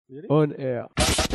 On air.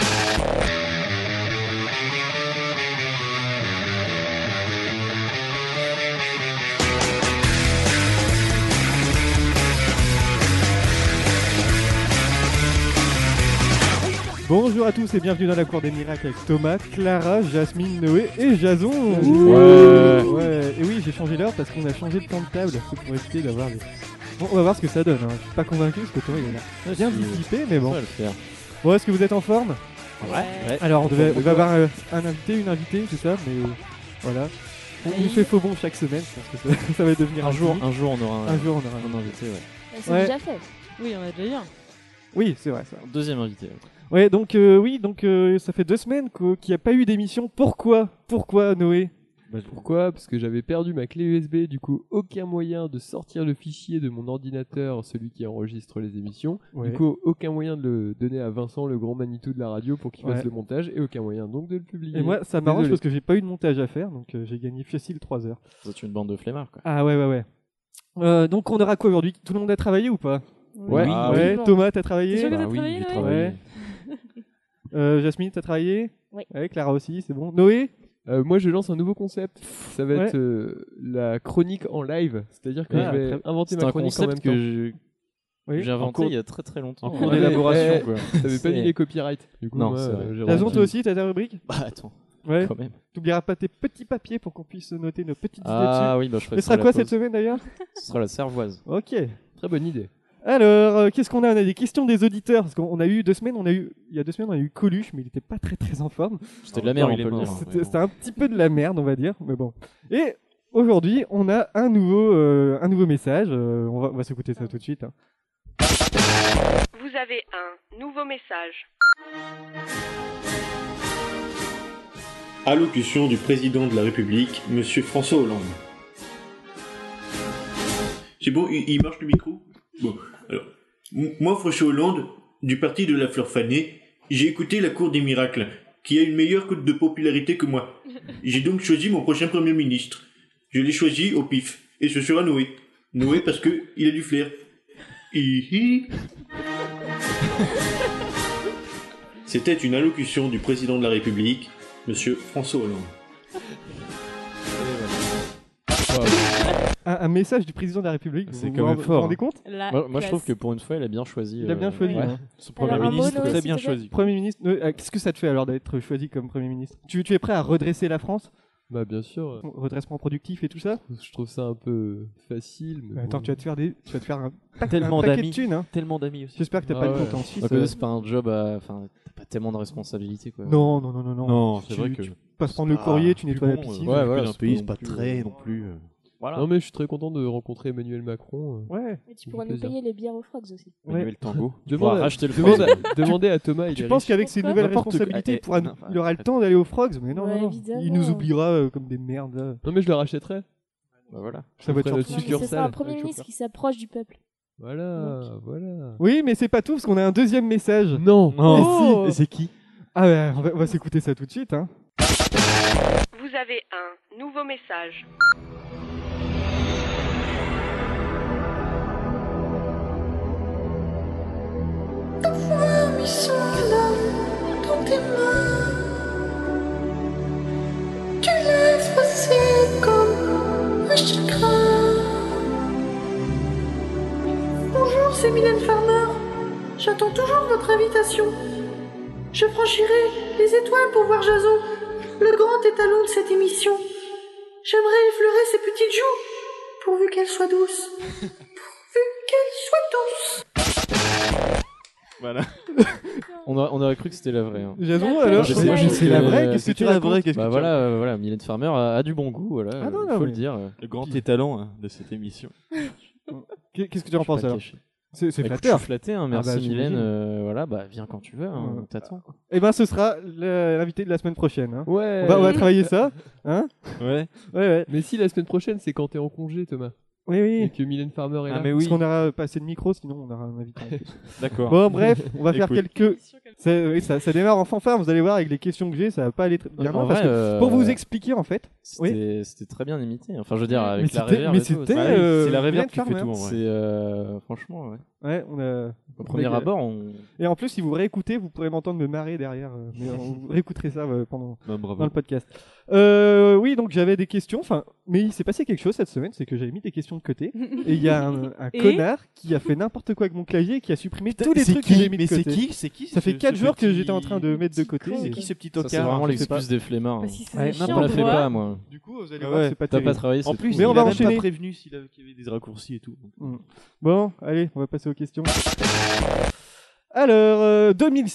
Bonjour à tous et bienvenue dans la cour des miracles avec Thomas, Clara, Jasmine, Noé et Jason. Ouais. Et oui, j'ai changé l'heure parce qu'on a changé de temps de table. C'est pour éviter d'avoir des... Bon, on va voir ce que ça donne. Je suis pas convaincu parce que Thomas il a bien dissipé, mais bon. On va le faire. Bon, est-ce que vous êtes en forme? Ouais. Alors, on va avoir un invité, une invitée, c'est ça, mais voilà. On nous fait faux bon chaque semaine, je pense que ça va devenir Un jour, on aura un invité, ouais. C'est déjà fait. Oui, on a déjà eu un. Oui, c'est vrai. Deuxième invité. Ouais, donc ça fait 2 semaines qu'il n'y a pas eu d'émission. Pourquoi, Noé? Pourquoi? Parce que j'avais perdu ma clé USB, du coup aucun moyen de sortir le fichier de mon ordinateur, celui qui enregistre les émissions. Ouais. Du coup aucun moyen de le donner à Vincent, le grand Manitou de la radio, pour qu'il fasse le montage, et aucun moyen donc de le publier. Et moi ça m'arrange parce que j'ai pas eu de montage à faire, donc j'ai gagné facile 3 heures. C'est une bande de flemmards, quoi. Ah ouais. Donc on aura quoi aujourd'hui? Tout le monde a travaillé ou pas? Ouais. Ouais. Thomas, t'as travaillé? C'est sûr que t'as travaillé, j'ai Noé? travaillé. Ouais. Jasmine, t'as travaillé? Oui. Ouais, Clara aussi, c'est bon. Noé? Moi je lance un nouveau concept, ça va être la chronique en live, c'est-à-dire que je vais inventer ma chronique en même temps. J'ai inventé il y a très très longtemps. En cours d'élaboration, quoi. T'avais pas mis C'est- les copyrights. Du coup, Non, moi, c'est vrai. j'ai Jason, rendu- toi aussi, t'as ta rubrique? Bah attends, Ouais. quand même. T'oublieras pas tes petits papiers pour qu'on puisse noter nos petites idées Ah oui, bah je dessus. ferai Ce ça à sera la quoi pause. cette semaine d'ailleurs? Ce sera la cervoise. Ok. Très bonne idée. Alors, qu'est-ce qu'on a? On a des questions des auditeurs. Parce qu'on a eu 2 semaines, il y a 2 semaines, on a eu Coluche, mais il était pas très en forme. C'était de la merde, on il est peut le mort. dire. C'était un petit peu de la merde, on va dire, mais bon. Et aujourd'hui, on a un nouveau message. On va s'écouter ça tout de suite. Hein. Vous avez un nouveau message. Allocution du président de la République, Monsieur François Hollande. C'est bon, il marche le micro? Bon, alors, moi François Hollande, du parti de la fleur fanée, j'ai écouté la cour des miracles, qui a une meilleure cote de popularité que moi. J'ai donc choisi mon prochain premier ministre. Je l'ai choisi au pif, et ce sera Noé. Noé parce que il a du flair. Hihi. C'était une allocution du président de la République, Monsieur François Hollande. Un message du président de la République. C'est vous quand même vous fort, rendez hein. compte? Moi je trouve que pour une fois, il a bien choisi. Il a bien choisi. ouais. Hein. Ce Alors, Premier un ministre, mot, Noé, très s'il bien te plaît. choisi. Premier ministre, qu'est-ce que ça te fait alors d'être choisi comme Premier ministre? Tu es prêt à redresser la France? Bah bien sûr, Redressement productif et tout ça? je trouve ça un peu facile. Mais Attends, bon. tu vas te faire un Tellement paquet de d'amis. thunes. Hein. Tellement d'amis aussi. J'espère que t'as Ah pas de ouais. compte en Suisse. C'est pas un job à. Enfin, t'as pas tellement de responsabilités, quoi. Non. Non, c'est vrai que. Tu passes prendre le courrier, tu nettoies la piscine. ouais, voilà, Dans c'est le pays, pas c'est pas non plus, très non plus. Voilà. Non mais je suis très content de rencontrer Emmanuel Macron. Ouais. Et tu pourras Ça fait nous plaisir. payer les bières aux frogs aussi. Manuel Tango. pourras racheter le Demandez à Thomas, il Tu est penses riche. qu'avec ses Pourquoi nouvelles N'importe quoi. responsabilités, Non, il aura le temps d'aller aux Frogs? Mais non, Ouais, non. évidemment. Il nous oubliera comme des merdes. Là. Non mais je le rachèterai. Bah voilà. Ça va ferai être notre gentil. Non, mais ce sera un succursale Premier avec ministre chauffeur. qui s'approche du peuple. Voilà. Oui, mais c'est pas tout, parce qu'on a un deuxième message. Non. Oh. Et c'est qui? Ah ouais, on va s'écouter ça tout de suite. Hein. Vous avez un nouveau message. Mes sanglots dans tes mains, tu laisses passer comme un chagrin. Bonjour, c'est Mylène Farmer. J'attends toujours votre invitation. Je franchirai les étoiles pour voir Jason, le grand étalon de cette émission. J'aimerais effleurer ses petites joues, pourvu qu'elles soient douces. Pourvu qu'elles soient douces. Voilà. On aurait cru que c'était la vraie. Hein. Jason, La alors, vraie. c'est la vraie, qu'est-ce que tu la racontes? vraie, qu'est-ce que Bah tu voilà, voilà, Mylène Farmer a du bon goût, voilà. Ah non, faut mais- le dire. Le grand étalon de cette émission. Qu'est-ce que tu en penses Pas alors? caché. C'est Écoute, flatteur. je suis flatté, hein, merci bah, Mylène. j'imagine. Voilà, bah viens quand tu veux, hein, on t'attend. Eh ben, ce sera l'invité de la semaine prochaine. Hein. Ouais. On va travailler ça. Hein? Ouais. Ouais. Mais si la semaine prochaine c'est quand t'es en congé Thomas Oui, et oui. que Mylène Farmer est là. Ah mais Parce oui. qu'on aura passé de micro, sinon on aura un invité en plus. D'accord. Bon, bref, on va faire Écoute. quelques Oui, ça démarre en fanfare, vous allez voir avec les questions que j'ai, ça va pas aller bien loin. En Parce vrai, que pour vous expliquer en fait, c'était très bien imité. Enfin, je veux dire, avec mais la reverb. et tout, c'était c'est la reverb Mylène qui fait Farmer. tout en vrai. C'est franchement, ouais. Ouais, on a. Au premier abord, on. Et en plus, si vous réécoutez, vous pourrez m'entendre me marrer derrière. Mais vous réécouterez ça pendant Bah, bravo. dans le podcast. Oui, donc j'avais des questions. Enfin, mais il s'est passé quelque chose cette semaine, c'est que j'avais mis des questions de côté. Et il y a un connard qui a fait n'importe quoi avec mon clavier, et qui a supprimé tous les trucs que j'ai mis de côté. C'est qui Ça fait 4 jours que j'étais en train de mettre de côté. C'est et- qui ce petit Ça, c'est tocard? vraiment je sais l'excuse des flemmards. Bah, si c'est Ouais, chiant, Je la fais pourquoi pas, moi. Du coup, vous allez Ah voir, ouais, c'est pas T'as pas terrible. travaillé, En c'est plus, tout. Mais on il va a même enchaîner. pas prévenu qu'il y avait des raccourcis et tout. Bon, allez, on va passer aux questions. Alors,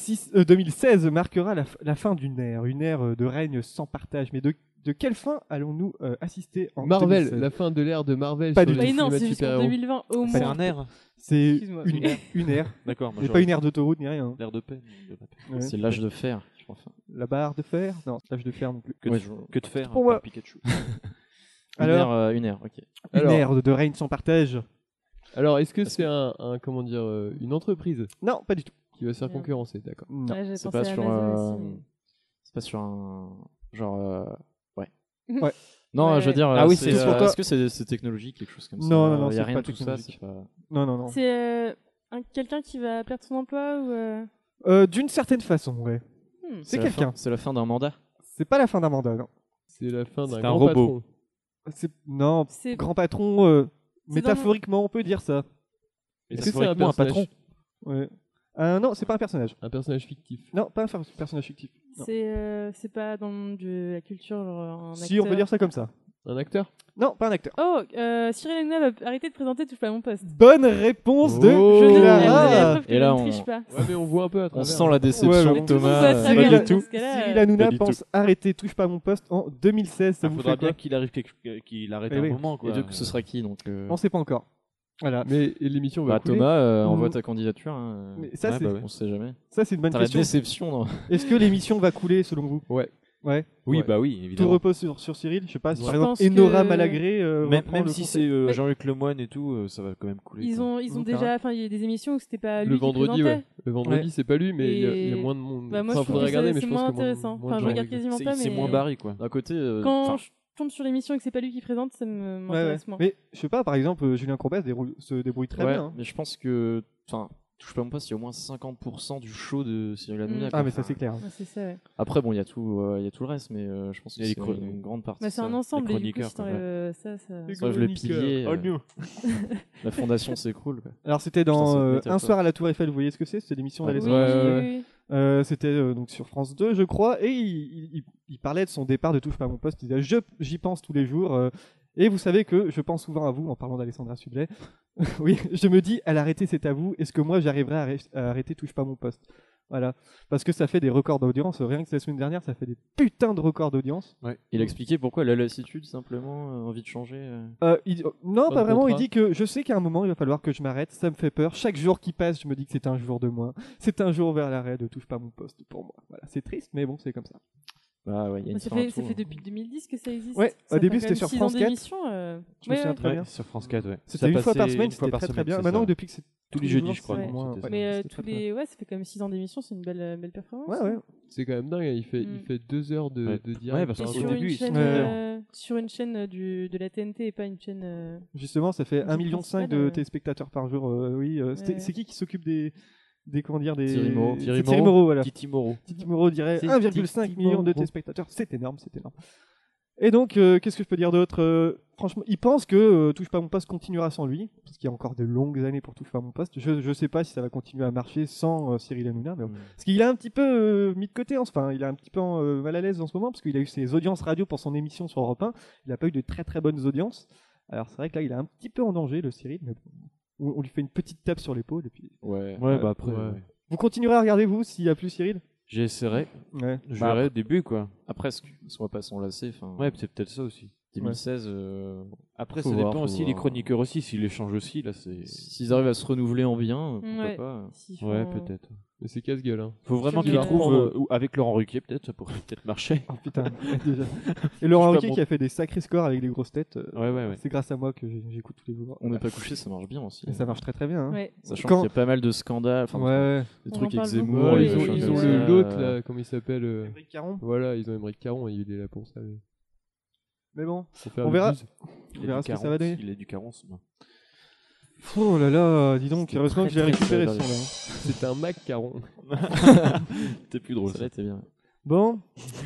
2016 marquera la fin d'une ère de règne sans partage. Mais de quelle fin allons-nous assister en Marvel, 2016? la fin de l'ère de Marvel Pas sur du les Bah non, cinémas de c'est jusqu'en super-héros. 2020 au C'est moins. un air. C'est Excuse-moi. une ère. D'accord. moi, Mais j'aurais- pas une ère d'autoroute ni rien. L'air de paix. de la paix. Ouais. C'est l'âge de fer, je pense. La barre de fer? Non, l'âge de fer non plus. Que, Ouais, de, que de faire Pour hein, moi. par Pikachu. Alors, Une heure, ok. une Alors- ère de règne sans partage? Alors, est-ce que c'est comment dire, une entreprise Non, pas du tout. qui va se faire Merde. concurrencer, d'accord. Non. Ouais, j'ai C'est pensé pas à sur Amazon aussi. c'est pas sur un genre ouais. Ouais. Non, Ouais. je veux dire Ah oui, c'est c'est pour toi. est-ce que c'est technologique quelque chose comme ça? Non, non, non, il y c'est a rien pas de tout ça, technologique. c'est pas Non, non, non. C'est quelqu'un qui va perdre son emploi ou D'une certaine façon, ouais. C'est la quelqu'un. fin- C'est la fin d'un mandat. C'est pas la fin d'un mandat, non. C'est la fin d'un C'est un grand robot. patron. Non, c'est grand patron, C'est métaphoriquement, on peut dire ça. Est-ce que c'est un Métaphoriquement, un personnage, patron. Ouais. Non, c'est pas un personnage. un personnage fictif? Non, pas un personnage fictif. Non. c'est pas dans le monde de la culture genre un Si, on peut acteur. dire ça comme ça. Un acteur? Non, pas un acteur. Oh, Cyril Hanouna va arrêter de présenter Touche pas à mon poste. Bonne réponse de Oh. Je ne Clara. vous avez la preuve que Et là, je ne on- triche pas. Ouais, mais on voit un peu à On travers. sent la déception Ouais, de mais tout le monde Thomas. voit très Cyril bien. du tout. Dans ce cas-là, Cyril Hanouna pas du pense arrêter Touche pas à mon poste en 2016. Ça Il vous faudra fait quoi? bien qu'il arrive qu'il arrête Eh un oui. moment quoi. Et du coup, ce sera qui donc On sait pas encore. Voilà. Mais l'émission va Bah couler. Thomas, Mmh. envoie ta candidature. hein. Mais ça, Ouais, c'est bah ouais. On sait jamais. ça, c'est une bonne T'as la question. déception. Non Est-ce que l'émission va couler selon vous? Ouais. Ouais. Oui, Ouais. bah oui, Tout évidemment. repose sur Cyril. Je sais pas. Si Je par exemple, pense Enora que- Malagré. reprend Même le si conseil. c'est Mais- Jean-Luc Lemoyne et tout, ça va quand même couler. Ils quoi. ont Donc, déjà, enfin, il y a des émissions où c'était pas lui Le qui vendredi, présentait. ouais. Le vendredi, Ouais. c'est pas lui, mais il y a Et- moins de monde. Bah, moi, Enfin, je trouve faudrait que regarder, mais c'est je pense moins que intéressant. moins Enfin, de je gens regarde regardent. quasiment pas, C'est mais moins barré quoi. D'un côté, quand enfin, je tombe sur l'émission et que c'est pas lui qui présente, ça Ouais, ouais. m'intéresse moins. Mais je sais pas. Par exemple, Julien Courbet se débrouille très ouais, bien. hein. mais je pense que enfin touche pas à mon poste, il y a au moins 50% du show de Cyril Hanouna. Mm. quoi. Ah, mais ça Enfin, c'est clair. Ouais, c'est ça, ouais. Après bon, il y a tout le reste, mais je pense que Il y a c'est les une grande partie. Bah, c'est ça. un ensemble, et du coup, chroniqueurs, si quoi, t'enlèves ça. Soit je le pilier, Oh non. la fondation s'écroule. quoi. Alors c'était Putain, dans c'est Un métal, soir à la Tour Eiffel. Vous voyez ce que c'est? C'était l'émission Ouais. Oui, d'Alessandro. Ouais, oui, ouais. oui. C'était donc sur France 2, je crois, et il parlait de son départ de Touche pas à mon poste. Il disait j'y pense tous les jours. Et vous savez que je pense souvent à vous en parlant d'Alessandra Sublet. Oui, je me dis, elle a arrêté, c'est à vous. Est-ce que moi j'arriverai à arrêter Touche pas à mon poste? Voilà, parce que ça fait des records d'audience. Rien que la semaine dernière, ça fait des putains de records d'audience. Il a expliqué pourquoi la lassitude simplement, envie de changer. Non, Pas pas de vraiment. Il contrat. dit que je sais qu'à un moment, il va falloir que je m'arrête. Ça me fait peur. Chaque jour qui passe, je me dis que c'est un jour de moins. C'est un jour vers l'arrêt de Touche pas à mon poste pour moi. Voilà, c'est triste, mais bon, c'est comme ça. Bah ouais, il y a une Ça fin à fait tout, hein. depuis 2010 que ça existe. Ouais, Ça au début, fait c'était quand sur même France 6 ans 4. d'émission, Je me souviens très bien. Sur France 4, ouais. C'était Ça une fois par passait semaine, une fois c'était par très très semaine, bien. c'est Maintenant, ça. depuis que c'est Tous les jours, jeudis, je crois. ouais. moins- c'était ouais. ça. Mais c'était tous très, les, ouais, ça fait quand même 6 ans d'émission, c'est une belle performance. Ouais, ouais. C'est quand même dingue, il Mm. fait 2 heures de Ouais. direct. Ouais, parce Et qu'au sur, début, une ils sont chaîne, Ouais. sur une chaîne de la TNT et pas une chaîne. Justement, ça fait C'est 1,5 million principal, de téléspectateurs par jour. Oui, Ouais. c'est qui s'occupe des comment dire des Thierry Moreau. C'est Thierry Thierry Moreau. Moreau, voilà. Titi Moreau. Titi Moreau dirait C'est 1,5 Titi million de Moreau. téléspectateurs. C'est énorme, c'est énorme. Et donc, qu'est-ce que je peux dire d'autre? Franchement, il pense que Touche pas à mon poste continuera sans lui, parce qu'il y a encore de longues années pour Touche pas à mon poste. Je sais pas si ça va continuer à marcher sans Cyril Hanouna, mais bon. Parce qu'il a un petit peu mis de côté, enfin, il est un petit peu mal à l'aise en ce moment, parce qu'il a eu ses audiences radio pour son émission sur Europe 1. Il n'a pas eu de très très bonnes audiences. Alors c'est vrai que là, il est un petit peu en danger, le Cyril, mais bon, on lui fait une petite tape sur l'épaule. Et puis... Ouais. Ouais, bah après, Ouais. ouais. Vous continuerez à regarder, vous, s'il n'y a plus Cyril? J'essaierai. Ouais. Je Bah, verrai au début, quoi. Après, on va pas s'enlacer. Enfin, Ouais, c'est peut-être ça aussi. 2016. Après, Faut ça voir, dépend faut aussi, voir. les chroniqueurs aussi, s'ils les changent aussi, là, c'est. S'ils arrivent à se renouveler en bien, pourquoi Ouais. pas. S'ils Ouais, font- peut-être. Mais c'est casse-gueule. Hein. Faut vraiment Tu qu'ils vas- trouvent, prendre- ou avec Laurent Ruquier, peut-être, ça pourrait peut-être marcher. Oh putain, déjà. Et Laurent Je sais Ruquier pas, qui a fait des sacrés scores avec des grosses têtes. Ouais. C'est grâce à moi que j'écoute tous les jours. On n'est pas couché, ça marche bien aussi. Et ça marche très très bien. Hein. Ouais. Sachant Quand- qu'il y a pas mal de scandales, enfin, Ouais. des On trucs en avec parle beaucoup. Zemmour, Ouais, les ils ont, choses ils comme ont ça, l'autre là, comment il s'appelle Émeric Caron. Voilà, ils ont Émeric Caron, il est là pour ça. Mais bon, Pour faire On le verra. buzz. on verra ce que ça va donner. Il est du carence. non. Oh là là, dis donc, C'était heureusement que j'ai très, très récupéré très ce son là. C'est un Mac Caron. C'était plus drôle. ça là était bien. Bon.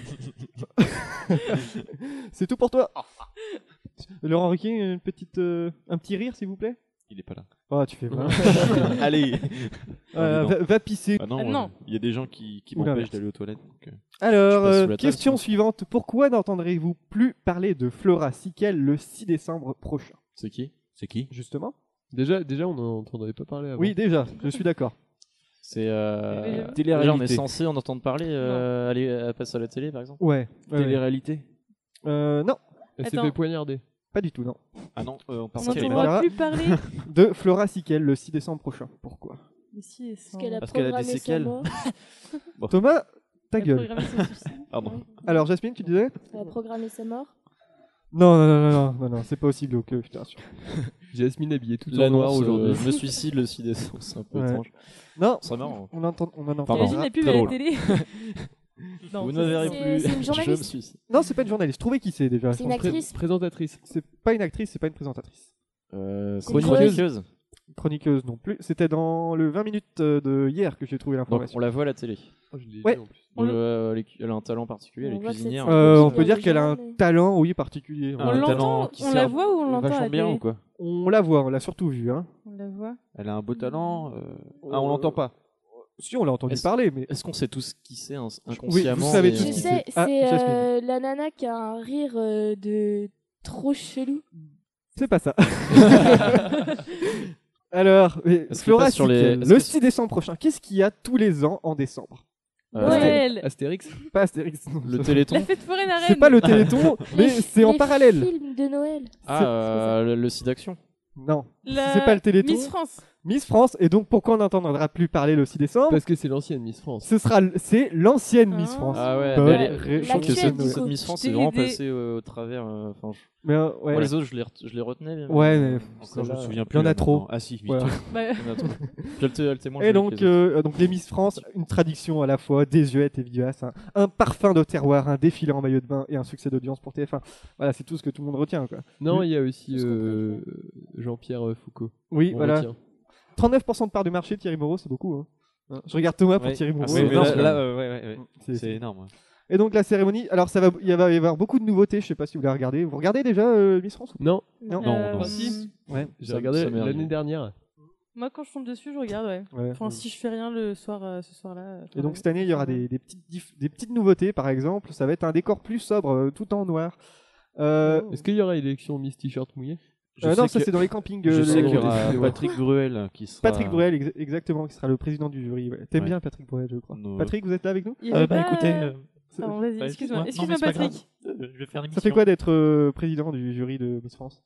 C'est tout pour toi. Laurent Ruquier, un petit rire s'il vous plaît. Il est pas là. Oh, tu fais vraiment. Allez. Va pisser. Ah non, Ah non. il y a des gens qui Oula, m'empêchent merci. d'aller aux toilettes. donc, Alors, Je passe sous la table, question sinon. suivante. Pourquoi n'entendrez-vous plus parler de Flora Sikel le 6 décembre prochain? C'est qui? C'est qui? Justement. Déjà, on n'en entendait pas parler avant. Oui, déjà, je suis d'accord. C'est Déjà, déjà on est censé en entendre parler, Non. aller passer à la télé par exemple. Ouais. Télé-réalité. Non, Elle s'est Attends. fait poignarder. pas du tout, non. Ah non, on On part Parce sur qu'elle les est n'entendra là. plus parler. De Flora Sikel le 6 décembre prochain. Pourquoi? Mais si, Parce qu'elle a Parce qu'elle a des programmé sa séquelles. mort. Thomas, ta Elle gueule. programme son suicide. Pardon. Alors, Jasmine, tu disais? Elle a programmé sa mort. Non, c'est pas aussi glauque, je te rassure. Jasmine habillée tout en noir L'annonce, aujourd'hui. je me suicide le 6 décembre, c'est un peu Ouais. étrange. Non, C'est marrant. on en Pardon. entendra. Imagine la pub très à la drôle. télé. Non, Vous ça, ne me verrez c'est- plus. c'est une Je me journaliste. suicide. Non, c'est pas une journaliste. Trouvez qui c'est déjà. C'est une actrice. Présentatrice. C'est pas une actrice, c'est pas une présentatrice. C'est une Chroniqueuse. Chroniqueuse non plus. C'était dans le 20 minutes de hier que j'ai trouvé Donc l'information. on la voit à la télé. Oh, je l'ai Ouais. vu en plus. Elle a un talent particulier, elle On est voit que cuisinière. c'est- On c'est peut dire bien qu'elle a un mais- talent, oui, particulier. On Un l'entend, talent qui on la sert voit ou on l'entend à vachement la bien télé ou quoi? On la voit, on l'a surtout vue. Hein. On la voit. Elle a un beau talent. Ah, on l'entend pas. Si, on l'a entendu Est-ce- parler, mais Est-ce qu'on sait tous qui c'est inconsciemment vous savez mais- tous Je qui sais, c'est. Ah, c'est Jasmine. la nana qui a un rire de trop chelou. c'est pas ça. Alors, Est-ce que Flora pas sur les- Sikel, est-ce le que- 6 décembre prochain, qu'est-ce qu'il y a tous les ans en décembre? Noël. Astérix. Pas Astérix. non, Le ça- Téléthon. La fête foraine à Rennes. C'est pas le Téléthon, mais Les- c'est en les parallèle. Films de Noël. Ah, le site d'action. Non, La- c'est pas le Téléthon. Miss France. Miss France, et donc pourquoi on n'entendra plus parler le 6 décembre? Parce que c'est l'ancienne Miss France. C'est l'ancienne Miss Ah. France. Ah ouais, Bonne mais elle est- je trouve que L'actuelle, cette, du cette coup. Miss France Je est t'ai vraiment aidé. passée au travers. Enfin, Mais moi, ouais, les autres, je les retenais. mais- Ouais, mais Encore, je me Celle-là, souviens il plus. y en a là, trop. maintenant. Ah si, vite. Voilà. Bah, il y en a trop. Puis elle était moins Et jolie que les autres. donc les Miss France, une tradition à la fois désuète et vivace, un parfum de terroir, un défilé en maillot de bain et un succès d'audience pour TF1. Voilà, c'est tout ce que tout le monde retient, quoi. Non, il y a aussi Tout ce qu'on Jean-Pierre Foucault. Oui, On voilà. retient. 39% de part de marché, Thierry Moreau, c'est beaucoup. Hein. Je regarde Thomas pour Ouais. Thierry Ah, Moreau. oui, mais non, là, c'est- ouais. C'est- C'est énorme. ouais. Et donc la cérémonie, alors il va y avoir beaucoup de nouveautés, je sais pas si vous la regardez. Vous regardez déjà Miss France ou pas? Non, Non. Non. Si. Ouais. j'ai Ça- regardé ça m'est l'année arrivé. dernière. moi, quand je tombe dessus, je regarde, ouais. Ouais. Enfin, si je fais rien le soir, ce soir-là. Et donc cette année, il y aura des petites nouveautés, par exemple. Ça va être un décor plus sobre, tout en noir. Est-ce qu'il y aura élection Miss T-shirt mouillé? Je Non, sais ça c'est dans les campings. Je sais qu'il y aura ouais. Patrick Bruel qui sera. Patrick Bruel, exactement, qui sera le président du jury. Ouais. T'aimes Ouais. bien Patrick Bruel, je crois. Non. Patrick, vous êtes là avec nous? Il y avait pas- écoutez, Pardon, vas-y, bah, excuse-moi. non, Excuse-moi, mais c'est pas Patrick. je vais faire l'émission. Ça fait quoi d'être président du jury de Miss France?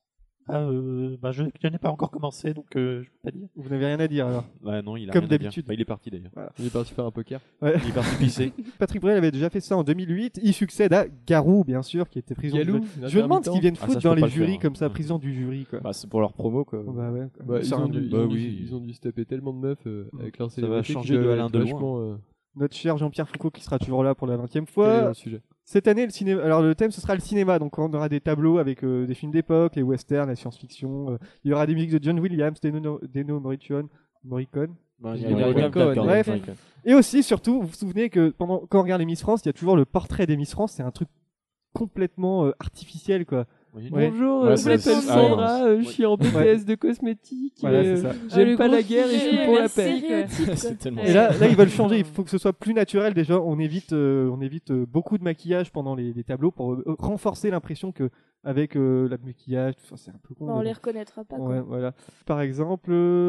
Je n'ai pas encore commencé, donc je peux pas dire. Vous n'avez rien à dire alors. Ouais, non, il a Comme rien à dire. d'habitude. Bah, il est parti d'ailleurs. Il est parti faire un poker. Il est parti pisser. Patrick Bruel avait déjà fait ça en 2008. Il succède à Garou, bien sûr, qui était président du Galou, jury. Je me demande ce qu'ils viennent Ah, foutre ça, je dans peux pas les le faire, jurys hein. comme ça, président du jury, quoi. Bah, c'est pour leur promo quoi. Bah ouais. Bah, Ça, ils ont dû se taper tellement de meufs avec leur Ça va célébrité changer qu'ils de doivent Alain être Delon, vachement, Notre cher Jean-Pierre Foucault qui sera toujours là pour la 20e calés dans fois. le sujet. Cette année, le cinéma. Alors le thème, ce sera le cinéma. Donc on aura des tableaux avec des films d'époque, les westerns, la science-fiction. Il y aura des musiques de John Williams, Deno Morricone. Bah, Il il y a Morricone, d'accord. bref. Ouais. Et aussi, surtout, vous vous souvenez que quand on regarde les Miss France, il y a toujours le portrait des Miss France. C'est un truc complètement artificiel, quoi. Oui. Ouais. Bonjour, Ouais, je m'appelle c'est- Sandra, je suis en BTS de cosmétique. Voilà, c'est ça. J'aime le pas gros la guerre et je suis sujet, pour la merci. paix. Stéréotype, quoi. C'est tellement. Et là, ils veulent changer. Il faut que ce soit plus naturel. Déjà, on évite beaucoup de maquillage pendant les tableaux pour renforcer l'impression que avec le maquillage, tout ça, c'est un peu con. Bah, on mais les bon. reconnaîtra pas. quoi. Ouais, voilà. Par exemple,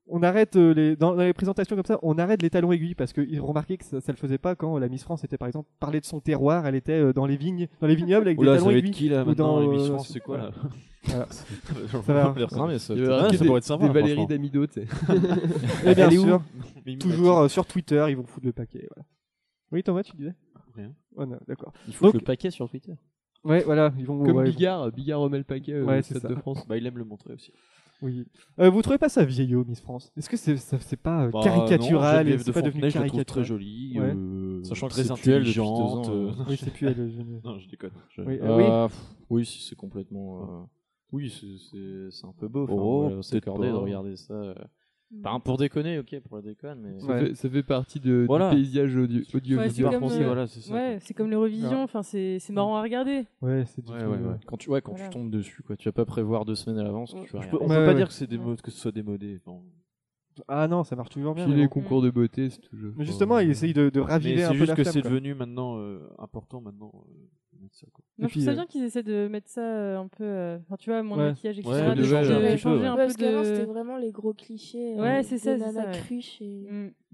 on arrête dans les présentations comme ça, on arrête les talons aiguilles parce qu'ils remarquaient que ça le faisait pas quand la Miss France était par exemple parler de son terroir, elle était dans les vignobles avec des Oula, ça talons va être aiguilles. qui là ou maintenant dans, Miss France, c'est quoi là Voilà. Ça va. Non, mais ça, Il y avait Ah, marqué ça pourrait être sympa, des Valérie franchement. Damido, tu sais. Et bien Elle est où sûr, Mimi toujours Mati. sur Twitter, ils vont foutre le paquet. Voilà. Oui, Thomas, tu disais Rien. Oh, non, d'accord. Il faut Donc- le paquet sur Twitter. Ouais, voilà, ils vont. Comme ouais, Bigard remet le paquet au Ouais, c'est Stade ça. de France. Bah, il aime le montrer aussi. Oui. Vous trouvez pas ça vieillot, Miss France? Est-ce que c'est pas Bah, caricatural non, et Geneviève c'est de pas devenu Fontenay, je la trouve caricatural? très jolie, Ouais. Sachant que très c'est plus elle depuis 2 intelligente. ans. Oui, c'est plus elle. Non, je déconne. Oui, Oui, si c'est complètement. Oui, c'est un peu beau. Enfin, Oh, voilà, peut-être s'accorder de pas. regarder ça. Pour déconner, ok, pour la déconne, mais. Ça fait partie Voilà. du paysage Ouais, c'est audiovisuel comme, français. Voilà, c'est ça. Ouais, c'est comme l'Eurovision, enfin c'est marrant à regarder. Ouais, c'est du Ouais, tout, ouais, ouais. Quand tu Voilà. tombes dessus, quoi. Tu vas pas prévoir 2 semaines à l'avance. Tu vas rien. On Ouais, peut pas ouais. dire que c'est que ce soit démodé. Enfin, Ah non, ça marche toujours bien. Puis mais les bon. concours de beauté, c'est toujours. Mais justement, ils essayent de mais raviver un c'est peu juste la que flamme, c'est quoi. devenu maintenant important maintenant. De mettre ça, quoi. Moi, Et je puis, trouve ça bien qu'ils essaient de mettre ça un peu. Enfin, tu vois, moins de Ouais. maquillage, etc. Ouais, de de changer changer, un petit peu, ouais. un Ouais, peu parce qu'avant, c'était de. vraiment les gros clichés. Ouais, c'est ça, des c'est ça, nanas ouais. cruches et...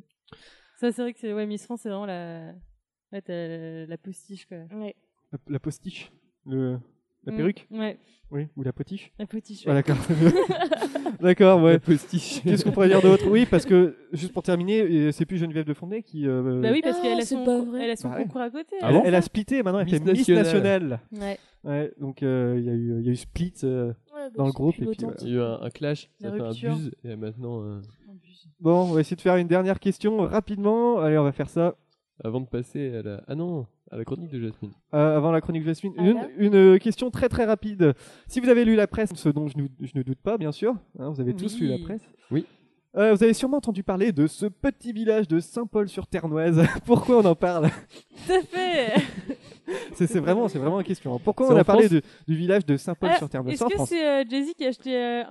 Ça, c'est vrai que c'est Miss France, c'est vraiment la. Ouais, t'as la postiche, quoi. Ouais. La postiche, la perruque, Ouais, oui, ou la potiche. la postiche. Ah, d'accord. D'accord, ouais. La postiche. Qu'est-ce qu'on pourrait dire d'autre? Oui, parce que juste pour terminer, c'est plus Geneviève de Fontenay qui. Bah oui, parce Ah, qu'elle a c'est son, pas vrai. elle a son Bah ouais. concours à côté. Elle, hein. elle a splitté, maintenant elle Miss fait Miss Nationale. Nationale. Ouais. Ouais, donc il y a eu split Ouais, bah, dans le c'est groupe. plus Et puis, l'authentique. Il y a eu un clash, La ça fait un rupture. buzz, et maintenant, Bon, on va essayer de faire une dernière question rapidement. Allez, on va faire ça avant de passer à la. Ah non, à la chronique de Jasmine. avant la chronique de Jasmine. Ah là Une question très très rapide. Si vous avez lu la presse, ce dont je ne doute pas, bien sûr, hein, vous avez tous lu la Oui. presse. Oui. Vous avez sûrement entendu parler de ce petit village de Saint-Paul-sur-Ternoise. Pourquoi on en parle? Tout à fait. C'est vraiment une question. Hein. Pourquoi C'est on en a parlé France du village de Saint-Paul-sur-Ternoise? Est-ce C'est en que France. c'est Jay-Z qui a acheté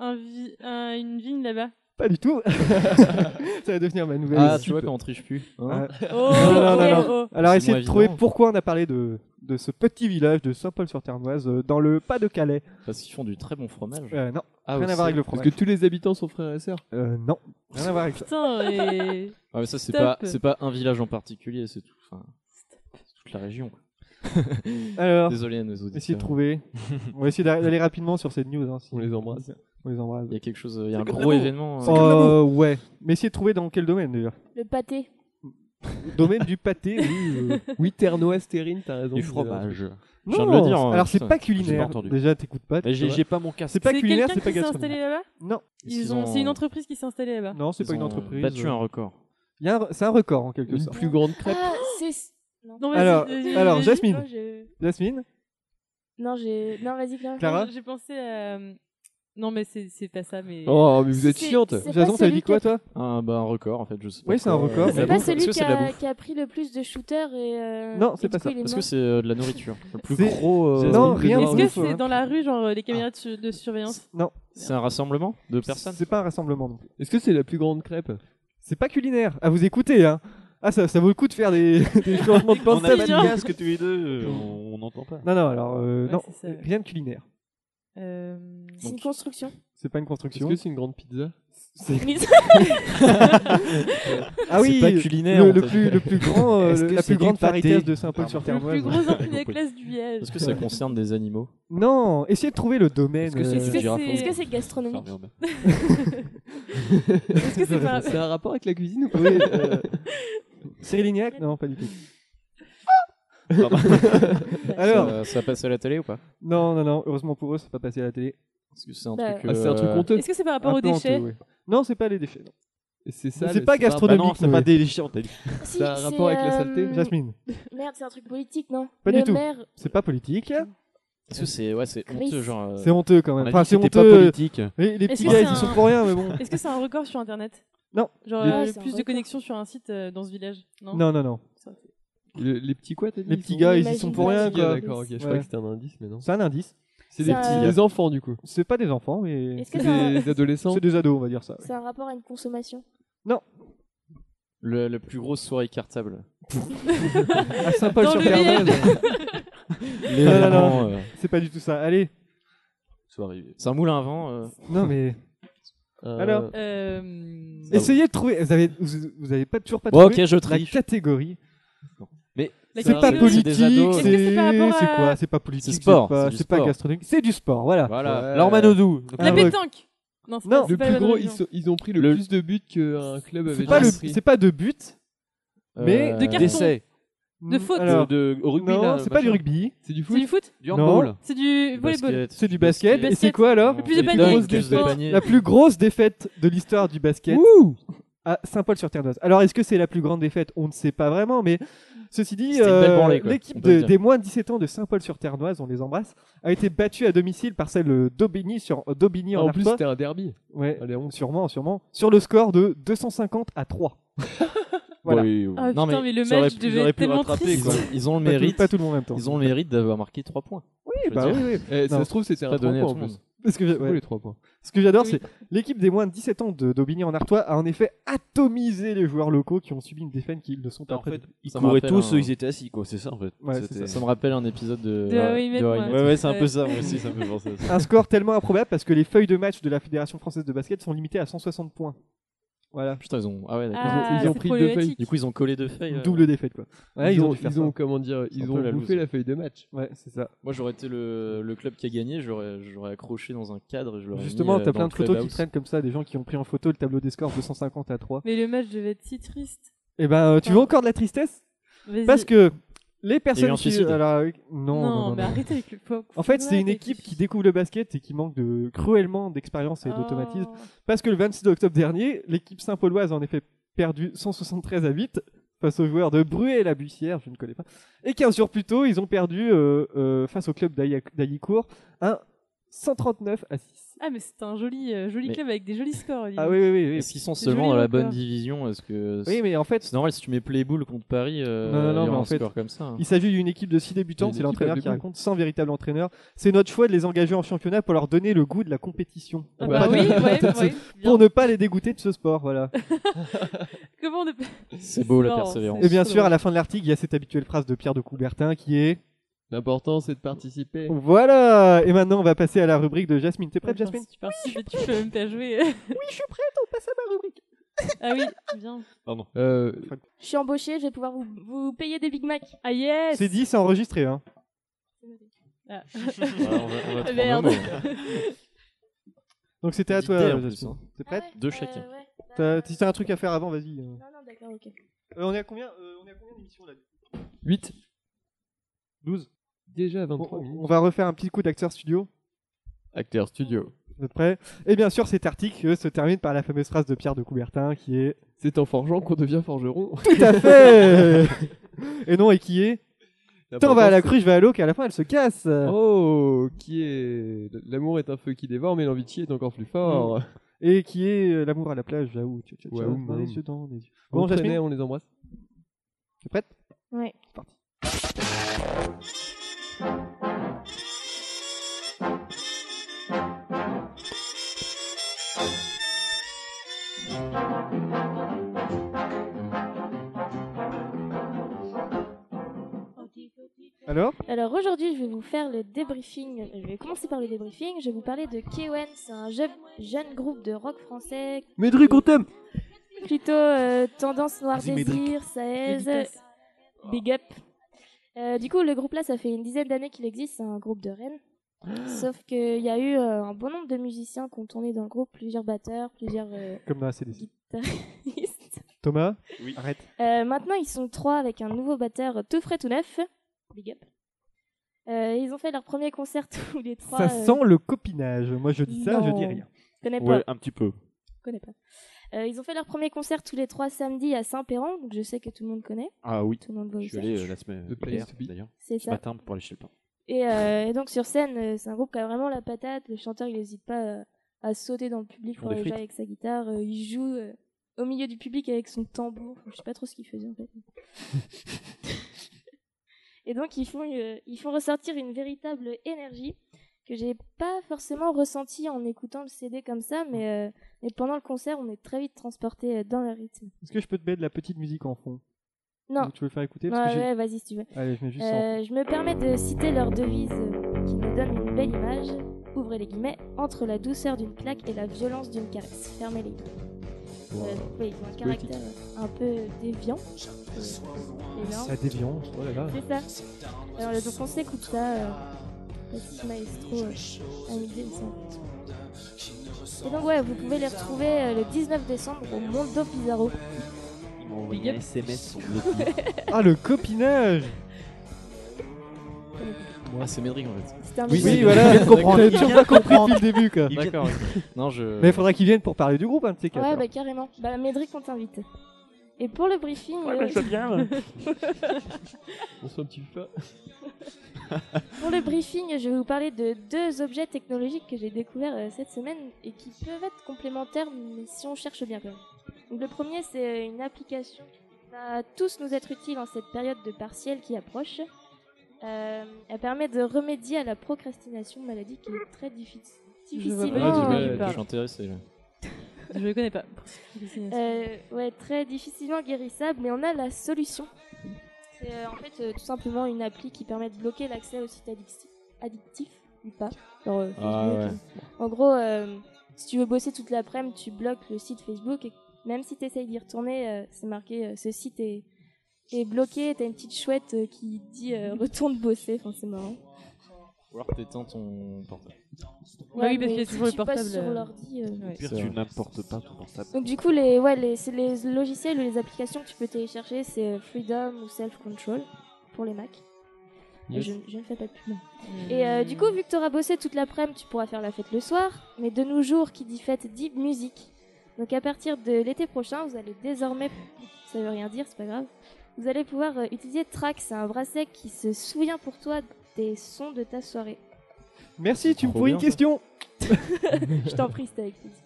une vigne là-bas? Pas du tout. Ça va devenir ma nouvelle. Ah, tu sub. vois, quand on triche plus. Hein. Oh, non. Alors C'est essayez moins de trouver évident. pourquoi on a parlé de ce petit village de Saint-Paul-sur-Ternoise dans le Pas-de-Calais. Parce qu'ils font du très bon fromage. Non, Ah, rien à voir avec le fromage. Parce que tous les habitants sont frères et sœurs. Non, rien à voir avec ça. Putain, et... Ah, mais ça, c'est Stop. pas un village en particulier, c'est tout. Enfin, c'est toute la région. Quoi. Alors, Désolé à nos auditeurs. essayez de trouver. On va essayer d'aller rapidement sur cette news. Hein, si On les embrasse. On les embrasse. Il y a quelque chose, il y a un C'est comme gros l'amour. événement. Ouais. Mais essayez de trouver dans quel domaine déjà. Le pâté. Domaine du pâté, oui. Oui, Ternoise, Terrine, t'as raison. Du c'est fromage. Je viens de le dire, hein, alors c'est putain. pas J'ai culinaire. pas entendu. Déjà, t'écoutes pas. Mais j'ai pas mon casque. C'est pas c'est culinaire, quelqu'un c'est pas qui s'est installé gastronomique. là-bas? Non, C'est une entreprise qui s'est installée là-bas. non, c'est Ils pas une ont entreprise. battu un record. C'est un record en quelque Une sorte. plus grande crêpe. Ah, c'est... Non, Non, vas-y, Alors, vas-y. Jasmine. Non, Jasmine, Non, vas-y, Clara. Clara J'ai pensé à... Non, mais c'est pas ça, mais... Oh, mais vous êtes C'est- chiante. c'est Jason, pas t'avais celui dit quoi qui a- toi? Un record, en fait, je sais pas. Oui, c'est un quoi. record. C'est Mais pas bon, celui est-ce que qui c'est de la a, bouffe qui a pris le plus de shooters et... Non, c'est et pas du coup, ça. il est Est-ce que mort. c'est de la nourriture Le plus C'est- gros. Non, rien Est-ce de que bouffe, c'est hein. dans la rue, genre les caméras de surveillance? Non, C'est un rassemblement de personnes. c'est pas un rassemblement non plus. Est-ce que c'est la plus grande crêpe? C'est pas culinaire. À vous écouter, hein. Ah, ça vaut le coup de faire des changements de On a pensée. pas de bien. casque tous les deux, on n'entend pas. Non, alors, non, c'est ça, ouais. rien de culinaire. C'est une construction. C'est pas une Est-ce construction. que c'est une grande pizza? Ah oui, C'est pas culinaire, en le fait. plus grand, Est-ce que la c'est plus grande du pâté faritas de Le Saint-Paul-sur-Ternoise. plus gros employé classe du village. Est-ce que ça concerne des animaux? Non, essayez de trouver le domaine. Est-ce que c'est Est-ce que girafe Est-ce que c'est... c'est gastronomique? Enfin, merde. Est-ce que c'est pas... C'est un rapport avec la cuisine ou pas? Oui, Cyril Lignac? Non, pas du tout. Alors, Ça passe à la télé ou pas? non, heureusement pour eux, c'est pas passé à la télé. Est-ce que c'est un Bah, truc. Ah, c'est un truc honteux. Est-ce que c'est par rapport Un aux peu déchets? honteux, oui. Non, c'est pas les déchets. Non. Et c'est ça. C'est pas Bah gastronomique. non, c'est oui. pas délichiant, t'as dit. Si, Ça a un c'est, rapport avec la saleté, Jasmine, Merde, c'est un truc politique, non? Pas Le du tout. maire... c'est pas politique. Est-ce que c'est Chris. honteux, genre. C'est honteux quand On même. a Enfin, dit c'est que c'était honteux. pas politique. Les petits Est-ce que gars, c'est ils y sont un- pour rien, mais bon. Est-ce que c'est un record sur internet? Non. Genre Ouais, le c'est un plus de record. connexions sur un site dans ce village? Non. Non. Les petits quoi, t'as dit? Les petits gars, ils y sont pour rien, Les petits gars, quoi. d'accord, ok. Je Ouais. croyais que c'était un indice, mais non. C'est un indice. C'est Ça- des petits, des enfants du coup. C'est pas des enfants, mais Est-ce que C'est c'est un... des adolescents. c'est des ados, on va dire ça. c'est un rapport à une consommation? Le plus grosse soirée cartable. À Saint-Paul-sur-Ternoise. L'événement, C'est pas du tout ça. Allez. Ça va arriver. C'est un moulin à vent. Non, mais Alors, Euh, essayez de trouver. Vous avez toujours pas Bon, trouvé ok, je la triche. catégorie. Mais La C'est pas catégorie. politique, C'est des ados. Est-ce que c'est par rapport à- c'est quoi? C'est pas politique, C'est sport, c'est c'est du pas sport. gastronomique, c'est du sport, voilà. Voilà. Ouais. Alors Manodou. La Ah, ouais. pétanque. Non, c'est Non. pas, c'est Le pas plus la bonne gros, raison. ils ont pris le Le- plus de buts qu'un club avait C'est pas, jamais pris. c'est pas de but, mais De carton. D'essai. De faute. Alors, Au rugby, non, là, c'est pas du machin. rugby, C'est du C'est foot. du foot. Du handball. C'est du volleyball. c'est du basket. Du Et c'est basket. quoi alors? Le plus de Du paniers. dunk, Grosse plus de défaite. paniers. La plus grosse défaite de l'histoire du basket Wouh à Saint-Paul-sur-Ternoise. Alors, est-ce que c'est la plus grande défaite? On ne sait pas vraiment, mais ceci dit, C'était une belle branlée, quoi. l'équipe On peut le dire. des moins de 17 ans de Saint-Paul-sur-Ternoise, on les embrasse, a été battue à domicile par celle d'Aubigny d'Aubigny en En plus, Artois. c'était un derby. Ouais, Allez, on- sûrement, sur le score de 250 à 3. Voilà. Oui, oui. Ah Non, putain, mais le ça aurait match pu- devait ils auraient être pu tellement rattraper, triste. quoi. Ils ont le Pas tout- mérite. Pas tout le monde en même temps. Ils ont le mérite d'avoir marqué 3 points. Oui, Je veux bah dire. oui, oui. Eh, ça Non. se trouve, c'était C'est un pas 3 donné points à en tout le plus. monde. Parce que C'est ouais. les 3 points. Ce que j'adore, Oui. c'est l'équipe des moins de 17 ans d'Aubigny en Artois a en effet atomisé les joueurs locaux qui ont subi une défaite qu'ils ne sont pas En prêts. fait, ils Ça me couraient rappelle tous, un- ils étaient assis, quoi. C'est ça, en fait. Ouais, c'est C'était- Ça me rappelle un épisode de De How I Met, de How I moi. Met. Ouais, ouais, c'est un peu Ouais. ça, moi aussi, ça me fait penser à ça. Un score tellement improbable parce que les feuilles de match de la Fédération française de basket sont limitées à 160 points. Voilà. Putain, ils ont. Ah ouais, d'accord. Ah, ils ont c'est pris deux problématique. Du coup, ils ont collé 2 feuilles. Une double défaite quoi. Ouais, Ils ont, dû faire ils ont ça. comment dire, C'est ils un peu ont la bouffé loose. la feuille de match. Ouais, c'est ça. Moi, j'aurais été le club qui a gagné, j'aurais accroché dans un cadre. Et je l'aurais Justement, mis, t'as dans plein le de photos qui clubhouse. traînent comme ça, des gens qui ont pris en photo le tableau des scores 250 à 3. Mais le match devait être si triste. Et ben, tu veux encore de la tristesse? Vas-y. Parce que les Il y a eu personnes un qui. suicide. Alors, Non, mais arrêtez avec le pop. En fait, c'est une équipe qui découvre le basket et qui manque cruellement d'expérience et d'automatisme. Parce que le 26 octobre dernier, l'équipe Saint-Pauloise a en effet perdu 173 à 8 face aux joueurs de Bruay-la-Bussière, je ne connais pas. Et 15 jours plus tôt, ils ont perdu face au club d'Aillicourt un 139 à 6. Ah, mais c'est un joli Mais- club avec des jolis scores. dis Ah donc. oui, oui, oui. Est-ce qu'ils sont C'est seulement joli dans la encore. bonne division? Est-ce que Oui, mais en fait, c'est normal si tu mets Playbull contre Paris, non, il y mais aura en un fait, score comme ça. hein. il s'agit d'une équipe de 6 débutants, Une c'est équipe l'entraîneur avec qui des raconte, sans véritable entraîneur. C'est notre choix de les engager en championnat pour leur donner le goût de la compétition. Ah bah oui, ouais, ouais. bien. Pour ne pas les dégoûter de ce sport, voilà. Comment ne C'est beau la Non, persévérance. Et bien c'est sûr, drôle. à la fin de l'article, il y a cette habituelle phrase de Pierre de Coubertin qui est L'important, c'est de participer. voilà. Et maintenant, on va passer à la rubrique de Jasmine. T'es prête, Attends, Jasmine? si tu participes, tu peux même pas jouer. Oui, je suis prête. On passe à ma rubrique. Ah oui, bien. Je suis embauchée, je vais pouvoir vous payer des Big Mac. Ah yes. C'est dit, c'est enregistré, hein. Ah. Voilà, on va te Merde. prendre un mot. Donc c'était à Des toi, idées, en plus, Jasmine. hein. T'es prête? Deux chacun. Ouais. Si t'as un truc à faire avant, vas-y. Non, d'accord, ok. On est à combien d'émissions là? 8. 12. Déjà Bon, 23 minutes. on va refaire un petit coup d'acteur studio. Acteur studio. Vous êtes prêts? Et bien sûr, cet article se termine par la fameuse phrase de Pierre de Coubertin qui est C'est en forgeant qu'on devient forgeron. tout à fait. Et non, et qui est Tant va à la L'important, cruche, va à l'eau, qu'à la fin elle se casse. c'est- Oh, qui est l'amour est un feu qui dévore, mais l'envie de chier est encore plus fort. Et qui est l'amour à la plage, j'avoue. Ouais, Dans ouais. les yeux, dans les yeux. On Bon, traînait, Jasmine, on les embrasse. t'es prête? Ouais. C'est parti. Alors? Alors aujourd'hui, je vais vous faire le débriefing. Je vais commencer par le débriefing. Je vais vous parler de Kewen. C'est un jeune groupe de rock français, Médric, on t'aime! plutôt tendance noir Vas-y, Médric. désir, Saez, Dédicace. big up. Du coup, le groupe là, ça fait une dizaine d'années qu'il existe. C'est un groupe de Rennes. Sauf qu'il y a eu un bon nombre de musiciens qui ont tourné dans le groupe, plusieurs batteurs, plusieurs Comme dans la CDC. guitaristes. Thomas? Oui. Arrête. Maintenant, ils sont 3 avec un nouveau batteur tout frais, tout neuf. Big up. Ils ont fait leur premier concert tous les 3. Ça sent le copinage. Moi je dis ça, je dis non. rien. Connais pas. Ouais, un petit peu. Connais pas. Ils ont fait leur premier concert tous les 3 samedis à Saint-Péran, donc je sais que tout le monde connaît. Ah oui. Tout le monde va Je au suis cercle. allé la semaine The place hier, to be. d'ailleurs. C'est Ce ça. matin pour aller chez le pain. Et donc sur scène, c'est un groupe qui a vraiment la patate. Le chanteur, il n'hésite pas à sauter dans le public Ils font pour des aller jouer frites. avec sa guitare. Il joue au milieu du public avec son tambour. Enfin, je sais pas trop ce qu'il faisait en fait. Et donc ils font ressortir une véritable énergie que j'ai pas forcément ressentie en écoutant le CD comme ça, mais pendant le concert, on est très vite transporté dans le rythme. Est-ce que je peux te mettre de la petite musique en fond? Non. Ou tu veux le faire écouter? Ouais, Parce que j'ai- ouais, vas-y si tu veux. Allez, je mets juste ça en fond. Je me permets de citer leur devise qui nous donne une belle image. ouvrez les guillemets, entre la douceur d'une claque et la violence d'une caresse, fermez les guillemets. Oui, ils ont un caractère un peu déviant. Énorme. Ça déviance, oh là là. C'est ça. Alors, donc on s'écoute ça. Petit Maestro à midi, il me semble. Et donc ouais, vous pouvez les retrouver le 19 décembre au Mondo Pizarro. Ils m'ont envoyé un SMS sur le Ah, le copinage. Moi, c'est Médric en fait. C'était un Oui, message. voilà, Il vient de comprendre. t'as toujours pas compris depuis le début, quoi. D'accord. Non, je. Mais il faudra qu'il vienne pour parler du groupe, hein, de ces quatre. Ouais, bah carrément. Bah Médric, on t'invite. Et pour le briefing... Ouais, bah, je veux bien. On se fait un petit peu. Pour le briefing, je vais vous parler de 2 objets technologiques que j'ai découverts cette semaine et qui peuvent être complémentaires, mais si on cherche bien quand même. Donc, le premier, c'est une application qui va tous nous être utile en cette période de partiel qui approche. Elle permet de remédier à la procrastination, maladie qui est très difficile. vois pas Ah, du tout. je suis intéressé là. Je ne connais pas. Ouais, très difficilement guérissable, mais on a la solution. C'est en fait tout simplement une appli qui permet de bloquer l'accès aux sites addictifs ou pas. Genre, Facebook, ouais. En gros, si tu veux bosser toute l'après-midi, tu bloques le site Facebook et même si tu essayes d'y retourner, c'est marqué ce site est bloqué. T'as une petite chouette qui dit retourne bosser. Enfin, c'est marrant. Ou alors t'éteins ton portable. Ouais, oui, parce mais qu'il y a si toujours le tu passes portable. sur l'ordi. Ouais. pire, C'est tu vrai. n'importes pas ton portable. Donc du coup, c'est les logiciels ou les applications que tu peux télécharger, c'est Freedom ou Self Control pour les Mac. Yes. Je ne fais pas de pub. Et du coup, vu que tu auras bossé toute l'après-midi, tu pourras faire la fête le soir. Mais de nos jours, qui dit fête, dit musique. Donc à partir de l'été prochain, vous allez désormais, ça veut rien dire, c'est pas grave, vous allez pouvoir utiliser Track. C'est un bracelet qui se souvient pour toi des sons de ta soirée. Merci, tu me Trop poses une bien, ça. question. Je t'en prie, c'était avec plaisir.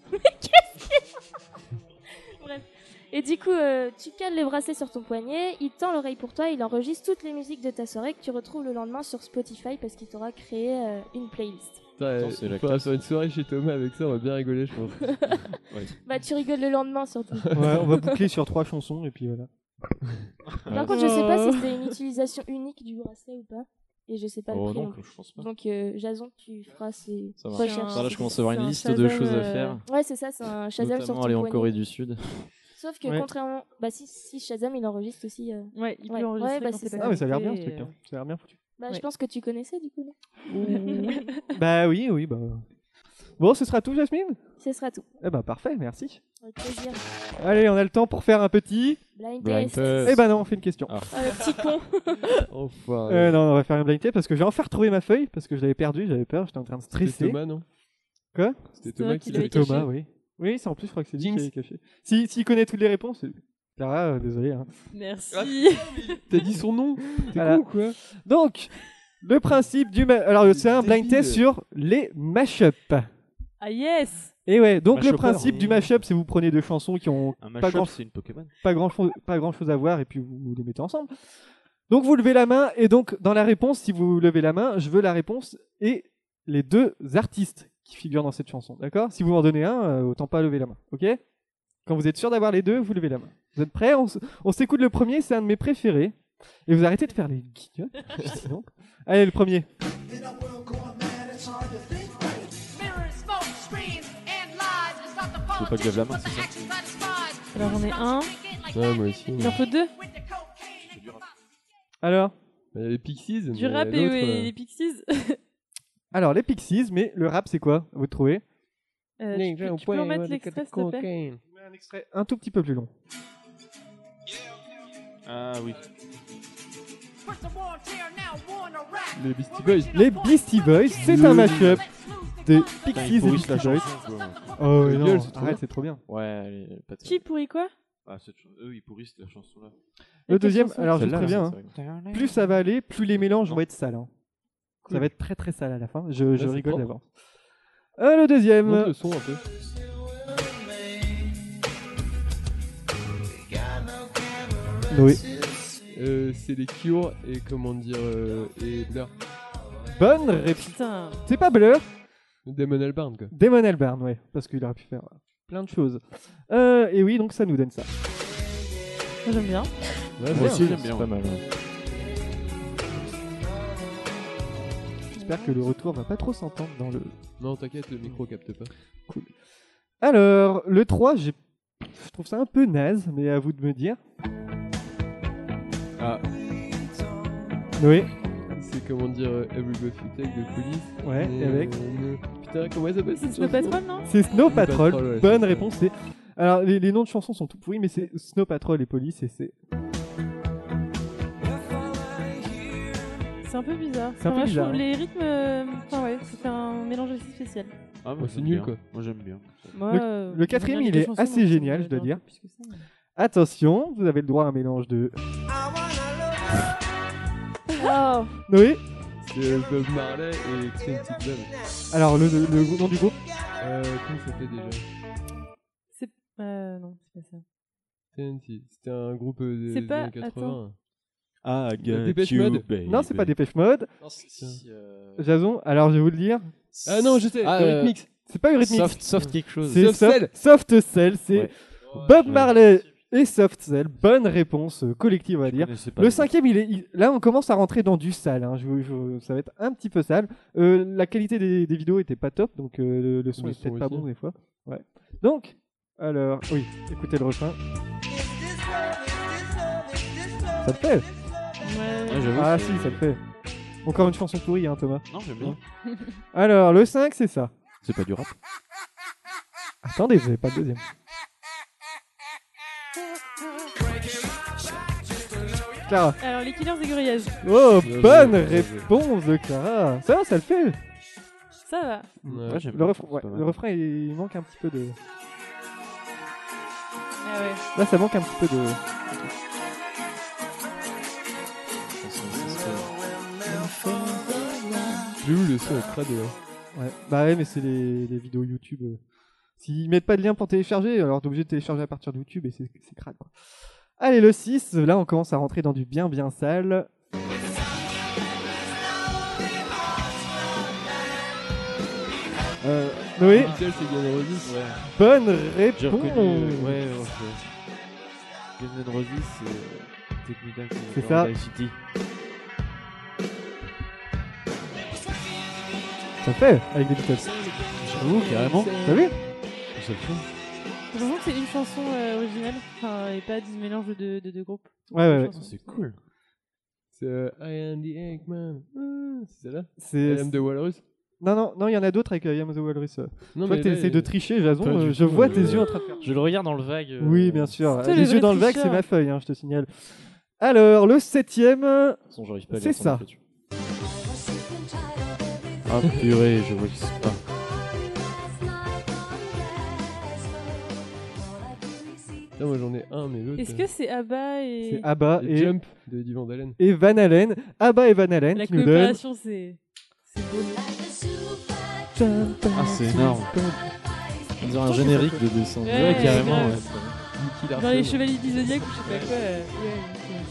Bref. Et du coup, tu cales les bracelets sur ton poignet, il tend l'oreille pour toi, il enregistre toutes les musiques de ta soirée que tu retrouves le lendemain sur Spotify parce qu'il t'aura créé une playlist. Attends, c'est la On pourra faire une soirée chez Thomas avec ça, on va bien rigoler, je pense. Bah, tu rigoles le lendemain surtout. Ouais, on va boucler sur 3 chansons et puis voilà. Par contre, je sais pas si c'était une utilisation unique du bracelet ou pas. Et je sais pas le Oh prix. non, non plus. je pense pas. Donc, Jason, tu feras ces Ça va. recherches. Ça, là, je commence à avoir une C'est un liste de Shazam, choses à faire. Ouais, c'est ça, c'est un Shazam sur Notamment ton aller en poignet. Corée du Sud. Sauf que Ouais. contrairement... Bah si Shazam, il enregistre aussi... Ouais, il peut Ouais. enregistrer Ouais, bah, quand c'est t'es ça. pas Ah, mais ça a l'air bien ce connecté, truc. Hein. Ça a l'air bien foutu. Bah, je Ouais. pense que tu connaissais du coup, non? Bah oui, bah. Bon, ce sera tout, Jasmine? Ce sera tout. Eh ben parfait, merci. Avec plaisir. Allez, on a le temps pour faire un petit. Blind Blind test. test. Eh ben non, on fait une question. Ah. Ah, le petit con. Enfin. Non, on va faire un blind test parce que j'ai enfin retrouvé ma feuille parce que je l'avais perdue, j'avais peur, j'étais en train de C'était stresser. Thomas, non? Quoi? C'était C'est Thomas toi qui qui l'avait l'avais C'était caché. Thomas, oui. Oui, c'est en plus, je crois que c'est lui qui Jinx. l'avait caché. S'il connaît toutes les réponses, Clara, désolé. Hein. Merci. T'as dit son nom? T'es Voilà. con ou quoi? Donc, le principe du. Alors, c'est un blind Débile. test sur les mashups. Ah yes. Et ouais, donc le Mashupper. principe du mashup, c'est vous prenez 2 chansons qui ont Un pas mashup, grand c'est une Pokémon. pas grand chose à voir et puis vous les mettez ensemble. Donc vous levez la main et donc dans la réponse, si vous levez la main, je veux la réponse et les 2 artistes qui figurent dans cette chanson, d'accord? Si vous m'en donnez un, autant pas lever la main, ok? Quand vous êtes sûr d'avoir les 2, vous levez la main. Vous êtes prêts? On s'écoute le premier, c'est un de mes préférés. Et vous arrêtez de faire les guignols, sinon. Allez, le premier. C'est pas que lève la main, c'est ça. Alors j'en ai un. Ouais, moi aussi. Il en faut 2. Alors? Il y a les Pixies. Du mais rap et l'autre, les Pixies. Alors, les Pixies, mais le rap, c'est quoi? Vous trouvez? Tu peux en mettre l'extrait s'il te plaît? Un extrait un tout petit peu plus long. Ah oui. Les Beastie Boys. Les Beastie Boys, c'est un mashup de Putain, Pixies ils et pourrissent la Beastie Boys. chanson, quoi. Oh C'est non, génial, c'est trop arrête, bien. c'est trop bien. Ouais, elle est pas Qui terrible. pourrit quoi? Ah, eux, ils pourrissent la chanson là. Le deuxième, chanson alors je Celle-là, très bien, là, hein. c'est vrai. Plus ça va aller, plus les mélanges Non. vont être sales. Hein. Ça va être très très sale à la fin, je c'est rigole propre. d'avance. Le Monte deuxième, le son un peu. Noé. C'est les Cure et comment dire et Blur. Bonne réponse. Putain. C'est pas Blur, Damon Albarn quoi. Damon Albarn, ouais, parce qu'il aurait pu faire plein de choses. Et oui, donc ça nous donne ça. Moi j'aime bien. Ouais, Moi bien. aussi, j'aime bien. C'est pas mal. Ouais. j'espère que le retour va pas trop s'entendre dans le... Non, t'inquiète, le micro capte pas. Cool. Alors, le 3, je trouve ça un peu naze, mais à vous de me dire. Ah. Oui. C'est comment dire Every Breath You Take de Police. Ouais, et avec Putain, comment elle s'appelle cette Snow chanson Patrol, non? C'est Snow Patrol. ouais, Bonne c'est réponse. C'est... Alors, les noms de chansons sont tout pourris, mais c'est Snow Patrol et Police, et c'est... C'est un peu bizarre. C'est un peu Moi, je bizarre, trouve hein. les rythmes. Enfin, ouais, c'est un mélange assez spécial. Ah, Ouais, c'est nul, quoi. Moi j'aime bien. Moi, Le quatrième, j'aime il bien les est chansons, assez donc génial, ça je dois me dire. dérange pas plus que ça, mais- Attention, vous avez le droit à un mélange de... Oh. Oui. C'est Bob Marley et Crazy Club. Alors, le nom du groupe? Comment ça s'appelait déjà? C'est. Non, c'est pas ça. TNT. C'était un groupe C'est des pas- années 80. attends. Ah, Dépêche Mode. Non, c'est pas Dépêche Mode. Non, si, Jason, alors je vais vous le dire. Ah non, je sais, Eurythmics. C'est pas Eurythmics. Soft quelque chose. C'est Soft Cell. Soft Cell, c'est Ouais. Bob Marley et Soft Cell. Bonne réponse collective, on va dire. connaissais pas Le le cinquième, là, on commence à rentrer dans du sale. Hein. Ça va être un petit peu sale. La qualité des vidéos était pas top, donc le son Le est son peut-être pas aussi. bon des fois. Ouais. Donc, alors, oui, écoutez le refrain. Ça te fait? Ouais. j'avoue, Ah c'est- si, ça le fait. Encore une chanson pourrie, hein, Thomas. Non, j'aime bien. Alors, le 5, c'est ça. C'est pas du rap. Attendez, vous avez pas le deuxième. Clara. Alors, les Killers des Gorillaz. Oh, Bien bonne joué, bien joué. réponse de Clara. Ça va, ça le fait. Ça va. Ouais. Ouais, j'aime Le bien, refrain, c'est ouais, pas mal. le refrain, il manque un petit peu de... Ah ouais. Là, ça manque un petit peu de... J'avoue, le son est crade. Hein. Ouais. Bah ouais, mais c'est les vidéos YouTube. S'ils mettent pas de lien pour télécharger, alors t'es obligé de télécharger à partir de YouTube et c'est crade, quoi. Allez, le 6, là, on commence à rentrer dans du bien sale. Noé, Beatles et Guns N' Roses. Ouais. bonne J'ai réponse. reconnu. Ouais, Guns N' Roses, c'est Take Me Down to C'est ça. Paradise City. Ça fait avec les Beatles. J'avoue, carrément. T'as vu? Ça le fait. J'ai l'impression que c'est une chanson originale, enfin, et pas du mélange de deux groupes. Ouais, ouais, ouais. Une chanson. C'est cool. C'est I am the Eggman. C'est celle-là. C'est... I am the Walrus. Non, il y en a d'autres avec I Am the Walrus. Non, Je vois que t'essayes de tricher, Jason. Pas du Je tout, vois tes yeux en train de faire. Je le regarde dans le vague. Oui, bien sûr. C'est toi Les le yeux vrai dans le vague, tricheur. c'est ma feuille, hein, je te signale. Alors, le 7ème... De toute façon, j'arrive pas à lire C'est son ça. écriture. Ah purée, je vois que c'est pas. Putain, moi j'en ai un, mais l'autre. Est-ce que c'est ABBA et. C'est ABBA et et Jump de Eddie Van Halen. et Van Halen. ABBA et Van Halen La qui nous donnent... coopération, c'est. C'est beau. Ah, c'est énorme. On dirait un générique de dessin. Ouais, Ouais, carrément. grave. Ouais. Nicky Larson. Dans les Chevaliers du Zodiac ou je sais pas quoi. Ouais,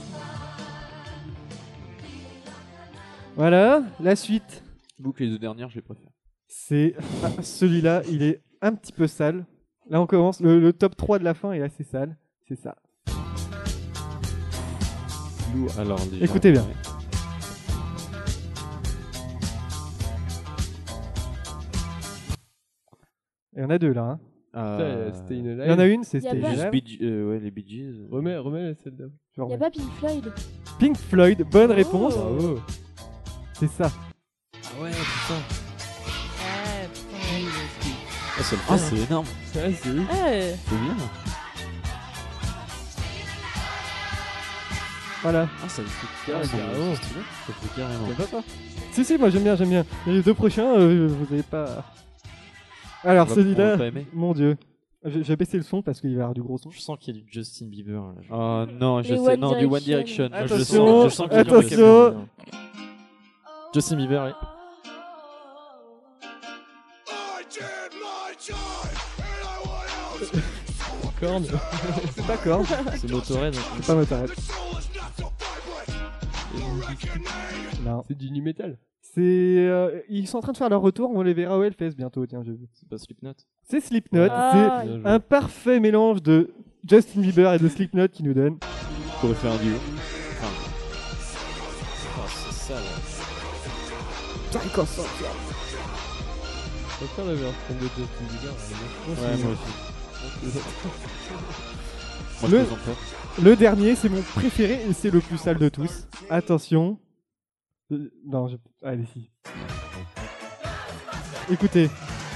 Voilà, la suite. J'avoue que les deux dernières, je les préfère. C'est... Ah, celui-là, il est un petit peu sale. Là, on commence. Le top 3 de la fin est assez sale. C'est ça. Alors, les Écoutez bien. Il y en a deux, là. Hein. Ah, C'était une Il y en a une, c'est Y a Stay pas- juste Alive. ouais, les Bee Gees. Remets celle d'avant. Je Y a remets. pas Pink Floyd. Pink Floyd, bonne réponse. Bravo. C'est ça. Ah ouais, putain. Ouais, putain. Ah, ça le fait. Ah, c'est énorme. Ah, c'est ouf. Ouais. C'est bien. Voilà. Ah, ça le fait carrément. carrément. Ça fait carrément. Ça va pas? Si, moi j'aime bien. Et les deux prochains, vous avez pas. Alors On va celui-là, pas aimer. mon dieu. Je vais baisser le son parce qu'il va y avoir du gros son. Je sens qu'il y a du Justin Bieber. Là. Oh non, je Les sais. One Non, du One Direction. Direction. Moi, je Attention, le sens qu'il y a du attention. One Direction. Justin Bieber, oui. Korn. C'est pas Korn, C'est Motorhead. c'est pas Motorhead. Non. C'est du nu metal. Ils sont en train de faire leur retour, on les verra au Hellfest bientôt, tiens, j'ai vu. C'est pas Slipknot. C'est Slipknot, Ah, Bien joué. c'est un parfait mélange de Justin Bieber et de Slipknot qui nous donne. Pour faire un duo. Ah, c'est sale. Je préfère la version de Justin Bieber. Ouais, moi aussi. Moi, je Le- plaisante pas. Le dernier, c'est mon préféré et c'est le plus sale de tous. Attention. Non, allez, si. Écoutez.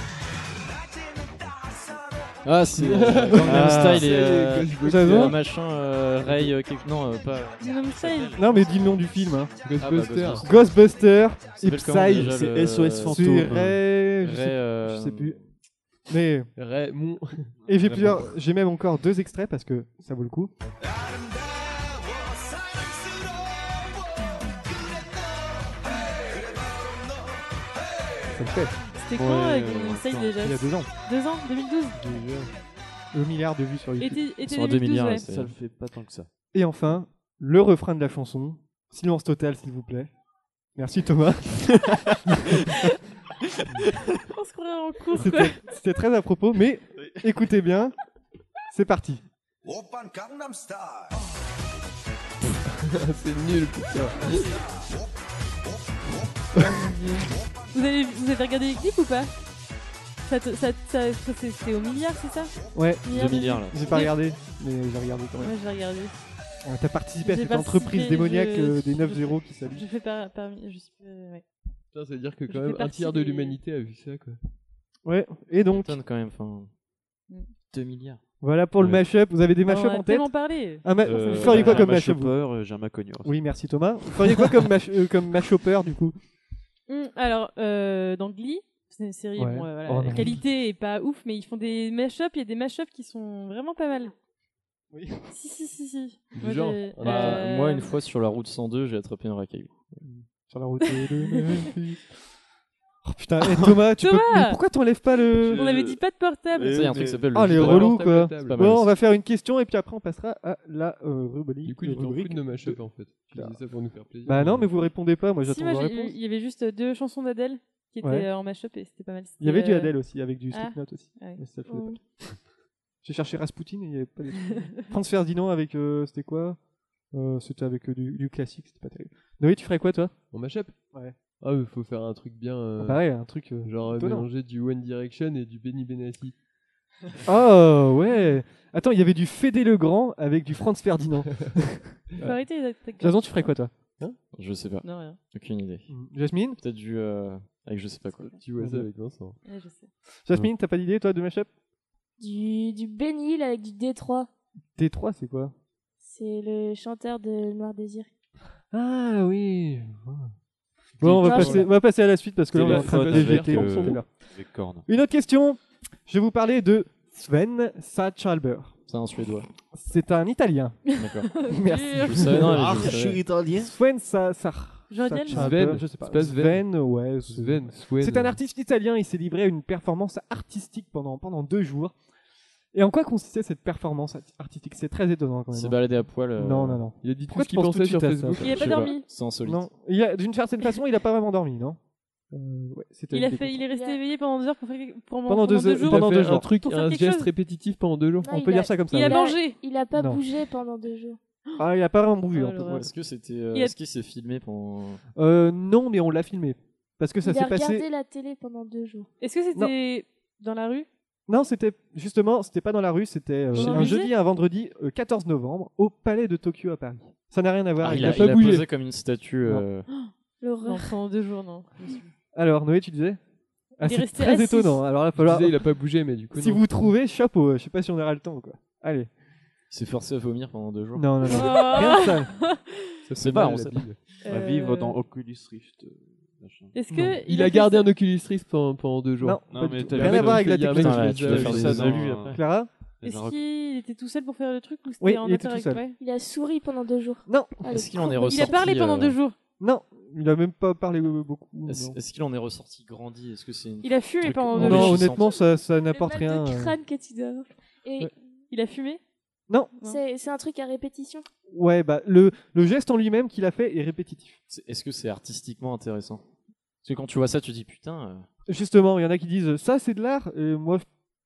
Ah, c'est Gangnam Style et Jason machin Ray non pas Gangnam Style. Non, mais dis le nom du film. Hein. Ghostbusters. Ghostbusters et s'appelle comment, Psy. déjà, C'est le- SOS Fantôme. C'est Ray. Je sais plus. Mais. Raymond. Et j'ai même encore 2 extraits parce que ça vaut le coup. Ça le fait. C'était quand Gangnam Style déjà Il y a 2 ans. 2 ans 2012 Le milliard de vues sur YouTube. Était Sur 2012, 2 milliards, ouais. Ça le fait pas tant que ça. Et enfin, le refrain de la chanson. Silence total, s'il vous plaît. Merci Thomas. On se croirait en cours, quoi. C'était très à propos, mais écoutez bien. C'est parti. C'est nul, putain. Vous avez regardé les clips ou pas? C'était au milliard, c'est ça? Ouais, 2 milliards là. j'ai pas regardé, mais j'ai regardé quand même. Ouais, j'ai regardé. T'as participé à J'ai cette participé, entreprise démoniaque des 9-0 qui s'allume. Je fais parmi. Je suis. Ouais. Putain, ça veut dire que Je quand fais même un partie tiers de des- l'humanité a vu ça, quoi. Ouais, et donc, Tonne quand même, enfin 2 milliards. voilà pour le Ouais. mashup. Vous avez des On mashups a en tête tellement parlé. Vous feriez quoi comme mashup vous J'ai un Maconio. Oui, merci Thomas. Vous feriez quoi comme mashupper du coup? Alors, dans Glee, c'est une série, Ouais. bon, voilà, Oh, la non. qualité est pas ouf, mais ils font des mashups. Il y a des mashups qui sont vraiment pas mal. Oui. Si. Du genre Moi, une fois sur la route 102, j'ai attrapé un racaillou. Sur la route de Memphis. Oh putain, et Thomas, tu peux. Thomas Mais pourquoi t'enlèves pas le. On avait dit pas de portable. Tu sais, il y a un truc qui s'appelle le Ah, les vibreur. relous quoi. C'est pas mal Bon, aussi. on va faire une question et puis après on passera à la rubrique. Du coup, tu t'en fous de nos mashups en fait. Tu Bah. disais ça pour nous faire plaisir. Bah non, mais vous répondez pas, moi Si, j'attends moi, vos réponses. il y avait juste 2 chansons d'Adèle qui étaient Ouais. en mashup et c'était pas mal. Il y avait du C'était, Adèle aussi, avec du ah. Slipknot aussi. Ah ouais. Mais ça le faisait Mm. pas. J'ai cherché Rasputin et il y avait pas des trucs. Franz Ferdinand avec. C'était quoi C'était avec du classique, c'était pas terrible. Noé, tu ferais quoi toi? En mashup. Ouais. Ah, il faut faire un truc bien. Ah bah ouais, un truc. Genre étonnant. mélanger du One Direction et du Benny Benassi. Oh ouais. Attends, il y avait du Fédé Legrand avec du Franz Ferdinand. Faut arrêter les attaques. Jason, tu ferais quoi toi? Je sais pas. Non, rien. Aucune idée. Jasmine? Peut-être du avec je sais pas quoi. Tu vois ça avec Vincent. Ouais, je sais. Jasmine, t'as pas d'idée toi de mashup? Du Benny Hill avec du D3. T3, c'est quoi? C'est le chanteur de Noir Désir. Ah oui. Bon, Non, on va passer à la suite parce que là on est en train de Téléphone déjeter. avec, on s'en est là. Avec cornes. Une autre question. Je vais vous parler de Sven Satzschalber. C'est un suédois. C'est un Italien. D'accord. Merci. Je savais, non, Ah, mais je suis italien. Sven Jean-Diel Satzschalber, je sais pas. C'est pas Sven. Sven, ouais. Sven. C'est un artiste italien. Il s'est livré à une performance artistique pendant 2 jours. Et en quoi consistait cette performance artistique? C'est très étonnant quand Il même. s'est baladé à poil. Non. Il a dit tout Pourquoi ce tu qu'il penses tout de pensait sur suite à ça, Facebook. Il a Je pas sais dormi. C'est insolite. Non. D'une certaine façon, il a pas vraiment dormi, non? Ouais, c'était Il une est déconne. resté éveillé pendant 2 heures pour faire Pendant 2 jours. pendant Il a 2 fait un jours. truc, Pour faire un quelque geste chose. répétitif pendant 2 jours. Non, On peut dire ça comme ça. Il a oui. mangé. Il a pas Non. bougé pendant 2 jours. Ah, il a pas vraiment bougé. Oh, en fait, l'horreur. ouais. Est-ce que c'était Il a- est-ce qu'il s'est filmé pendant Non, mais on l'a filmé. Parce que ça Il s'est a regardé passé. la télé pendant 2 jours. Est-ce que c'était dans la rue? Non, c'était justement, c'était pas dans la rue, c'était Dans un un musée jeudi et un vendredi 14 novembre au Palais de Tokyo à Paris. Ça n'a rien à voir. Ah, avec il la- a pas il a bougé. posé comme une statue. Non. Non, L'horreur. pendant 2 jours, non. Alors, Noé, tu disais Il est c'est resté très assis. étonnant. Alors là, Je falloir... disais, il a pas bougé, mais du coup. si non. vous trouvez, chapeau. Je sais pas si on aura le temps, quoi. Allez. Il s'est forcé à vomir pendant 2 jours. Non. Oh. Rien de ça. Ça C'est fait pas, mal on à la sait bile. On va vivre dans Oculus Rift. Machin. Est-ce Non. que Il a fait gardé ça- un Oculus Rift pendant 2 jours. Non, Non, pas mais du tout. t'as Rien le à voir avec la il y a un mec technologie. Putain, là, qui tu dois faire des Ça alu dans- après. Clara Est-ce qu'il était tout seul pour faire le truc ou c'était Oui, en il était tout interact seul. ouais. Il a souri pendant 2 jours. Non. Ah, Est-ce le qu'il en est con. ressorti Il a parlé pendant 2 jours. Non. Il a même pas parlé beaucoup. Est-ce non. est-ce qu'il en est ressorti grandi? Est-ce que c'est une... Il a fumé Truc pendant 2 enrichissant. Non, jours. honnêtement, ça Le n'apporte mal rien. de crâne que tu dois avoir. Et Ouais. Il a fumé? Non. c'est un truc à répétition. Ouais, bah le geste en lui-même qu'il a fait est répétitif. Est-ce que c'est artistiquement intéressant? Parce que quand tu vois ça, tu te dis putain. Justement, il y en a qui disent ça c'est de l'art. Et moi,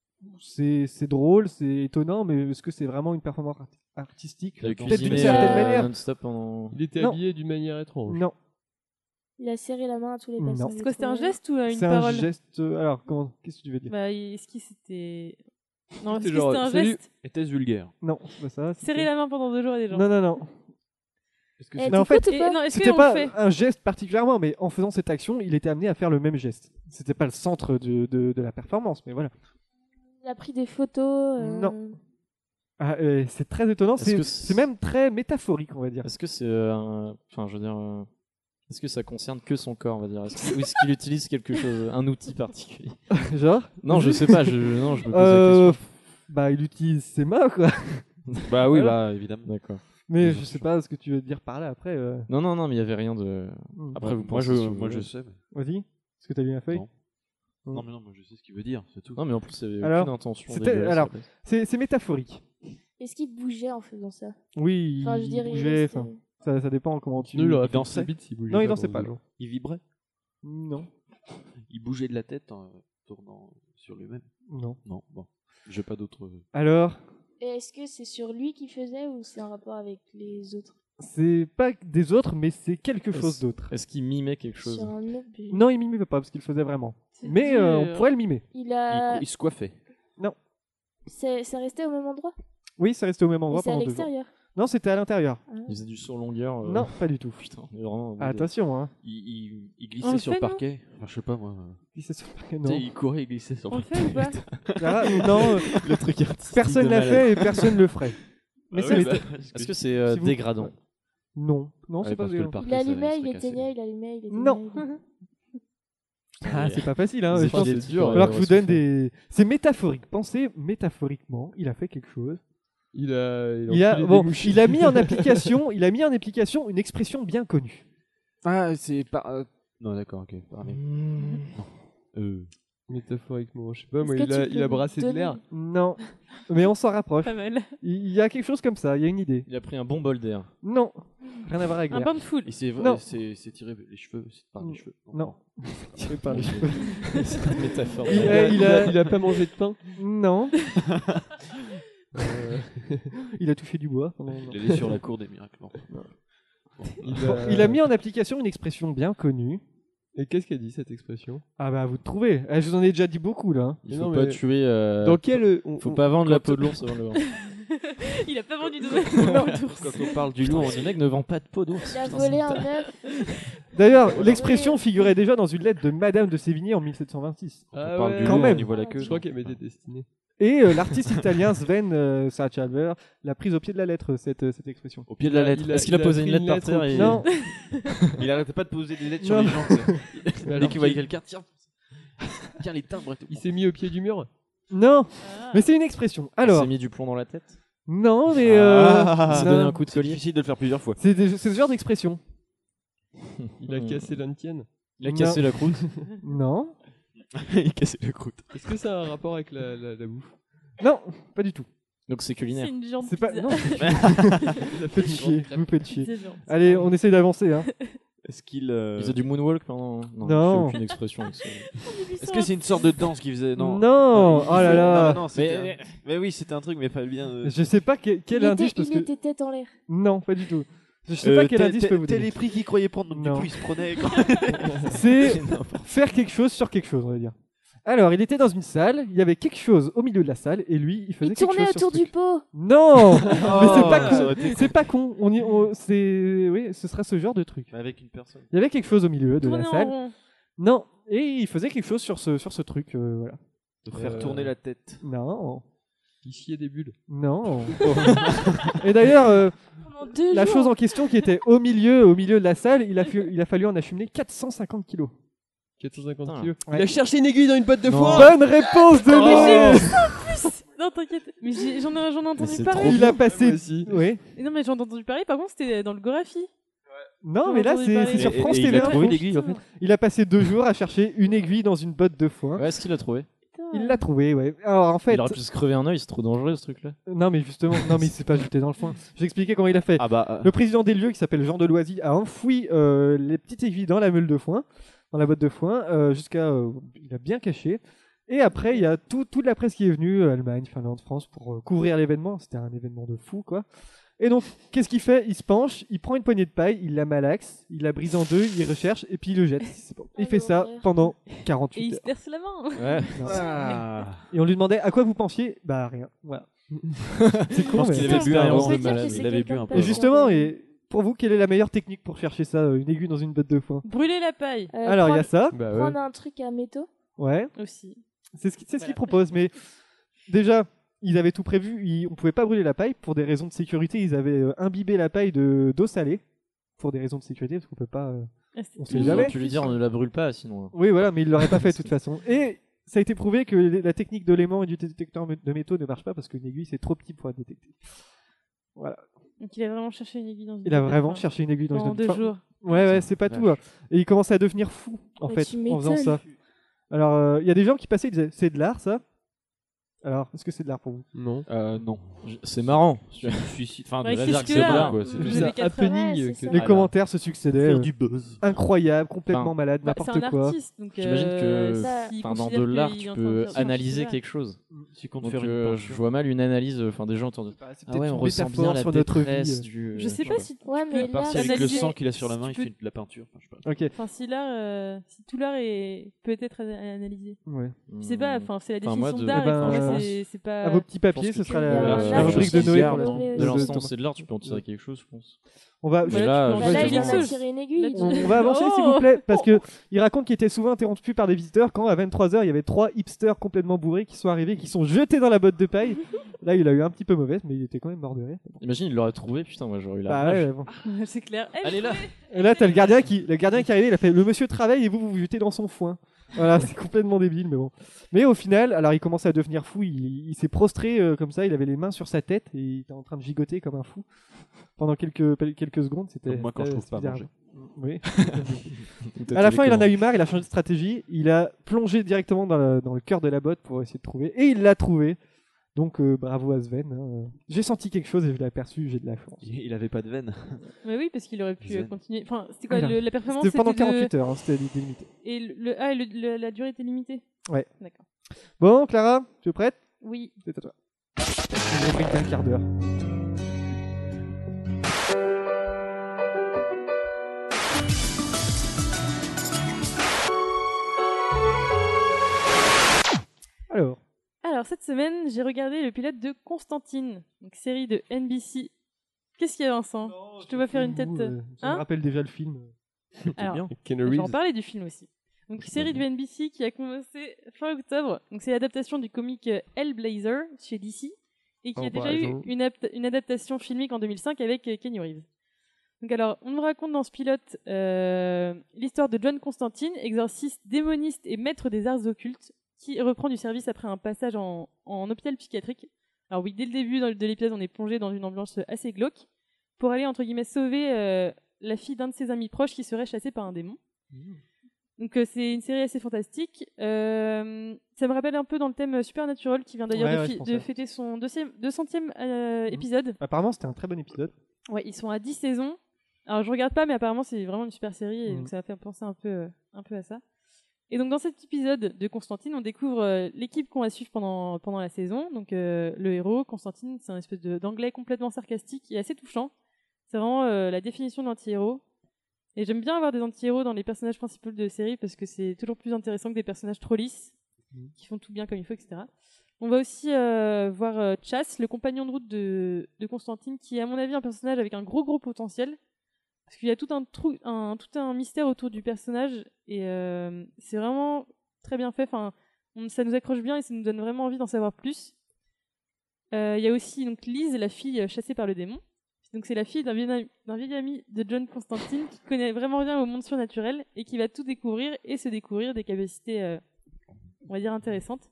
c'est drôle, c'est étonnant, mais est-ce que c'est vraiment une performance artistique? Il a Peut-être d'une cuisiné certaine manière. non-stop pendant. Il était Non. habillé d'une manière étrange. Non. Il a serré la main à tous les Non. passants. C'est quoi, c'était un geste ou une C'est parole? un geste. Alors, qu'est-ce que tu veux dire? Bah, est-ce qu'il c'était. Non, est-ce C'était que genre, c'était un salut. geste? Était-ce vulgaire? Non, c'est pas ça. Serrer la main pendant 2 jours à des gens. Non, non, non. Est-ce que Eh, c'est- Mais en fait, Et- non, est-ce c'était qu'on pas le fait? un geste particulièrement, mais en faisant cette action, il était amené à faire le même geste. C'était pas le centre de la performance, mais voilà. Il a pris des photos. Non. Ah, c'est très étonnant, Est-ce que c'est même très métaphorique, on va dire. Est-ce que c'est enfin, je veux dire, est-ce que ça concerne que son corps, on va dire? Ou est-ce qu'il utilise quelque chose, un outil particulier? Genre? Non, je sais pas. Non, je me pose la question. Bah, il utilise ses mains, quoi. Bah oui, Voilà. bah évidemment. D'accord. Mais je sais pas ce que tu veux dire par là après. Non, mais il y avait rien de. Après, vous moi pensez si vous moi voulez. je sais. Vas-y. Est-ce que t'as lu la feuille? Non. Non mais non, moi je sais ce qu'il veut dire, c'est tout. Non, mais en plus, il y avait Alors, aucune intention. c'était- dégueulasse, alors, en fait. c'est métaphorique. Est-ce qu'il bougeait en faisant ça? Oui, Enfin, je il dirais, bougeait, restait- enfin, ça dépend comment tu... Nous, il aurait Il fait dansait. sa bite s'il bougeait Non, il pas dansait pendant pas, 2 non. jours. Il vibrait. Non, Il bougeait de la tête en tournant sur lui-même. non. Non, bon. J'ai pas d'autres. Alors, Et est-ce que c'est sur lui qu'il faisait ou c'est en rapport avec les autres? c'est pas des autres, mais c'est quelque chose d'autre. Est-ce qu'il mimait quelque chose? Sur un objet. Non, il mimait pas parce qu'il le faisait vraiment. C'est Mais dur. on pourrait le mimer. Il a. Il se coiffait. Ça restait au même endroit? Oui, ça restait au même endroit Et c'est à pendant 2 jours. l'extérieur? Non, c'était à l'intérieur. Il faisait du saut en longueur. Non, pas du tout. Putain, mais vraiment. Attention, hein. Il On glissait le sur le fait, non parquet. Enfin, je sais pas moi. Il s'est sur- Tu Non. sais, il courait et glissait sur On le le fait ou pas? Clara, non, Le truc artistique. personne de l'a malade. fait et personne le ferait. Mais ça oui, m'était- Est-ce que c'est Si vous- dégradant? Non, non, Ouais, c'est pas parce que le violent. parquet, Il ça allumait, il serait cassé. éteignait, il allumait, il éteignait. Non. Ah, c'est pas facile, hein. Les Je pense idées que dures, il va falloir que je vous donne souffrir. des. C'est métaphorique. Pensez métaphoriquement. Il a fait quelque chose. Il a Il a mis en application. Il a mis en application une expression bien connue. Ah, c'est pas. Non, d'accord, ok. Parlez. Métaphoriquement, je sais pas, moi, Est-ce que tu il a peux brassé de donner- l'air. Non, mais on s'en rapproche. Pas mal. Il y a quelque chose comme ça. Il y a une idée. Il a pris un bon bol d'air. Non, rien à voir avec Un l'air. bain de foule. Il s'est Non. c'est tiré les cheveux, c'est par les cheveux. Non. C'est pas les cheveux. C'est une métaphore. Il a pas mangé de pain. Non. Il a touché du bois. pendant- Il allait sur la cour des miracles. Non. Il a mis en application une expression bien connue. Et qu'est-ce qu'a dit cette expression? Ah bah vous le trouvez. Je vous en ai déjà dit beaucoup là. Il Mais faut non, pas mais- tuer. Dans quel. Faut pas vendre la peau de l'ours avant de le vendre. Il a pas vendu de Quand on parle du loup, Putain, ce mec ne vend pas de peau d'ours. Il a Putain, volé c'est un une œuf. D'ailleurs, l'expression figurait déjà dans une lettre de Madame de Sévigné en 1726. Ah on parle ouais. du Quand loup, même. on y voit la queue. Je crois qu'elle m'était destinée. Et l'artiste italien Sven Sachalver l'a prise au pied de la lettre, cette expression. Au pied de la lettre. Est-ce qu'il a posé pris une lettre par terre et... Non, Il arrêtait pas de poser des lettres Non. sur les gens. tu sais. Dès Alors qu'il voyait quelqu'un, tiens les timbres et tout. Il s'est mis au pied du mur. non, Ah. mais c'est une expression. Il Alors, s'est mis du plomb dans la tête. non, mais Il s'est non. donné un coup de C'est collier. difficile de le faire plusieurs fois. c'est ce genre d'expression. Il a cassé l'antienne. Il a cassé la croûte. Non, Il a cassé la croûte. Est-ce que ça a un rapport avec la bouffe? non, pas du tout. Donc c'est C'est culinaire. une viande C'est pas. pizza. Non, faites chier, vous faites chier. C'est genre- Allez, on essaye d'avancer. Hein. Est-ce qu'il. Il faisait du moonwalk pendant. Non. je fais aucune expression avec ça. Est-ce que c'est une sorte de danse qu'il faisait? Non. Non, Il oh là faisait- là. Non, mais oui, c'était un truc, mais pas bien. Je sais pas quel indice parce Il que. était tête en l'air. Non, pas du tout. Je sais pas quel indice je peux vous T'es donner. les prix qu'il croyait prendre, donc Non. du coup il se prenait. C'est faire quelque chose sur quelque chose, on va dire. Alors, il était dans une salle, il y avait quelque chose au milieu de la salle, et lui, il faisait Il quelque tournait chose sur autour ce du truc. pot. Non, mais c'est pas ça aurait con. été C'est pas con. C'est oui, ce sera ce genre de truc. Avec une personne. Il y avait quelque chose au milieu de Tourner la en salle. rond. Non, et il faisait quelque chose sur ce truc, voilà. De faire tourner la tête. Non, Il sciait des bulles. non. Et d'ailleurs, Pendant 2 la jours. chose en question qui était au milieu de la salle, il a fallu en acheminer 450 kilos. 450 Putain. kilos. Ouais. Il a cherché une aiguille dans une botte de Non. foin. Bonne réponse de Noé. Non, t'inquiète. Mais j'en ai entendu c'est parler. trop Il a Moi passé. aussi. Oui. Et non, mais j'en ai entendu parler. Par contre, c'était dans le Gorafi. Non, J'en mais ai là, entendu c'est parler. sur France Et TV. il a trouvé Info. l'aiguille en fait. Il a passé 2 jours à chercher une aiguille dans une botte de foin. Ouais, est-ce qu'il a trouvé? Il l'a trouvé, ouais. Alors en fait, Il aurait pu se crever un œil, c'est trop dangereux ce truc là. non mais justement, non mais il s'est pas jeté dans le foin. J'ai expliqué comment il a fait. Ah bah. Le président des lieux, qui s'appelle Jean Deloisy, a enfoui les petites aiguilles dans la meule de foin, dans la botte de foin, jusqu'à, il a bien caché. Et après, il y a toute la presse qui est venue, Allemagne, Finlande, France, pour couvrir l'événement. C'était un événement de fou, quoi. Et donc, qu'est-ce qu'il fait? Il se penche, il prend une poignée de paille, il la malaxe, il la brise en deux, il recherche et puis il le jette. Il fait ça pendant 48 Et il heures. se perce la main. Ouais. Ah. Et on lui demandait à quoi vous pensiez? Bah rien. Voilà. C'est con. pense mais- qu'il avait bu un on grand peut dire malade. que Il c'est avait bu quelqu'un un de peu. Et justement, et pour vous, quelle est la meilleure technique pour chercher ça? Une aiguille dans une botte de foin. Brûler la paille Alors, il y a ça. Bah ouais. Prendre un truc à métaux. Ouais. aussi. C'est ce qu'ils proposent. Mais déjà, ils avaient tout prévu. On pouvait pas brûler la paille pour des raisons de sécurité. Ils avaient imbibé la paille d'eau salée pour des raisons de sécurité parce qu'on peut pas. On sait Ils jamais. auraient pu lui dire on ne la brûle pas sinon. Oui, voilà, mais ils l'auraient pas fait de toute façon. Et ça a été prouvé que la technique de l'aimant et du détecteur de métaux ne marche pas parce qu'une aiguille c'est trop petit pour être détecté. Voilà. Donc il a vraiment cherché une aiguille dans une Il a botte de vraiment foin. cherché une aiguille dans Pendant une 2 botte. jours. Ouais, c'est pas tout. Hein. Et il commençait à devenir fou en Mais fait tu en faisant m'étonnes. ça. Alors, il y a des gens qui passaient, ils disaient c'est de l'art ça. Alors, est-ce que c'est de l'art pour vous? Non. Non. C'est marrant. Je suis. Enfin, Ouais, de la qu'est-ce dire que que c'est là bien, quoi. C'est Vous tout. avez C'est un 80, happening. ouais, c'est que- ça. Les commentaires se succédaient. Faire du buzz. Incroyable, complètement Enfin, malade, Bah, n'importe c'est un quoi. artiste, donc J'imagine que s'il dans considère de l'art qu'il est tu en train de peux faire du analyser art, quelque chose. Tu comptes Donc faire une je vois mal une analyse. Enfin des gens entendent. Bah, c'est Ah peut-être ouais, une on ressent métaphore bien la sur notre détresse vie. du. Je sais pas si Ouais, tu mais peux là, Avec le analyser- sang qu'il a sur la si main, tu il peux- fait de la peinture. Enfin, je sais pas. Ok. Enfin, si tout l'art est peut-être analysé. Ouais. Je sais pas, enfin, c'est la Enfin, moi, définition de- d'art. Eh ben, et je pour moi, pense- c'est pas. À vos petits papiers, Je ce pense sera que la, tu peux- la rubrique de Noé. pour Pour la- la- De de- l'instant c'est de l'art, tu peux en tirer quelque chose, je pense. On va, Mais Voilà, là, tu Bah peux- là, je- il en a chose. tiré une aiguille. on va avancer s'il vous plaît parce que il raconte qu'il était souvent interrompu par des visiteurs quand à 23h il y avait 3 hipsters complètement bourrés qui sont arrivés, qui sont jetés dans la botte de paille. Là il a eu un petit peu mauvaise mais il était quand même mort de rire. Imagine, il l'aurait trouvé, putain, moi j'aurais eu la Bah rage. ouais, bon. C'est clair. Eh, Allez là. Et là t'as le gardien qui est arrivé, il a fait le monsieur travaille et vous vous jetez dans son foin. Voilà, c'est complètement débile mais bon. Mais au final, alors il commence à devenir fou, il s'est prostré comme ça, il avait les mains sur sa tête et il était en train de gigoter comme un fou pendant quelques secondes, c'était Comme moi quand je trouve pas à bizarre. manger. Oui. T'as À la tous fin, les il en a commandes. eu marre, il a changé de stratégie, il a plongé directement dans le cœur de la botte pour essayer de trouver, et il l'a trouvé. Donc bravo à Sven. Hein. J'ai senti quelque chose et je l'ai aperçu, j'ai de la chance. Il avait pas de veine. Mais oui, parce qu'il aurait pu Zen. continuer. Enfin, c'était quoi Ah, la performance? C'était pendant c'était de- 48 heures, hein, c'était limité. Et la durée était limitée. Ouais. D'accord. Bon, Clara, tu es prête? Oui. C'est à toi. On va un quart d'heure. Alors, cette semaine, j'ai regardé le pilote de Constantine, donc série de NBC. Qu'est-ce qu'il y a, Vincent? Je te vois faire une tête. Ça me Hein rappelle déjà le film. Alors, Keanu je vais en Reeves. parler du film aussi. Donc, série de NBC qui a commencé fin octobre. Donc, c'est l'adaptation du comic Hellblazer chez DC et qui a déjà eu une adaptation filmique en 2005 avec Keanu Reeves. Donc, alors, on nous raconte dans ce pilote l'histoire de John Constantine, exorciste, démoniste et maître des arts occultes, qui reprend du service après un passage en hôpital psychiatrique. Alors oui, dès le début de l'épisode, on est plongé dans une ambiance assez glauque pour aller, entre guillemets, sauver la fille d'un de ses amis proches qui serait chassée par un démon. Donc c'est une série assez fantastique. Ça me rappelle un peu dans le thème Supernatural qui vient d'ailleurs Ouais, je pensais. de fêter son 200e épisode. Apparemment, c'était un très bon épisode. Ouais, ils sont à 10 saisons. Alors je regarde pas, mais apparemment c'est vraiment une super série et Mhm. donc ça va faire penser un peu à ça. Et donc dans cet épisode de Constantine, on découvre l'équipe qu'on va suivre pendant la saison. Donc le héros, Constantine, c'est un espèce d'anglais complètement sarcastique et assez touchant. C'est vraiment la définition de l'anti-héros. Et j'aime bien avoir des anti-héros dans les personnages principaux de série parce que c'est toujours plus intéressant que des personnages trop lisses, qui font tout bien comme il faut, etc. On va aussi voir Chas, le compagnon de route de Constantine, qui est à mon avis un personnage avec un gros potentiel. Parce qu'il y a tout un mystère autour du personnage et c'est vraiment très bien fait. Enfin, ça nous accroche bien et ça nous donne vraiment envie d'en savoir plus. Il y a aussi donc Liz, la fille chassée par le démon. Donc c'est la fille d'un vieil ami de John Constantine qui connaît vraiment rien au monde surnaturel et qui va tout découvrir et se découvrir des capacités, on va dire, intéressantes.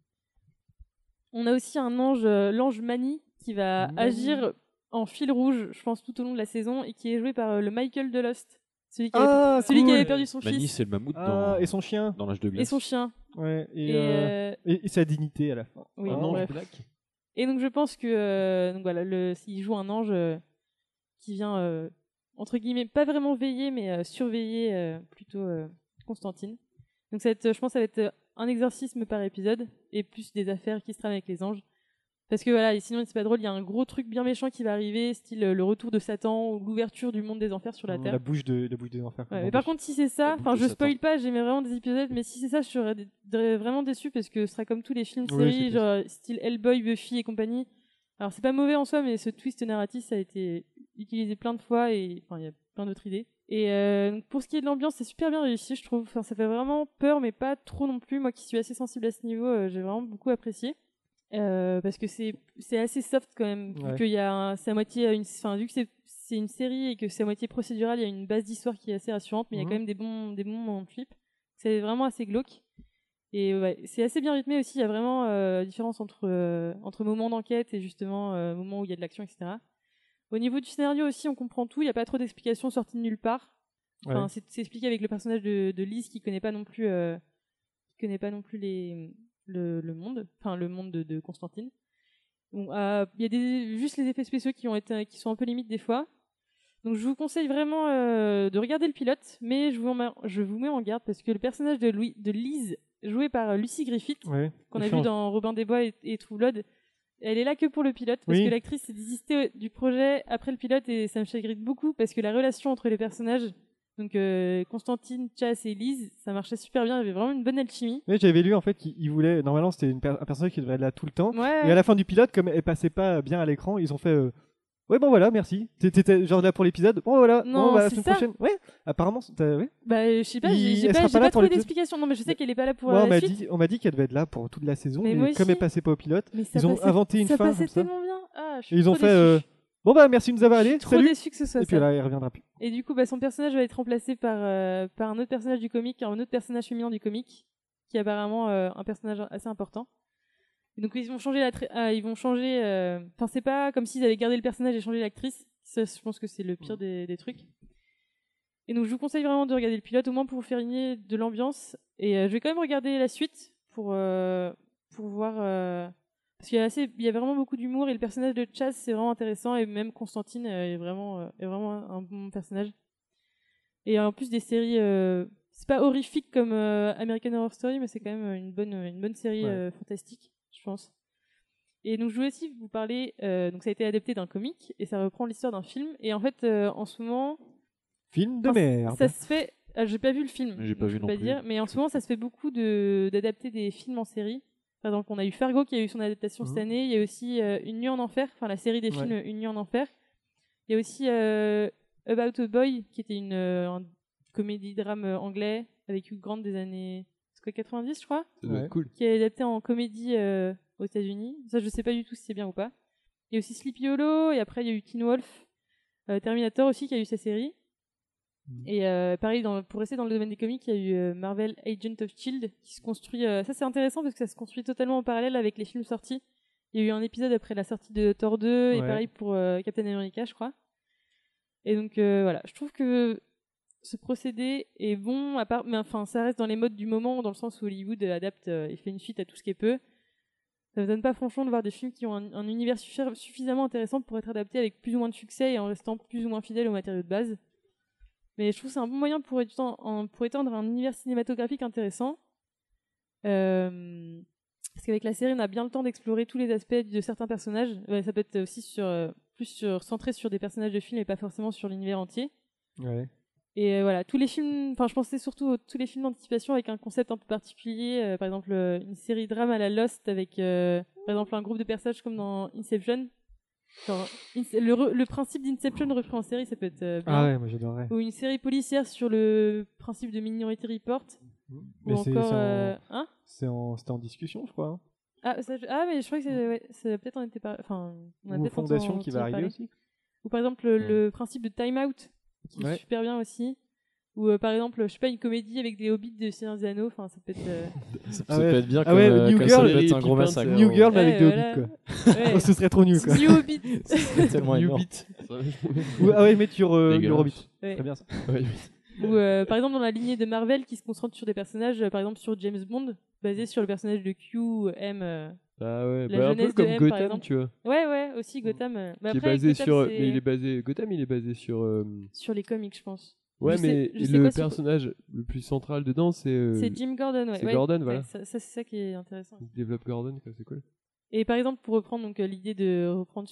On a aussi un ange, l'ange Manny, qui va agir en fil rouge, je pense, tout au long de la saison et qui est joué par le Michael de Lost. Celui qui avait perdu son Manny, fils. c'est le mammouth et son chien. dans l'âge de glace. Et son chien. Ouais, et sa dignité à la fin. Oui, Un bon, ange bref. black. Et donc je pense que donc voilà, il joue un ange qui vient entre guillemets pas vraiment veiller mais surveiller plutôt Constantine. Donc je pense que ça va être un exorcisme par épisode et plus des affaires qui se trament avec les anges. Parce que voilà, et sinon c'est pas drôle, il y a un gros truc bien méchant qui va arriver, style le retour de Satan ou l'ouverture du monde des enfers sur la Terre. La bouche des enfers. Ouais, mais par contre, si c'est ça, bouche enfin de je Satan. spoil pas, j'aimais vraiment des épisodes, mais si c'est ça, je serais vraiment déçu parce que ce sera comme tous les films Ouais, séries, c'est genre style Hellboy, Buffy et compagnie. Alors c'est pas mauvais en soi, mais ce twist narratif ça a été utilisé plein de fois et enfin il y a plein d'autres idées. Et donc, pour ce qui est de l'ambiance, c'est super bien réussi, je trouve. Enfin, ça fait vraiment peur, mais pas trop non plus. Moi qui suis assez sensible à ce niveau, j'ai vraiment beaucoup apprécié. Parce que c'est assez soft quand même, vu Ouais. qu'il y a c'est à moitié vu que c'est une série et que c'est à moitié procédural, il y a une base d'histoire qui est assez rassurante, mais il y a quand même des bons moments de flip. C'est vraiment assez glauque. Et ouais, c'est assez bien rythmé aussi. Il y a vraiment différence entre moments d'enquête et justement moments où il y a de l'action, etc. Au niveau du scénario aussi, on comprend tout. Il n'y a pas trop d'explications sorties de nulle part. Enfin, Ouais. c'est expliqué avec le personnage de Liz qui connaît pas non plus le monde, enfin le monde de Constantine. Bon, il y a juste les effets spéciaux qui sont un peu limites des fois. Donc je vous conseille vraiment de regarder le pilote, mais je vous mets en garde parce que le personnage de Liz, joué par Lucy Griffith, Ouais. qu'on a vu dans Robin des Bois et True Blood, elle est là que pour le pilote parce Oui. que l'actrice s'est désistée du projet après le pilote et ça me chagrine beaucoup parce que la relation entre les personnages, donc Constantine, Chas et Liz, ça marchait super bien, il y avait vraiment une bonne alchimie. Oui, j'avais lu en fait qu'il voulait. Normalement, c'était un personnage qui devrait être là tout le temps. Ouais. Et à la fin du pilote, comme elle passait pas bien à l'écran, ils ont fait. Ouais, bon voilà, merci. T'étais genre là pour l'épisode. Bon voilà. Non, bon, bah, la c'est semaine ça. prochaine. Ouais. Apparemment, ouais. Bah je sais pas, Elle j'ai sera pas pas là pour trouvé l'épisode. d'explication. Non mais je sais qu'elle est pas là pour Ouais, la suite. on m'a dit qu'elle devait être là pour toute la saison. Mais Mais moi comme aussi. elle passait pas au pilote, Mais ça ils ont passait- inventé une ça fin passait comme ça. tellement bien. Ah, je suis Et ils ont trop fait. déçue. Bon bah merci de nous avoir allés. Trop Salut. déçue que ce soit Et puis ça. là, il reviendra plus. Et du coup, bah, son personnage va être remplacé par un autre personnage du comic, un autre personnage féminin du comic, qui est apparemment un personnage assez important. Et donc ils vont changer enfin c'est pas comme s'ils avaient gardé le personnage et changé l'actrice. Ça, je pense que c'est le pire des trucs. Et donc je vous conseille vraiment de regarder le pilote, au moins pour vous faire une idée de l'ambiance. Et je vais quand même regarder la suite pour voir. Parce qu'il y a vraiment beaucoup d'humour et le personnage de Chaz c'est vraiment intéressant et même Constantine est vraiment un bon personnage. Et en plus des séries, c'est pas horrifique comme American Horror Story, mais c'est quand même une bonne série fantastique, je pense. Et donc je voulais aussi vous parler, donc ça a été adapté d'un comic et ça reprend l'histoire d'un film. Et en fait, en ce moment, Film de enfin, merde. ça se fait. J'ai pas vu le film. J'ai pas donc vu je peux non pas plus. dire, mais en ce moment, ça se fait beaucoup d'adapter des films en série. Par exemple, on a eu Fargo qui a eu son adaptation cette année. Il y a aussi Une nuit en enfer, enfin la série des films Une nuit en enfer. Il y a aussi About a Boy qui était une comédie-drame anglais avec Hugh Grant des années 90, je crois. Ça doit être cool. Qui est adapté en comédie aux États-Unis. Ça, je sais pas du tout si c'est bien ou pas. Il y a aussi Sleepy Hollow, et après il y a eu Teen Wolf, Terminator aussi qui a eu sa série. Et pareil, pour rester dans le domaine des comics, il y a eu Marvel Agent of Shield qui se construit. Ça c'est intéressant parce que ça se construit totalement en parallèle avec les films sortis. Il y a eu un épisode après la sortie de Thor 2 et pareil pour Captain America, je crois. Et donc voilà, je trouve que ce procédé est bon, mais enfin ça reste dans les modes du moment, dans le sens où Hollywood adapte et fait une suite à tout ce qu'il peut. Ça me donne pas franchement de voir des films qui ont un univers suffisamment intéressant pour être adaptés avec plus ou moins de succès et en restant plus ou moins fidèles aux matériaux de base. Mais je trouve que c'est un bon moyen pour étendre un univers cinématographique intéressant. Parce qu'avec la série, on a bien le temps d'explorer tous les aspects de certains personnages. Ça peut être aussi centré sur des personnages de films et pas forcément sur l'univers entier. Ouais. Et voilà, tous les films, enfin je pensais surtout à tous les films d'anticipation avec un concept un peu particulier, par exemple une série drame à la Lost avec par exemple un groupe de personnages comme dans Inception. Genre, le principe d'Inception repris en série, ça peut être bien. Ah ouais, moi j'adorerais. Ou une série policière sur le principe de Minority Report. Mais ou encore hein c'était en discussion, je crois. Hein. Mais je crois que c'est peut-être on était pas enfin on a Ou peut-être Fondation qui va entendu arriver parler. aussi. Ou par exemple le principe de Time Out qui est super bien aussi. Ou par exemple, je sais pas, une comédie avec des hobbits de Seigneur des Anneaux, enfin ça peut être Ça peut être bien New comme Girl, ça peut être un gros massacre. New Girl mais avec des voilà. hobbits quoi. Oh, ce serait trop nul quoi. New Hobbit. C'est tellement New énorme. Hobbit. Mettre your Hobbit. Ouais. Très bien ça. Ou par exemple dans la lignée de Marvel qui se concentre sur des personnages, par exemple sur James Bond, basé sur le personnage de Q, M. Ah ouais, la un peu jeunesse comme de M, par Gotham, exemple. tu vois. Ouais, aussi Gotham. Mais Qui est après, basé Gotham, sur. c'est- Mais il est basé. Gotham, il est basé sur. sur les comics, je pense. Ouais, Je mais sais le quoi, c'est- personnage le plus central dedans, c'est. C'est Jim Gordon, ouais. C'est Ouais, Gordon, ouais, voilà. ça, c'est ça qui est intéressant. Il développe Gordon, quoi, c'est cool. Et par exemple, pour reprendre donc l'idée de reprendre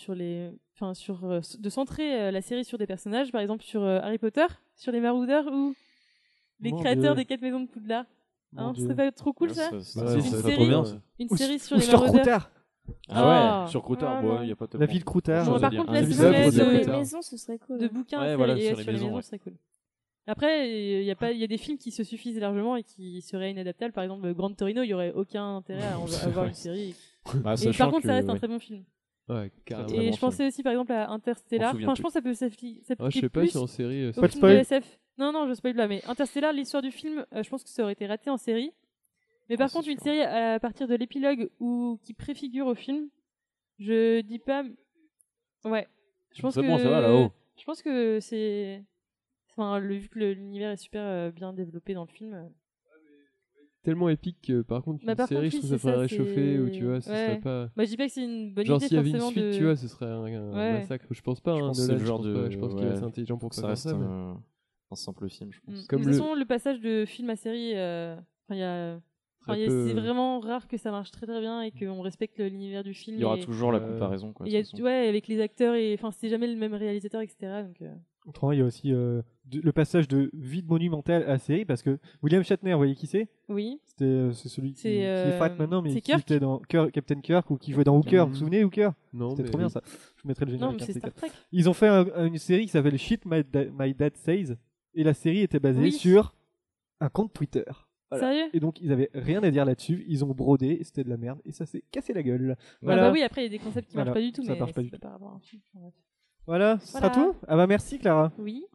de centrer la série sur des personnages, par exemple sur Harry Potter, sur les maraudeurs ou les Mon créateurs Dieu. des 4 maisons de Poudlard. Mon Ce Dieu. serait pas trop cool Ouais, ça ça Une serait série, trop bien, ça. une Ou série s- sur ou les sur maraudeurs. Croutard. Ah ouais, Sur Croutard, Ah, ouais, non. il y a pas de La fille de Croutard. Non, chose par à dire. contre, Ah, la j'ai série vu ça, Sur Croutard. les maisons, ce serait cool. de bouquins Ouais, et voilà, sur sur les les maisons, maisons, ouais. ce serait cool. Après, il y a des films qui se suffisent largement et qui seraient inadaptables. Par exemple, Grand Torino, il y aurait aucun intérêt à avoir une série. Bah, Et sachant par contre, que, ça reste un ouais. très bon film. Ouais, carrément. Très Et bon je pensais aussi, par exemple, à Interstellar. On se souvient Enfin, je plus. pense que ça peut s'appliquer Ah, je sais pas plus si en série. au Pas de film spoil. de SF. Non, je spoil pas, mais Interstellar, l'histoire du film, je pense que ça aurait été raté en série. Mais par c'est contre, une sûr. série à partir de l'épilogue ou qui préfigure au film, je dis pas. Ouais. Je pense C'est que bon, ça va, là-haut. Je pense que c'est. Enfin, vu que l'univers est super bien développé dans le film. Tellement épique que par contre, Bah, une par série, contre, je trouve oui, ça ferait c'est réchauffer ça, ou tu vois, ce ouais. serait pas. Bah, je dis pas que c'est une bonne Genre, idée s'il y avait une forcément suite, de. tu vois, ce serait un Ouais. massacre. Je pense pas. Je hein, pense que c'est Nolan, le genre de. je pense qu'il est ouais, assez intelligent pour que ça pas reste faire ça. mais- un simple film, je pense. Comme de toute le- façon, le passage de film à série, il y a. Très peu- C'est vraiment rare que ça marche très très bien et qu'on respecte l'univers du film. Il y aura et- toujours la Euh, comparaison, quoi. et de il y a, toute façon. ouais, avec les acteurs et enfin c'est jamais le même réalisateur, etc. Donc, Autrement, il y a aussi le passage de vide monumental à série parce que William Shatner, vous voyez qui c'est? oui. C'est celui qui C'est, est fat maintenant, mais c'est qui Kirk. était dans Captain Kirk ou qui jouait dans Hooker. Vous vous souvenez Hooker? Non, C'était mais trop bien oui. ça. Je vous mettrai le Non, générique. mais un c'est de ces Star quatre. Trek. Ils ont fait une série qui s'appelle Shit My Dad Says et la série était basée Oui. sur un compte Twitter. Voilà. Sérieux? Et donc ils avaient rien à dire là-dessus, ils ont brodé, et c'était de la merde et ça s'est cassé la gueule. Ah Voilà. bah oui, après il y a des concepts qui Voilà, marchent pas du tout, ça mais marche pas c'est du tout. par rapport à un film. Enfin, bref. Voilà, ce sera Voilà. tout. Ah bah merci Clara. Oui.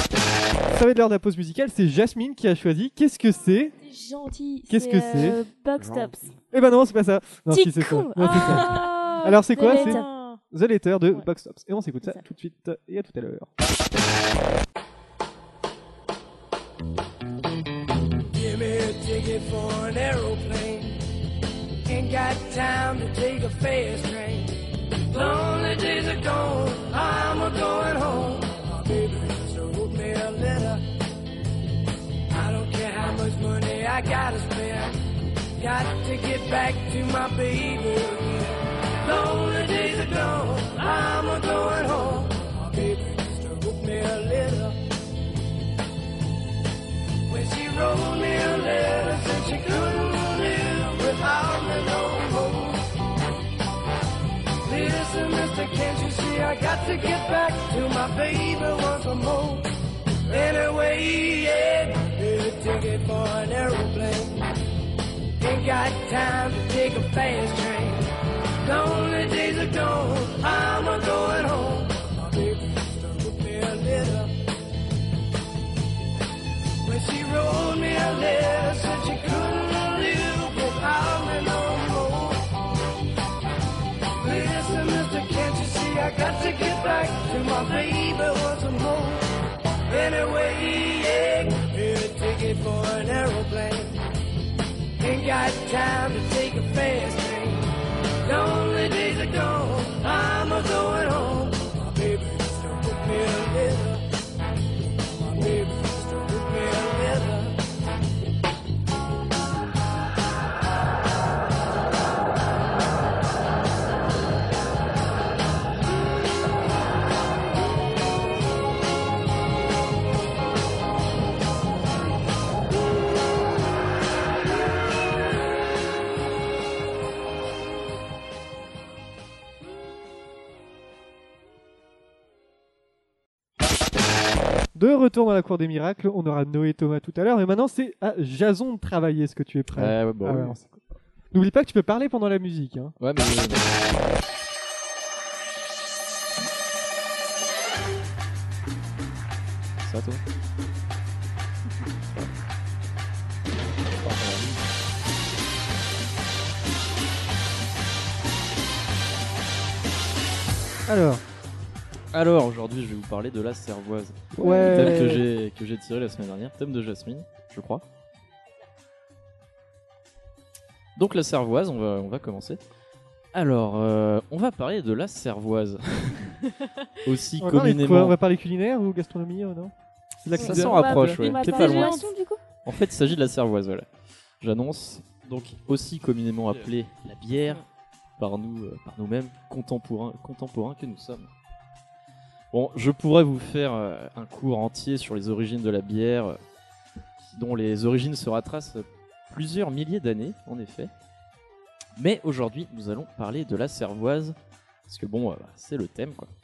Ça va être l'heure de la pause musicale, c'est Jasmine qui a choisi. Qu'est-ce que c'est? C'est gentil. Qu'est-ce que c'est Box Tops. Eh ben non, c'est pas ça. Non, Petit si c'est ça. con. Ouais, c'est ça. Ah, Alors c'est quoi? The C'est Letter. The Letter de Ouais. Box Tops. Et on s'écoute ça C'est ça. tout de suite et à tout à l'heure. Give me a ticket for an aeroplane. Ain't got time to take a fast train. Lonely days are gone, I'm a going home. My baby just wrote me a letter. I don't care how much money I gotta spend. Got to get back to my baby again. Lonely days are gone, I'm a going home. My baby just wrote me a letter. When she wrote me a letter, said she couldn't live without me no more. Listen, mister, can't you see I got to get back to my baby once more. Anyway, yeah, need a ticket for an aeroplane. Ain't got time to take a fast train. Lonely days are gone, I'm a going home. My baby just wrote me a letter. When she wrote me a letter, said she couldn't live without me no more. Listen, mister, can't you see I got to get back to my baby once more. Anyway, yeah, need a ticket for an aeroplane. Ain't got time to take a fast train. Lonely days are gone, I'm a going home. My baby just wrote me a letter. My baby just wrote me a letter. De retour dans la cour des miracles, on aura Noé et Thomas tout à l'heure, et maintenant c'est à Jason de travailler. Est-ce que tu es prêt? Ouais, bah Ah ouais, oui. alors, c'est cool. N'oublie pas que tu peux parler pendant la musique. Hein. Ouais, mais. Ça, toi? Alors, aujourd'hui, je vais vous parler de la cervoise. Ouais. Thème que j'ai tiré la semaine dernière, thème de Jasmine, je crois. Donc la cervoise, on va commencer. Alors, on va parler de la cervoise. Aussi On va parler de quoi? On communément. va parler culinaire ou gastronomie non? C'est la Ça cuisine. s'en rapproche, ouais. On va T'es pas parler de loin. boisson, du coup. En fait, il s'agit de la cervoise, voilà. J'annonce. Donc, aussi communément appelée la bière, par nous-mêmes, contemporains que nous sommes. Bon, je pourrais vous faire un cours entier sur les origines de la bière, dont les origines se retracent plusieurs milliers d'années, en effet. Mais aujourd'hui, nous allons parler de la cervoise, parce que bon, c'est le thème, quoi.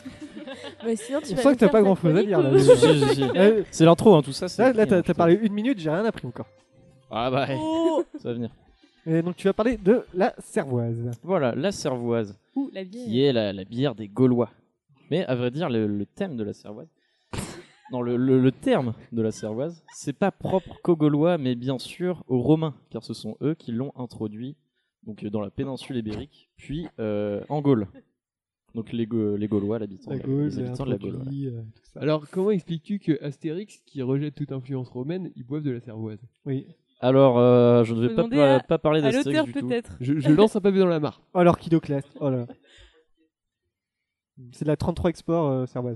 Mais sinon, tu On vas sent nous que t'as faire pas ta grand chose à dire là. Si. C'est l'intro, hein, tout ça. C'est Là, écrit, hein, t'as parlé 1 minute, j'ai rien appris encore. Ah bah, Oh ça va venir. Et donc tu vas parler de la cervoise. Voilà, la cervoise, Ouh, la bière. qui est la bière des Gaulois. Mais à vrai dire, le thème de la cervoise, non, le terme de la cervoise, c'est pas propre qu'aux Gaulois, mais bien sûr aux Romains, car ce sont eux qui l'ont introduit donc dans la péninsule ibérique, puis en Gaule. Donc les Gaulois, les habitants de la Gaule. Voilà. Alors, comment expliques-tu que Astérix, qui rejette toute influence romaine, ils boivent de la cervoise? Oui. Alors, je ne vais Faut demander pas parler à d'Astérix l'auteur du tout. peut-être. Je lance un pavé dans la mare. Oh, alors Kidoclast. Oh là. C'est de la 33 export cervoise.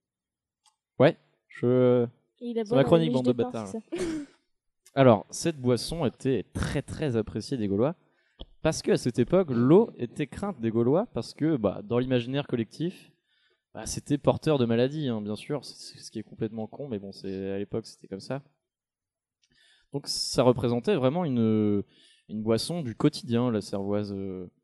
Ouais, Et il a c'est boit ma la chronique, miche bande de de pain, bâtards. c'est ça. Alors, cette boisson était très très appréciée des Gaulois parce qu'à cette époque, l'eau était crainte des Gaulois parce que dans l'imaginaire collectif, c'était porteur de maladies, hein, bien sûr, c'est ce qui est complètement con, mais bon, à l'époque c'était comme ça. Donc ça représentait vraiment une boisson du quotidien, la cervoise.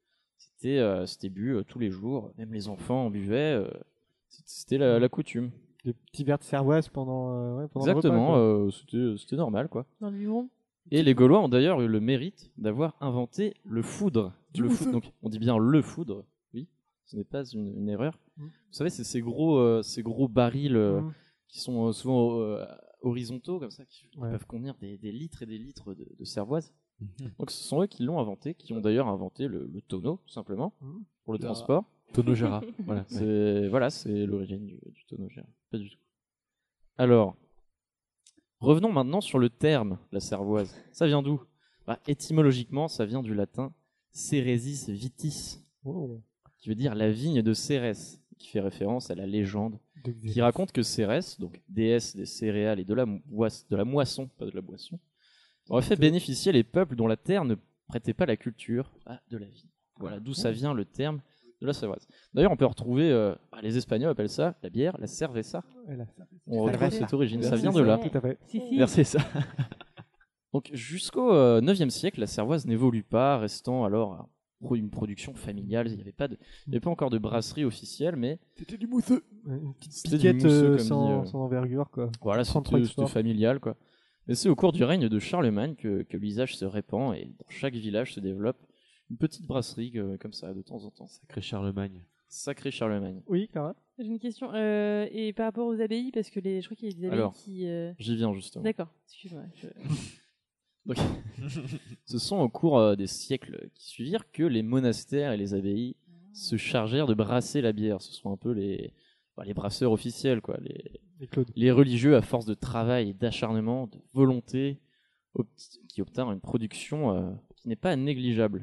C'était bu tous les jours, même les enfants en buvaient, c'était la coutume. Des petits verres de cervoise pendant le Exactement, repas, c'était normal, quoi. Dans le biberon. Et les Gaulois ont d'ailleurs eu le mérite d'avoir inventé le foudre. Donc, on dit bien le foudre, oui, ce n'est pas une erreur. Vous savez, c'est ces gros barils qui sont souvent horizontaux, comme ça, qui peuvent contenir des litres et des litres de cervoise. Donc ce sont eux qui l'ont inventé, qui ont d'ailleurs inventé le tonneau, tout simplement, pour le transport. Tonneau-Gérard. Voilà, c'est l'origine du tonneau-Gérard. Pas du tout. Alors, revenons maintenant sur le terme, la cervoise. Ça vient d'où? Étymologiquement, ça vient du latin Ceresis vitis, qui veut dire la vigne de Cérès, qui fait référence à la légende, qui raconte que Cérès, donc déesse des céréales et de la moisson, pas de la boisson, aurait fait bénéficier les peuples dont la terre ne prêtait pas la culture de la vigne. Voilà d'où ça vient le terme de la cervoise. D'ailleurs, on peut retrouver, les Espagnols appellent ça la bière, la cerveza. On retrouve cette origine, ça vient de là. Tout à fait. Merci ça. Donc jusqu'au 9e siècle, la cervoise n'évolue pas, restant alors une production familiale. Il n'y avait pas encore de brasserie officielle, mais c'était du mousseux. Une petite c'était piquette du mousseux, sans envergure, quoi. Voilà, c'était familial, quoi. Et c'est au cours du règne de Charlemagne que l'usage se répand et dans chaque village se développe une petite brasserie comme ça, de temps en temps. Sacré Charlemagne. Sacré Charlemagne. Oui, Clara. J'ai une question. Et par rapport aux abbayes, parce que je crois qu'il y a des abbayes Alors, qui... j'y viens justement. D'accord, excuse-moi. Donc, ce sont au cours des siècles qui suivirent que les monastères et les abbayes se chargèrent de brasser la bière. Ce sont un peu les brasseurs officiels, quoi. Les religieux, à force de travail et d'acharnement, de volonté, qui obtinrent une production qui n'est pas négligeable.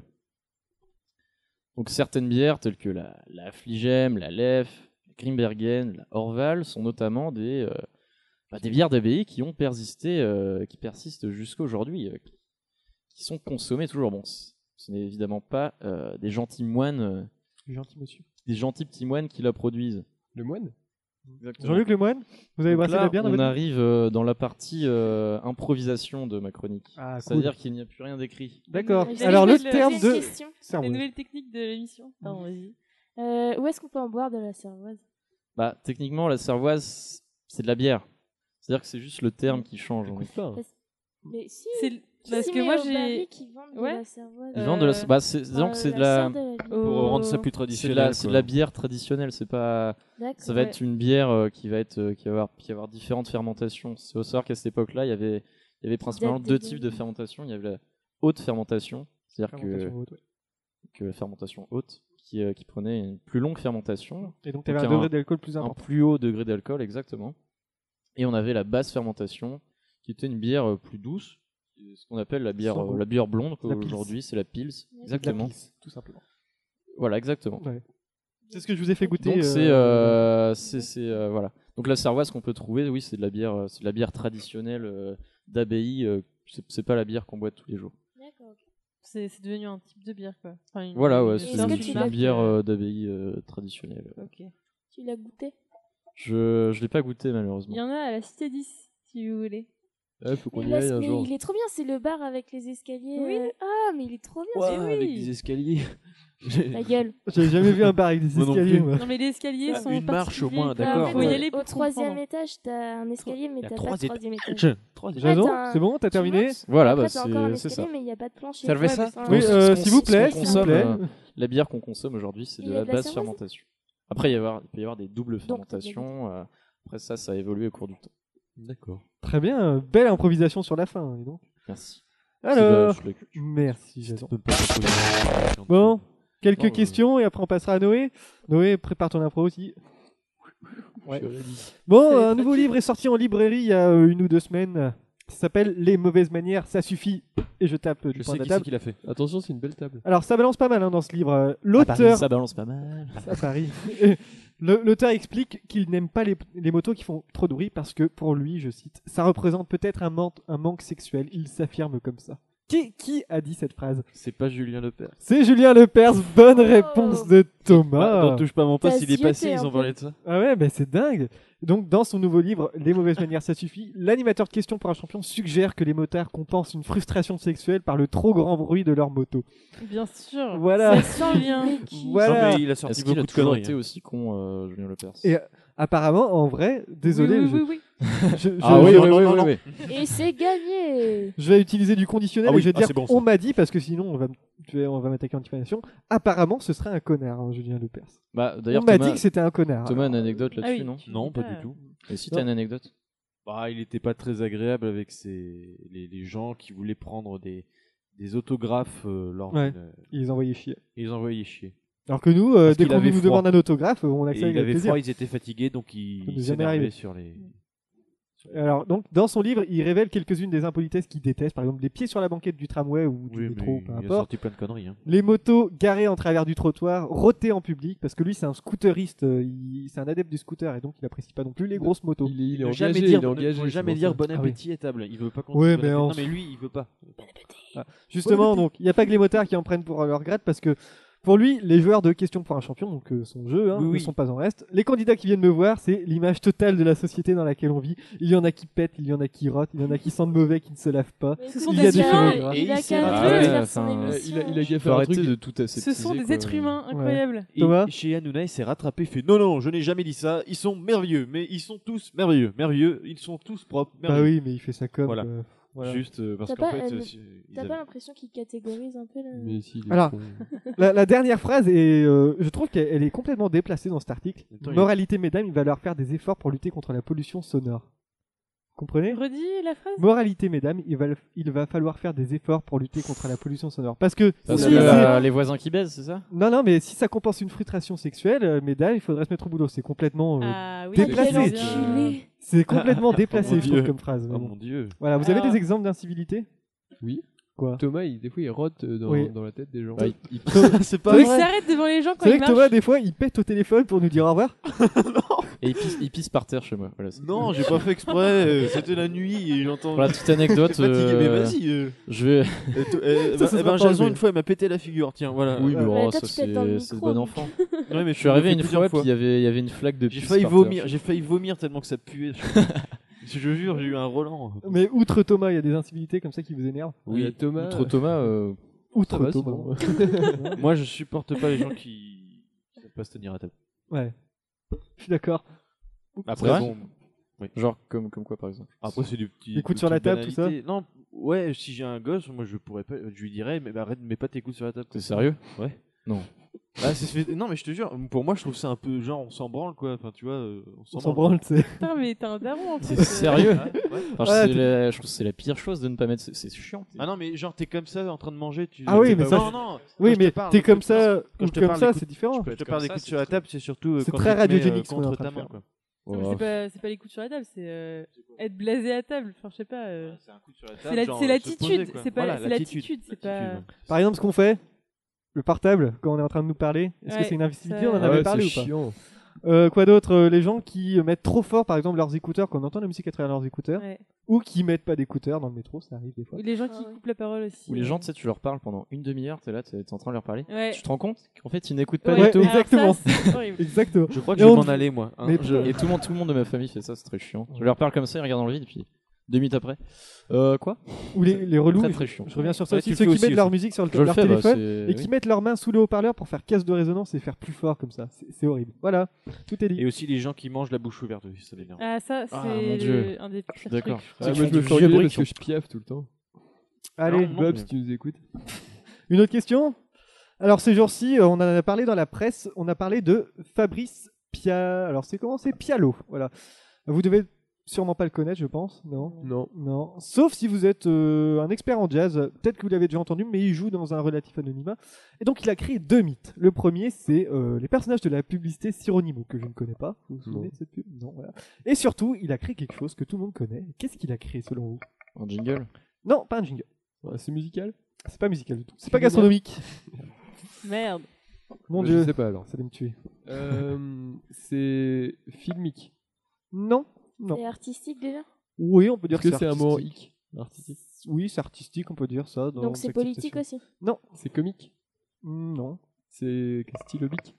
Donc certaines bières telles que la Fligem, la Leffe, la Grimbergen, la Orval sont notamment des bières d'abbaye qui ont persisté, qui persistent jusqu'à aujourd'hui, qui sont consommées toujours. Bon, ce n'est évidemment pas des gentils moines, des gentils petits moines qui la produisent. Le moine? Exactement. Jean-Luc Lemoine, vous avez brassé la bière dans on votre vie? arrive dans la partie improvisation de ma chronique. C'est-à-dire qu'il n'y a plus rien d'écrit. D'accord. J'avais Alors le une terme de question. La nouvelle technique de l'émission. Pardon, vas-y. Où est-ce qu'on peut en boire de la cervoise? Techniquement, la cervoise, c'est de la bière. C'est-à-dire que c'est juste le terme qui change. Mais si. Parce que moi j'ai. Qui vendent de la cervoise. Ils vendent de la. C'est de la. Pour rendre ça plus traditionnel. C'est de la bière traditionnelle. C'est pas. Ça va être une bière qui va avoir différentes fermentations. C'est au savoir qu'à cette époque-là, il y avait principalement deux types de fermentation. Il y avait la haute fermentation, c'est-à-dire que la fermentation haute qui prenait une plus longue fermentation. Et donc tu avais un degré d'alcool plus important. Un plus haut degré d'alcool, exactement. Et on avait la basse fermentation, qui était une bière plus douce, ce qu'on appelle la bière blonde. Aujourd'hui, c'est la Pils. Exactement. La Pils, tout simplement. Voilà, exactement. Ouais. C'est ce que je vous ai fait goûter. Donc voilà. Donc la cervoise qu'on peut trouver, oui, c'est de la bière traditionnelle d'abbaye. C'est pas la bière qu'on boit tous les jours. D'accord. c'est devenu un type de bière, quoi. Enfin, Voilà, ouais, sorte, c'est Est-ce que une tu une l'as marque, bière d'abbaye traditionnelle. Ok. Tu l'as goûté? Je l'ai pas goûté Il malheureusement. y en a à la Cité 10, si vous voulez. Faut qu'on Mais y aille un mais jour. il est trop bien, c'est le bar avec les escaliers. Oui. Ah, mais il est trop bien. Ouah, oui. avec des escaliers. Ta gueule. J'avais jamais vu un bar avec des Moi non escaliers, plus. moi. Non, mais les escaliers Ah, sont une marche au moins, particuliers. d'accord, Faut y aller Au pour 3e comprendre. étage, t'as un escalier, mais Il y a t'as pas 3 de 3e étage. étages. Jason, t'as un- c'est bon, t'as tu terminé montes, Voilà, après, bah, t'as encore un c'est escalier, ça. mais il n'y a pas de plancher. Servez Ouais, ça mais c'est un- Oui, Ce qu'on- s'il vous ce plaît, qu'on s'il vous consomme, plaît. La bière qu'on consomme aujourd'hui, c'est Il de y a la de la basse cerveza. fermentation. Après, il peut y avoir des doubles t'as fermentations. Après ça a évolué au cours du temps. D'accord. Très bien, belle improvisation sur la fin, dis donc. Merci. Alors, C'est de la culture. merci Jason. Peut pas proposer. Bon, quelques Non, questions et après on passera à Noé. Noé, prépare ton impro aussi. Ouais. Bon, Ça va un être nouveau facile. livre est sorti en librairie il y a 1 ou 2 semaines. Ça s'appelle Les mauvaises manières, ça suffit. Et je tape du Je point sais de la qui c'est table. qui l'a fait. Attention, c'est une belle table. Alors ça balance pas mal dans ce livre. À Paris, L'auteur... ça balance pas mal. À Paris. L'auteur explique qu'il n'aime pas les motos qui font trop de bruit parce que, pour lui, je cite, ça représente peut-être un manque sexuel. Il s'affirme comme ça. Qui a dit cette phrase? C'est pas Julien Lepers. C'est Julien Lepers. Bonne réponse de Thomas. Dans Touche pas à mon poste, T'as il est passé, zioté ils un ont peu. parlé de ça. Ah ouais, bah c'est dingue. Donc, dans son nouveau livre, Les mauvaises manières, ça suffit, l'animateur de questions pour un champion suggère que les motards compensent une frustration sexuelle par le trop grand bruit de leur moto. Bien sûr. Voilà. Ça sent bien. Voilà. Non, mais il a sorti Est-ce qu'il a beaucoup de toujours conneries. été aussi con, Julien Lepers? Et apparemment, en vrai, désolé, Oui, oui, oui, Ah oui, oui, oui, oui. Et c'est gagné. je vais utiliser du conditionnel Ah oui, et je vais ah, dire c'est bon, ça. on m'a dit parce que sinon on va m'attaquer en diffamation. Apparemment, ce serait un connard, hein, Julien Lepers. Bah, On d'ailleurs, m'a Thomas, dit que c'était un connard. Thomas a une anecdote Ah là-dessus, oui. non? Non, pas du tout. Et si t'as une anecdote? Bah, il était pas très agréable avec les gens qui voulaient prendre des autographes lors Ouais. d'une- Ils les envoyaient chier. et ils envoyaient chier. Alors que nous, Parce dès qu'il qu'on avait nous froid. demande un autographe, on Et accepte il avec avait plaisir. froid, ils étaient fatigués, donc Ça ils nous est jamais s'énervaient arrivé. sur les... Alors, donc, dans son livre, il révèle quelques-unes des impolitesses qu'il déteste, par exemple les pieds sur la banquette du tramway ou du Oui, métro, mais peu il a importe. sorti plein de conneries. Hein. Les motos garées en travers du trottoir, rôtées en public, parce que lui c'est un scooteriste, c'est un adepte du scooter et donc il apprécie pas non plus les grosses motos. Il est Ne engagé, jamais il est dire, engagé. ne jamais c'est dire pour bon Ah oui. appétit à table. Il veut pas qu'on Ouais, dise bon mais appétit. on- Non, mais lui, il veut pas. Justement, donc il n'y a pas que les motards qui en prennent pour leur grade parce que pour lui, les joueurs de questions pour un champion, donc son jeu, hein, Oui, ne oui. sont pas en reste. Les candidats qui viennent me voir, c'est l'image totale de la société dans laquelle on vit. Il y en a qui pètent, il y en a qui rotent, il y en a qui sentent mauvais, qui ne se lavent pas. Mais Ce sont Il y a des des humains. cheveux gras. Il a Et qu'à Ah deux ouais, faire son enfin, émission. Il a Faut fait un arrêter truc. de tout aseptiser. Ce sont des quoi. êtres humains incroyables. Et Thomas chez Hanouna, s'est rattrapé, fait non, non, je n'ai jamais dit ça. Ils sont merveilleux, mais ils sont tous merveilleux. Merveilleux, ils sont tous propres. Bah Merveilleux. oui, mais il fait ça comme. Voilà. Voilà. Juste parce T'as qu'en pas, fait, ils T'as avaient- pas l'impression qu'il catégorise un peu là Mais si, il est Alors, con. La dernière phrase, est, je trouve qu'elle est complètement déplacée dans cet article. Attends, Moralité, mesdames, il va leur faire des efforts pour lutter contre la pollution sonore. Comprenez? Redis la phrase. Moralité, mesdames, il va falloir faire des efforts pour lutter contre la pollution sonore. Parce que Parce si que c'est- les voisins qui baisent, c'est ça? non, mais si ça compense une frustration sexuelle, mesdames, il faudrait se mettre au boulot. C'est complètement, Ah oui, déplacé. quel Quel enculé. enculé. c'est complètement déplacé, mon je trouve, Dieu. comme phrase. mais Oh bon. mon dieu. Voilà, vous avez Alors- des exemples d'incivilité? Oui. Quoi? Thomas, des fois, il rote Oui. dans la tête des gens. Bah, C'est pas Il vrai. s'arrête devant les gens quand C'est vrai il que marche. Thomas, des fois, il pète au téléphone pour nous dire au revoir. Et il pisse par terre chez moi. Voilà, c'est- Non, j'ai pas fait exprès. C'était la nuit et j'entends. Voilà, petite anecdote. J'étais fatigué, mais vas-y. Je vais. Ça sera pas Jason, enlevé. une fois, il m'a pété la figure. Tiens, voilà. Oui, mais Ouais, oh, toi, ça tu pètes dans le c'est micro, bon donc. enfant. Ouais, mais Je suis arrivé une plusieurs fois, puis il y avait une flaque de J'ai pisse failli par terre. vomir. J'ai failli vomir tellement que ça puait. Je te jure, j'ai eu un Roland. Mais outre Thomas, il y a des incivilités comme ça qui vous énervent? Oui, Thomas. Outre Thomas, Outre ça va, Thomas. sinon. Moi, je supporte pas les gens qui savent pas se tenir à table. Ouais. Je suis d'accord. Après, vrai bon. genre comme quoi par exemple? Après, c'est des petits. Les coups des sur la petites table, tout ça banalités. Non, ouais, si j'ai un gosse, moi, je pourrais pas. Je lui dirais, mais arrête, mets pas tes coups sur la table. T'es sérieux? Ouais. Non. Ah, non, mais je te jure, pour moi, je trouve ça un peu genre, on s'en branle, quoi. Enfin, tu vois, On s'en branle, c'est. Putain, mais t'es un daron en C'est fait. sérieux? Ouais. Enfin, Ouais, je trouve que c'est la pire chose de ne pas mettre. C'est chiant. Ah non, mais genre, t'es comme ça en train de manger. Ah oui, t'es mais pas- ça, Non, non. Oui, quand je mais te parle t'es de comme coups- ça quand ou je te comme parle ça, des c'est différent. Quand je te parle des coups sur la table, c'est surtout. C'est quand très tu te mets, radiogénique, ce qu'on est en contre train ta de main, faire. quoi. Non, mais c'est pas les coups sur la table, c'est être blasé à table. Enfin, je sais pas. C'est un coup sur la C'est table. la- genre, c'est se l'attitude, poser, quoi. c'est pas- Voilà, c'est l'attitude, c'est pas- L'attitude, ouais. Par exemple, ce qu'on fait, le portable, quand on est en train de nous parler, est-ce que Ouais, c'est une incivilité? ça- On en Ah avait ouais, parlé c'est ou pas? chiant. Quoi d'autre Les gens qui mettent trop fort, par exemple, leurs écouteurs, quand on entend la musique à travers leurs écouteurs, Ouais. ou qui mettent pas d'écouteurs dans le métro, ça arrive des fois. Ou les gens qui coupent la parole aussi. Ou les gens, tu sais, tu leur parles pendant une demi-heure, t'es là, t'es en train de leur parler. Ouais. Tu te rends compte qu'en fait, ils n'écoutent pas Ouais, du tout. exactement. c'est horrible. Exactement. Je crois que Et je vais on- m'en aller, moi. hein. Mais- Et tout le monde de ma famille fait ça, c'est très chiant. Je leur parle comme ça, ils regardent dans le vide, et puis 2 minutes après. Quoi Ou les relous, Très, très chiant. je reviens sur ça Ouais, aussi, tu le ceux fais qui aussi mettent leur aussi. musique sur Je le leur fais, bah, téléphone c'est- et qui oui. mettent leurs mains sous le haut-parleur pour faire casse de résonance et faire plus fort comme ça. C'est horrible. Voilà, tout est dit. Et aussi les gens qui mangent la bouche ouverte aussi, ça m'énerve. Ah, ça, c'est Ah, mon Dieu. un des Je suis pires d'accord. trucs. C'est Ah, qu'ils moi, font je me du fais vieux engueuler bruit, parce que qui je piaffe tout le temps. Allez, non, Bob, mais- si tu nous écoutes. une autre question. Alors ces jours-ci, on en a parlé dans la presse, on a parlé de Fabrice Alors c'est comment c'est Pialo, voilà. Vous devez sûrement pas le connaître, je pense, non? Non. Non. Sauf si vous êtes un expert en jazz, peut-être que vous l'avez déjà entendu, mais il joue dans un relatif anonymat. Et donc il a créé 2 mythes. Le premier, c'est les personnages de la publicité Sironimo, que je ne connais pas. Vous vous souvenez Non. de cette pub? Non, voilà. Et surtout, il a créé quelque chose que tout le monde connaît. Qu'est-ce qu'il a créé selon vous? Un jingle. Non, pas un jingle. Ouais, c'est musical. C'est pas musical du tout. C'est pas gastronomique. Merde. Mon Bah, dieu. Je sais pas alors. Ça allait me tuer. C'est filmique. Non. Non. C'est artistique déjà. Oui, on peut dire Est-ce que que c'est un mot en artistique. hic artistique. Oui, c'est artistique, on peut dire ça. dans Donc c'est politique l'acceptation. aussi. Non. C'est comique. Non. C'est stylobique.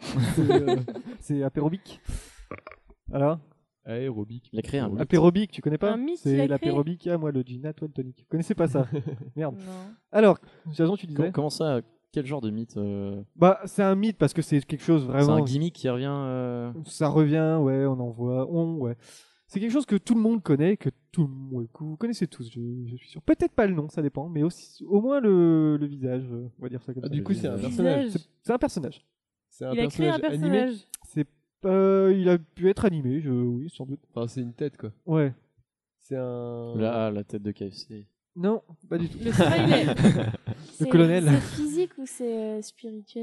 C'est apérobique. Voilà. Aérobique. Il a créé un mythe. Apérobique, tu connais pas? Un mythe, il a C'est créé l'apérobique, ah, moi le gin, toi le tonic. Vous connaissez pas ça? Merde. Non. Alors, Jason, tu disais? Comment ça Quel genre de mythe Bah, c'est un mythe parce que c'est quelque chose C'est vraiment. un gimmick qui revient. Ça revient, ouais, on en voit. Ouais. C'est quelque chose que tout le monde connaît, que vous connaissez tous, je suis sûr. Peut-être pas le nom, ça dépend, mais aussi, au moins le visage, on va dire ça comme Ah, ça. du coup, c'est un Visage. personnage. C'est un personnage. C'est un Il a créé un personnage animé. personnage. C'est il a pu être animé, oui, sans doute. Enfin, c'est une tête, quoi. Ouais. C'est un. La tête de KFC. Non, pas du tout. Le smiley. C'est- colonel. C'est physique ou c'est spirituel?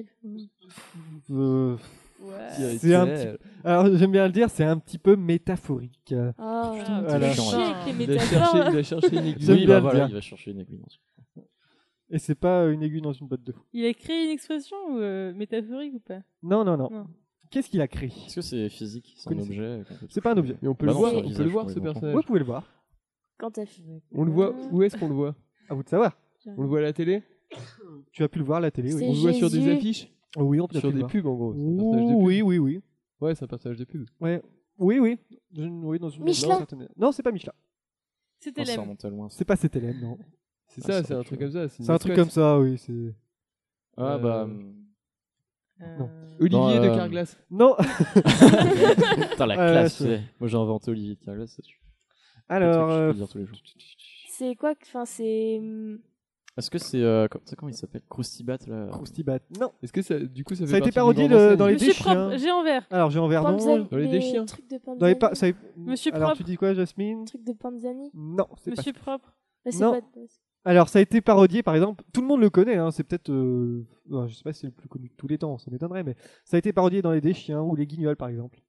Euh, Ouais. c'est un petit. Alors j'aime bien le dire, c'est un petit peu métaphorique. Ah, Putain, voilà. chier avec les Il a métaphores. cherché, il a cherché une aiguille. J'aime Oui, bien bah le voilà, dire. il va chercher une aiguille. Et c'est pas une aiguille dans une botte de foin. Il a créé une expression métaphorique ou pas? Non. Non. Qu'est-ce qu'il a créé? Est-ce que c'est physique C'est un Connaissez- objet qu'on peut C'est pas un objet. Mais on peut Bah le non, voir, sur on le peut visage, le voir on ce les voit. personnage. Vous pouvez le voir. Quand t'as fumé. On le voit. Où est-ce qu'on le voit? À vous de savoir. On le voit à la télé? Tu as pu le voir à la télé, oui. C'est On le voit sur des Jésus. affiches? Oh, oui, on peut Sur pu le des voir. pubs en gros. C'est un personnage de pub. Oui. Ouais, c'est un personnage de pub. Ouais. Oui. Oui, dans une Michelin. dans certaines- Non, c'est pas Michelin. C'était Oh, ça l'aime. remonte loin. C'est pas CTLM, non. C'est Ah, ça, ça c'est aurait un pu- truc comme ça. C'est un truc comme ça, oui. C'est. Ah bah. Non. Olivier Non, de Carglass. Non. Putain, la classe, c'est- tu sais. Moi j'ai inventé Olivier de Carglass, ça tue. Alors, Je peux dire tous les jours. C'est quoi enfin, c'est. Est-ce que c'est. Comment il s'appelle Croustibat là Croustibat. Non. Est-ce que ça, du coup, ça fait Ça a été partie d'une parodié grande enseigne dans les Monsieur Déchiens. propre, j'ai en vert. Alors, j'ai en vert, non. Panzani, Dans les déchiens. trucs de Dans les Panzani. pa- ça- Monsieur Alors, propre. tu dis quoi, Jasmine? Truc de Panzani. Non, c'est pas Monsieur propre. Bah, c'est Non. pas. Alors, ça a été parodié, par exemple, tout le monde le connaît, hein, c'est peut-être, je sais pas si c'est le plus connu de tous les temps, ça m'étonnerait, mais ça a été parodié dans Les Déchiens ou Les Guignols, par exemple.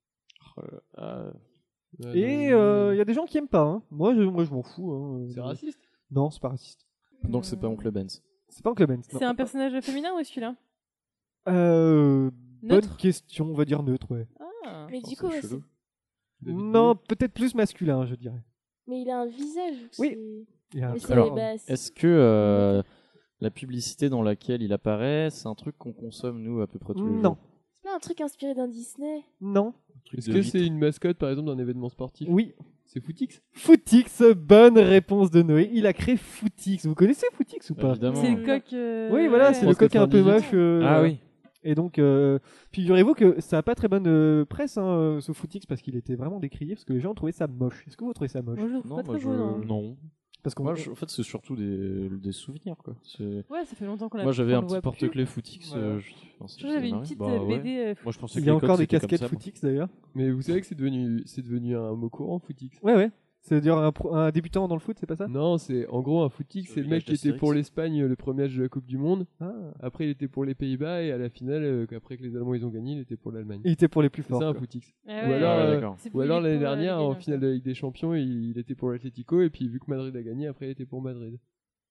Et il y a des gens qui aiment pas, hein. Moi, je m'en fous. Hein. C'est raciste? Non, c'est pas raciste. Donc c'est pas Oncle Benz. C'est pas Oncle Ben. non. C'est un personnage féminin ou celui-là? Bonne Neutre question, on va dire neutre, ouais. Ah. Mais du c'est coup, ouais, chelou. Non, peut-être plus masculin, je dirais. mais il a un visage. ou Oui. c'est- Il y a un Mais truc- c'est- Alors, bah, c'est- Est-ce que la publicité dans laquelle il apparaît, c'est un truc qu'on consomme nous à peu près tous les jours? Non, C'est pas un truc inspiré d'un Disney. non, Truc Est-ce de que vitre. c'est une mascotte par exemple d'un événement sportif? oui. C'est Footix? Footix, bonne réponse de Noé. Il a créé Footix. Vous connaissez Footix ou pas? Évidemment. C'est le coq. Oui, voilà, c'est le coq un peu 98. moche. Ah oui. Et donc, figurez-vous que ça a pas très bonne presse, hein, ce Footix, parce qu'il était vraiment décrié, parce que les gens trouvaient ça moche. Est-ce que vous trouvez ça moche? Moi, je le trouve Non, pas moi très beau, non. non. Parce qu'on Moi, en fait, c'est surtout des souvenirs quoi. Ouais, ça fait longtemps qu'on l'a Moi, j'avais qu'on un le petit voit plus. porte-clés Footix. Voilà. J'avais une petite Bah, ouais. BD. Moi, je pensais il que y a les coqs, encore des c'était comme casquettes ça, moi. Footix d'ailleurs. Mais vous savez que c'est devenu un mot courant, Footix? Ouais. C'est-à-dire un débutant dans le foot, c'est pas ça? Non, c'est en gros un Footix, c'est le village mec qui était d'Astérix. pour l'Espagne le premier match de la Coupe du Monde. Ah. Après, il était pour les Pays-Bas et à la finale, après que les Allemands ils ont gagné, il était pour l'Allemagne. Il était pour les plus C'est forts. ça un quoi. Footix. Ah Ou ouais, alors, ouais, ouais. d'accord. C'est Ou alors plus l'année pour la dernière, Ligue en un, finale de quoi. la Ligue des Champions, il était pour l'Atlético et puis vu que Madrid a gagné, après il était pour Madrid.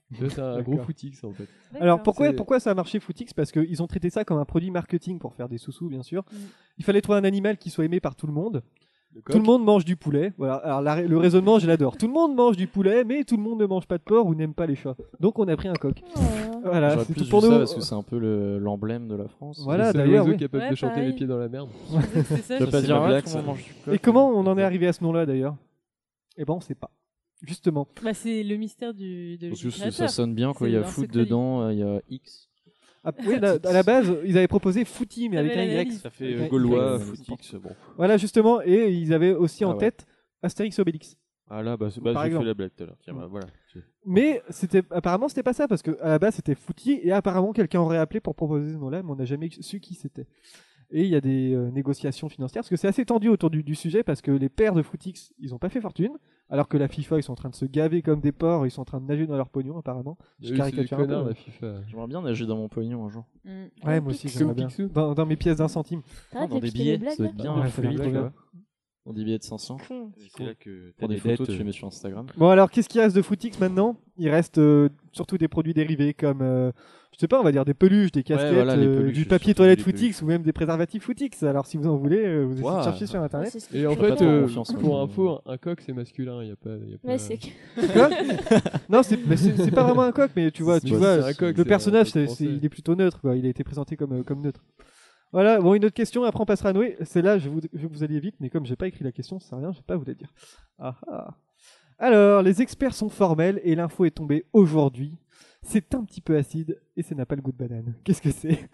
C'est un gros D'accord. footix en fait. Alors D'accord. pourquoi ça a marché Footix? Parce qu'ils ont traité ça comme un produit marketing pour faire des sous-sous, bien sûr. Mm. Il fallait trouver un animal qui soit aimé par tout le monde. coq. Tout le monde mange du poulet. Voilà. Alors le raisonnement, je l'adore. Tout le monde mange du poulet, mais tout le monde ne mange pas de porc ou n'aime pas les chats. Donc on a pris un coq. Oh. Voilà, J'aurais c'est plus tout pour vu ça nous. parce que c'est un peu l'emblème de la France. Voilà, C'est un d'ailleurs, oiseau oui. capable Ouais, de chanter pareil. les pieds dans la merde. C'est ça, Je peux je pas sais dire pas. blague, tout le monde mange du coq. Et comment on en est arrivé à ce nom-là d'ailleurs? Eh ben on sait pas. Justement. Bah, c'est le mystère de Parce du que ça créateur. sonne bien, quoi. C'est Il y a un foot secret. dedans, il y a X. Ah, oui, à la base, ils avaient proposé Footy, mais Ça avec avait un Y. l'analyse. Ça fait Ouais, gaulois, Y. footix, bon. Voilà, justement, et ils avaient aussi en ouais. tête Astérix Obélix. Ah là, bah, Par j'ai fait exemple. la blague tout à l'heure. Tiens, bah, voilà. Mais apparemment c'était pas ça parce que à la base c'était Footy et apparemment quelqu'un aurait appelé pour proposer ce nom-là, mais on n'a jamais su qui c'était. Et il y a des négociations financières parce que c'est assez tendu autour du sujet parce que les pères de Footix ils ont pas fait fortune, alors que la FIFA ils sont en train de se gaver comme des porcs, ils sont en train de nager dans leur pognon apparemment. Je C'est des caricature un peu. connards, mais- la FIFA. J'aimerais bien nager dans mon pognon un jour. Ouais, moi aussi Picsou. j'aimerais bien. Picsou. Dans mes pièces d'un centime. T'arrêtes Dans de des piquer les billets, blagues, ça doit là être bien Ouais, ça doit fluide, être bien. quoi. Dans des billets de 500. Con. C'est là que Pour des photos, tu les mets sur Instagram. Bon alors qu'est-ce qui reste de Footix maintenant? Il reste surtout des produits dérivés comme je sais pas, on va dire des peluches, des casquettes, voilà, les peluches, du surtout papier des toilette peluches. Footix ou même des préservatifs Footix. Alors si vous en voulez, vous essayez de Wow. chercher sur Ouais, internet. c'est ce que Et je en fais fait, pas. confiance, pour moi. info, un coq c'est masculin, il y a pas. Ouais, c'est que. Quoi Non, mais c'est pas vraiment un coq, mais tu vois, C'est un coq, le c'est personnage, un coq français. il est plutôt neutre, quoi. Il a été présenté comme neutre. Voilà, bon, une autre question, après on passera à Noé. C'est là, je veux que vous alliez vite, mais comme j'ai pas écrit la question, ça sert à rien, je vais pas vous la dire. Ah ah. Alors, les experts sont formels et l'info est tombée aujourd'hui. C'est un petit peu acide et ça n'a pas le goût de banane. Qu'est-ce que c'est?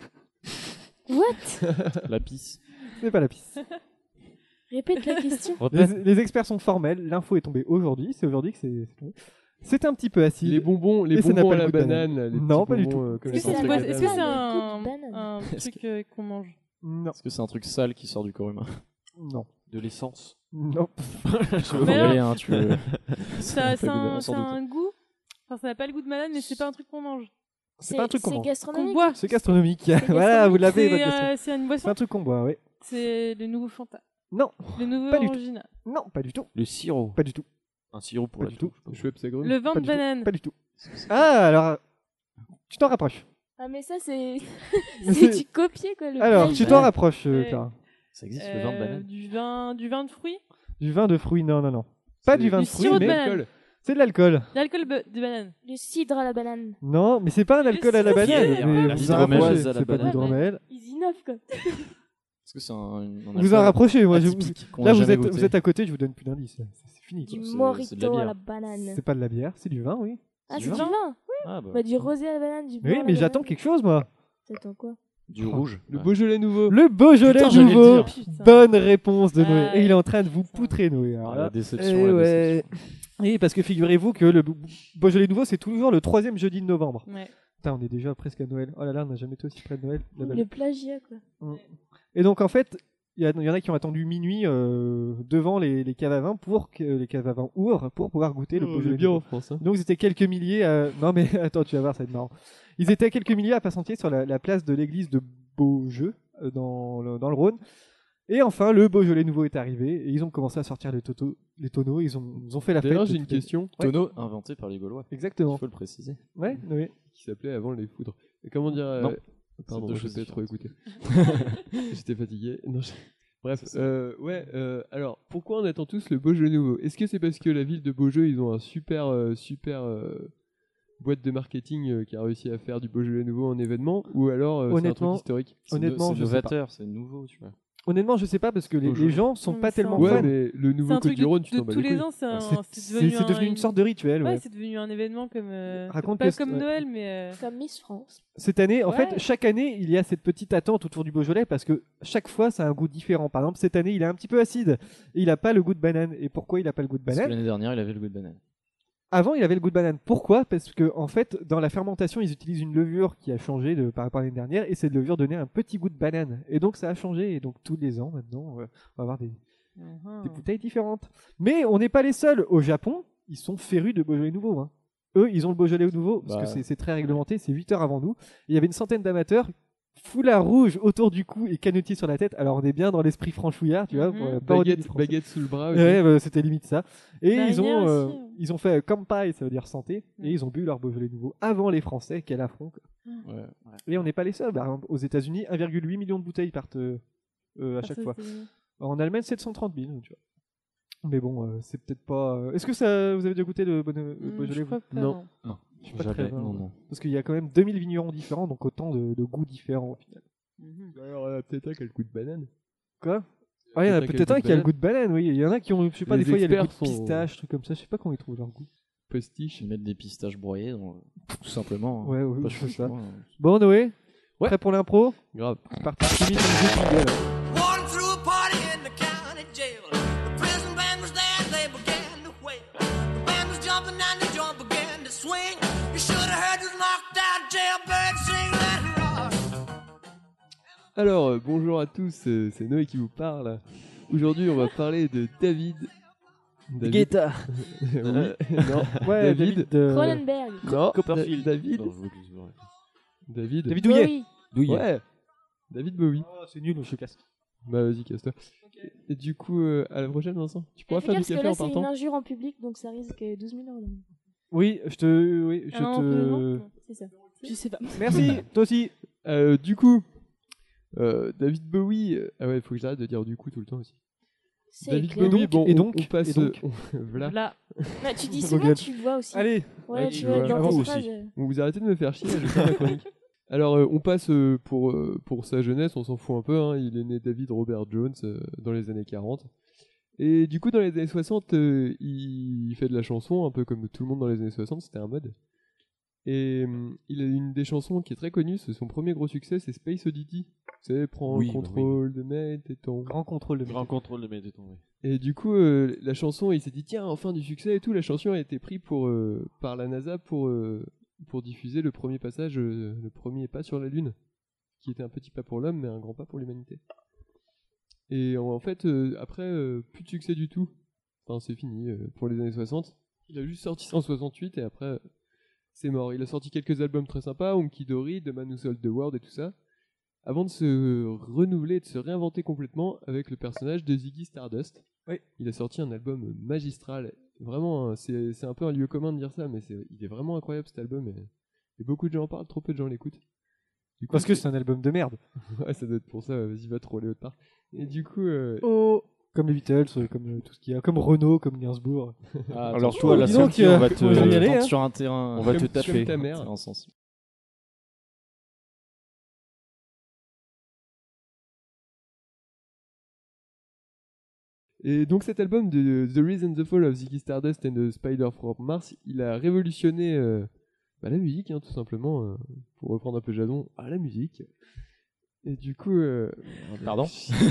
What? La pisse. C'est pas la pisse. Répète la question. Les experts sont formels, l'info est tombée aujourd'hui, c'est aujourd'hui que c'est tombé. C'est un petit peu acide. Les bonbons et ça n'a à pas le la goût de banane, là, les Non, petits pas du bonbons, tout. comme Est-ce ça. que c'est Ça a est-ce que c'est le goût de banane. un truc qu'on mange? Non, Est-ce que c'est un truc sale qui sort du corps humain? non, De l'essence. non. Je veux Mais y aller, alors- hein, tu veux. Ça fait goût de- a sans doute. un goût. Enfin, ça n'a pas le goût de banane, mais c'est pas un truc qu'on mange. C'est pas un truc qu'on C'est mange. Qu'on gastronomique. boit. C'est gastronomique. Voilà, vous l'avez, votre question. C'est une C'est boisson. un truc qu'on boit, oui. C'est le nouveau Fanta. Non, Le nouveau Pas du tout. original. non, pas du tout. Le sirop. Pas du tout. Un sirop pour Pas la du tout. toux, je sais Schweppes Agrumes. Le vin Pas de du tout. banane. Pas du tout. Ah, alors, tu t'en rapproches. Ah, mais ça, c'est. Mais C'est c'est- du copier, quoi. Le Alors, plagiat. tu t'en rapproches, Ouais. Clara. Ça existe, le vin de banane? Du vin de fruits. Du vin de fruits, non, non, non. Pas du vin de Du fruits, sirop de mais banane. c'est de l'alcool. L'alcool de banane. Du cidre à la banane. Non, mais c'est pas un alcool à la sirop de banane. bière, Mais la vous en hydromel rapprochez. à la C'est pas banane. d'hydromel. Ils innovent, quoi. Est-ce que c'est un Vous en rapprochez, moi. atypique qu'on Là, a vous jamais êtes, goûté? vous êtes à côté, je vous donne plus d'indices. C'est fini. Du quoi. c'est de morito la à bière. la banane. C'est pas de la bière, c'est du vin, oui. Ah, du c'est du vin. vin. Ah, bah. Bah, du rosé à la banane, du blanc Oui, à la mais j'attends banane. quelque chose, moi. T'attends quoi? Du rouge. Le Ouais. Beaujolais nouveau. Le Beaujolais Putain, j'allais le nouveau. dire. Putain. Bonne réponse de Noé. Ah, Et il est en train de putain. vous poutrer, Noé. Alors Ah, là, la déception, eh la ouais. déception. Oui, parce que figurez-vous que le Beaujolais nouveau, c'est toujours le 3e jeudi de novembre. Ouais. Putain, on est déjà presque à Noël. Oh là là, on n'a jamais été aussi près de Noël. La belle. Le plagiat, quoi. Et donc, en fait, il y en a qui ont attendu minuit devant les caves à vin pour que les caves à vin ouvrent pour pouvoir goûter le On Beaujolais est bien nouveau. en France. Hein. Donc, c'était quelques milliers. Non, mais attends, tu vas voir, ça va être marrant. Ils étaient quelques milliers à patienter sur la place de l'église de Beaujeu, dans le Rhône. Et enfin, le Beaujolais nouveau est arrivé et ils ont commencé à sortir les tonneaux. Ils ont fait la fête. D'ailleurs, j'ai une question Ouais. Tonneau inventé par les Gaulois. Exactement. Il faut le préciser. Ouais, oui. qui s'appelait avant les foudres. Et comment dire Non. Pardon, C'est deux je choses sais trop différentes. écouter. J'étais fatigué. Non, bref, alors pourquoi on attend tous le Beaujolais nouveau? Est-ce que c'est parce que la ville de Beaujeu, ils ont un super boîte de marketing qui a réussi à faire du Beaujolais nouveau en événement, ou alors c'est un Honnêtement, truc historique? honnêtement, c'est je sais pas. novateur, c'est nouveau, tu vois. Honnêtement, je sais pas parce que les Beaujolais. gens sont Non, pas mais c'est tellement un- Ouais, fans. mais le C'est nouveau un Côte truc du Rhône, tu de t'en bats tous les les couilles. ans, C'est devenu une sorte de rituel. Ouais, Ouais. c'est devenu un événement comme. Raconte pas que comme ouais. Noël, mais. Comme Miss France. Cette année, en Ouais. fait, chaque année, il y a cette petite attente autour du Beaujolais parce que chaque fois, ça a un goût différent. Par exemple, cette année, il est un petit peu acide et il a pas le goût de banane. Et pourquoi il a pas le goût de Parce que banane? l'année dernière, il avait le goût de banane. Avant, il avait le goût de banane. Pourquoi? Parce que en fait, dans la fermentation, ils utilisent une levure qui a changé par rapport à l'année dernière et cette levure donnait un petit goût de banane. Et donc, ça a changé. Et donc, tous les ans, maintenant, on va avoir des bouteilles différentes. Mais on n'est pas les seuls. Au Japon, ils sont férus de Beaujolais nouveau. Hein. Eux, ils ont le Beaujolais nouveau parce Bah. que c'est très réglementé. C'est 8 heures avant nous. Et il y avait une centaine d'amateurs. Foulard rouge autour du cou et canotier sur la tête. Alors, on est bien dans l'esprit franchouillard, tu vois. Pour la parodie du français. Baguette sous le bras. ok. Ouais, bah, c'était limite ça. Et ils ont. Marinière aussi. Ils ont fait Kampai, ça veut dire santé, et ils ont bu leur Beaujolais nouveau avant les Français. Quel affront, quoi. Ouais. Et on n'est pas les seuls. Par exemple, aux États-Unis, 1,8 million de bouteilles partent à chaque fois. En Allemagne, 730 000. Tu vois. Mais bon, c'est peut-être pas. Est-ce que ça, vous avez déjà goûté le Beaujolais? Je crois vous pas, Non. Non. Je suis pas Jamais. très fan. Non. Parce qu'il y a quand même 2000 vignerons différents, donc autant de goûts différents au final. Alors, peut-être un qui a le goût de banane. Quoi? Ah, il y en a peut-être un qui a le goût de banane, oui. Il y en a qui ont, je sais pas, Les des fois il y a le goût de experts sont- pistache, trucs comme ça. Je sais pas comment ils trouvent leur goût. Postiche. Ils mettent des pistaches broyées, tout simplement. Ouais, Pas c'est ça. chouchou, hein. Bon, Noé, prêt pour l'impro? Grave. C'est parti. Timmy, ton jeu jingle. Walking through a party in the county jail. The prison band was there, they began to wail. The band was jumping and the joint began to swing. You should have heard this knocked out jailbird sing, let it rock. Alors, bonjour à tous, c'est Noé qui vous parle. Aujourd'hui, on va parler de David. Guetta. Oui, non. Ouais, David. Cronenberg. Non, Copperfield. David. Non, je veux que ce soit- David. David Douillet. Bowie. Douillet. Ouais. David Bowie. Oh, c'est nul, je casse. Bah, vas-y, casse-toi. Et du coup, à la prochaine, Vincent. Tu pourras Fais faire du gaffe, parce café que là, en c'est une partant. injure en public, donc ça risque 12 000 €. Oui, je te. Ah non, non, c'est ça. Je sais pas. Merci, toi aussi. Du coup, David Bowie. Ah ouais, il faut que j'arrête de dire du coup tout le temps aussi. C'est David clair. Bowie, bon, et donc, on passe. et donc Voilà. Là. Bah, tu dis Je souvent, regrette. tu vois aussi. Allez. Ouais, Ouais, tu tu vois vois. dans Avance tes aussi. phrases. Bon, vous arrêtez de me faire chier, je vais faire ma chronique. Alors, on passe pour sa jeunesse, on s'en fout un peu. Hein. Il est né David Robert Jones dans les années 40. Et du coup, dans les années 60, il fait de la chanson, un peu comme tout le monde dans les années 60, c'était un mode. Et il a une des chansons qui est très connue, c'est son premier gros succès, c'est Space Oddity. Vous savez, prends Oui, le bah contrôle de mes tétons. Grand contrôle de Grand contrôle de mes tétons, oui. Et du coup, la chanson, il s'est dit, tiens, enfin du succès et tout. La chanson a été prise par la NASA pour diffuser le premier passage, le premier pas sur la Lune, qui était un petit pas pour l'homme, mais un grand pas pour l'humanité. Et en fait, après, plus de succès du tout. Enfin, c'est fini pour les années 60. Il a juste sorti ça en 68 et après, c'est mort. Il a sorti quelques albums très sympas, Hunky Dory, The Man Who Sold the World et tout ça, avant de se renouveler, de se réinventer complètement avec le personnage de Ziggy Stardust. Oui. Il a sorti un album magistral. Vraiment, hein, c'est un peu un lieu commun de dire ça, mais il est vraiment incroyable cet album. Et beaucoup de gens en parlent, trop peu de gens l'écoutent. Du coup, Parce que c'est un album de merde. ouais, ça doit être pour ça. Vas-y, va troller autre part. Et du coup, Oh. Comme les Beatles, comme tout ce qu'il y a, comme Renault, comme Gainsbourg. Ah, Alors attention, toi, la dis donc, sortie, on va te... on va y aller, tente hein. sur un terrain. On va te comme taper. ta mère. terrain sensible. Et donc cet album de The Rise and the Fall of Ziggy Stardust and the Spider from Mars, il a révolutionné la musique, hein, tout simplement, pour reprendre un peu Jason, la musique. Et du coup... Pardon.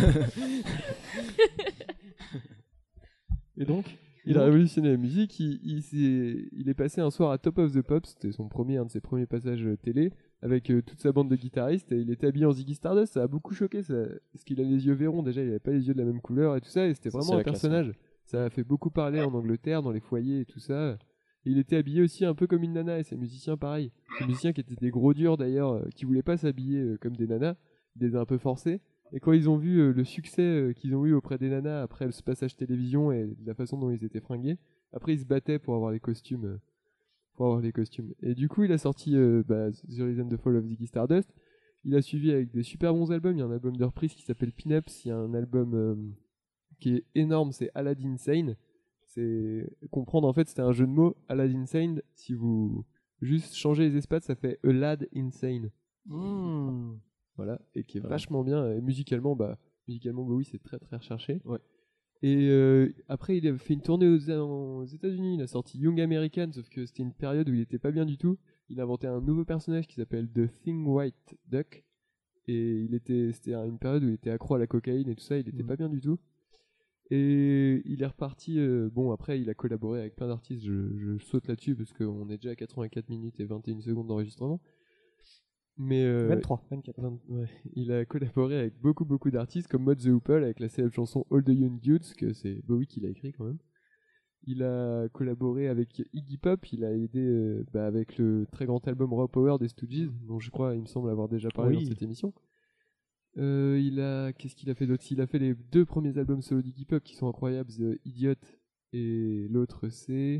Et donc Il a révolutionné la musique, il est passé un soir à Top of the Pops, c'était un de ses premiers passages télé, avec toute sa bande de guitaristes, et il était habillé en Ziggy Stardust, ça a beaucoup choqué, parce qu'il a les yeux verrons, déjà il avait pas les yeux de la même couleur et tout ça, et c'était Ça, vraiment c'est un la classe, personnage. Ça a fait beaucoup parler en Angleterre, dans les foyers et tout ça. Et il était habillé aussi un peu comme une nana, et ses musiciens pareil. Ces musiciens qui étaient des gros durs d'ailleurs, qui voulaient pas s'habiller comme des nanas, ils les a un peu forcés. Et quand ils ont vu le succès qu'ils ont eu auprès des nanas après ce passage télévision et la façon dont ils étaient fringués, après ils se battaient pour avoir les costumes. Et du coup, il a sorti The Rise and the Fall of Ziggy Stardust. Il a suivi avec des super bons albums. Il y a un album de reprise qui s'appelle Pin-Ups. Il y a un album qui est énorme, c'est Aladdin Sane. C'est comprendre en fait, c'était un jeu de mots. Aladdin Sane, si vous juste changez les espaces, ça fait A Lad Insane. Voilà, et qui est vachement bien. Et musicalement, oui, c'est très très recherché. Ouais. Et après, il a fait une tournée aux États-Unis. Il a sorti Young American, sauf que c'était une période où il était pas bien du tout. Il a inventé un nouveau personnage qui s'appelle The Thing White Duck. Et c'était une période où il était accro à la cocaïne et tout ça. Il était pas bien du tout. Et il est reparti. Après, il a collaboré avec plein d'artistes. Je saute là-dessus parce qu'on est déjà à 84 minutes et 21 secondes d'enregistrement. Mais 23, 24. Ouais. Il a collaboré avec beaucoup d'artistes comme Mod the Hoople avec la célèbre chanson All the Young Dudes, que c'est Bowie qui l'a écrit quand même. Il a collaboré avec Iggy Pop, il a aidé avec le très grand album Raw Power des Stooges, dont je crois il me semble avoir déjà parlé dans cette émission. Qu'est-ce qu'il a fait d'autre? Il a fait les 2 premiers albums solo d'Iggy Pop qui sont incroyables, The Idiot et l'autre c'est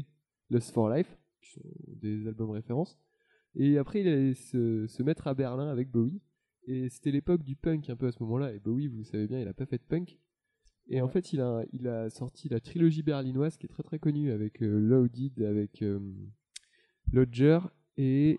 Lust for Life, qui sont des albums références. Et après, il allait se mettre à Berlin avec Bowie. Et c'était l'époque du punk un peu à ce moment-là. Et Bowie, vous savez bien, il a pas fait de punk. Et en fait, il a sorti la trilogie berlinoise qui est très très connue avec Loaded, avec Lodger et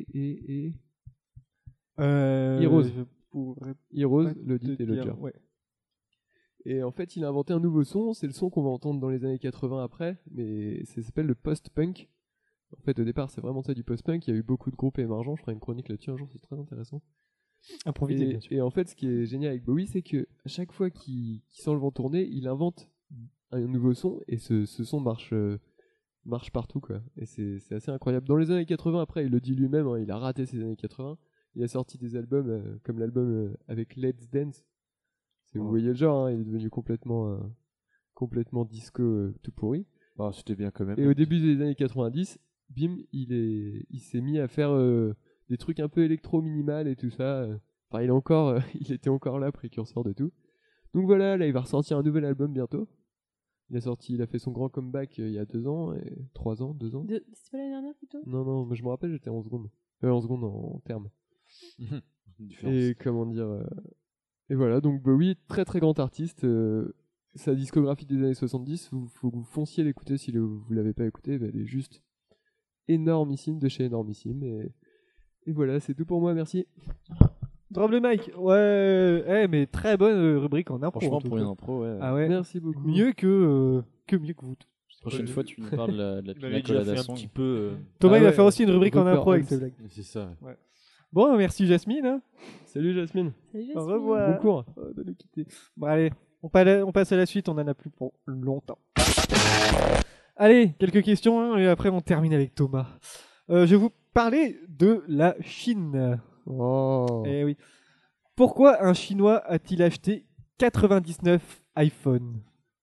Heroes. Heroes, Loaded et Lodger. Ouais. Et en fait, il a inventé un nouveau son. C'est le son qu'on va entendre dans les années 80 après, mais ça s'appelle le post-punk. En fait, au départ, c'est vraiment ça du post-punk. Il y a eu beaucoup de groupes émergents. Je ferai une chronique là-dessus un jour, c'est très intéressant. Improvisé, bien sûr. Et en fait, ce qui est génial avec Bowie, c'est que à chaque fois qu'il sent le vent tourner, il invente un nouveau son et ce son marche partout, quoi. Et c'est assez incroyable. Dans les années 80, après, il le dit lui-même, hein, il a raté ses années 80. Il a sorti des albums comme l'album avec Let's Dance. Vous voyez le genre, hein, il est devenu complètement disco tout pourri. Ah, c'était bien quand même. Et au début des années 90, bim, il s'est mis à faire des trucs un peu électro-minimal et tout ça. Enfin, il était encore là, précurseur de tout. Donc voilà, là, il va ressortir un nouvel album bientôt. Il a fait son grand comeback il y a 2 ans, 3 ans, 2 ans. C'était pas l'année dernière plutôt ? Non, mais je me rappelle, j'étais en seconde. En seconde en termes. Et comment dire... Et voilà, donc Bowie, très très grand artiste. Sa discographie des années 70, faut que vous fonciez l'écouter si vous l'avez pas écouté. Elle est juste énormissime, de chez énormissime. Et voilà, c'est tout pour moi, merci. Drop le mic. Ouais, mais très bonne rubrique en impro. Franchement, pour une impro, ouais. Ah ouais. Merci beaucoup. Mieux que vous tous. La prochaine fois, tu nous parles de la l'avais déjà fait un pinacolada petit peu. Thomas, Ah il va ouais, faire aussi une rubrique en Roper impro avec Holmes. ses blagues. C'est ça. Ouais. Bon, merci Jasmine. Hein. Salut Jasmine. Salut, Au Jasmine. revoir. Bon cours. De nous quitter. Bon, allez, on passe à la suite, on en a plus pour longtemps. Allez, quelques questions hein, et après on termine avec Thomas. Je vais vous parler de la Chine. Oh. Eh oui. Pourquoi un Chinois a-t-il acheté 99 iPhones ?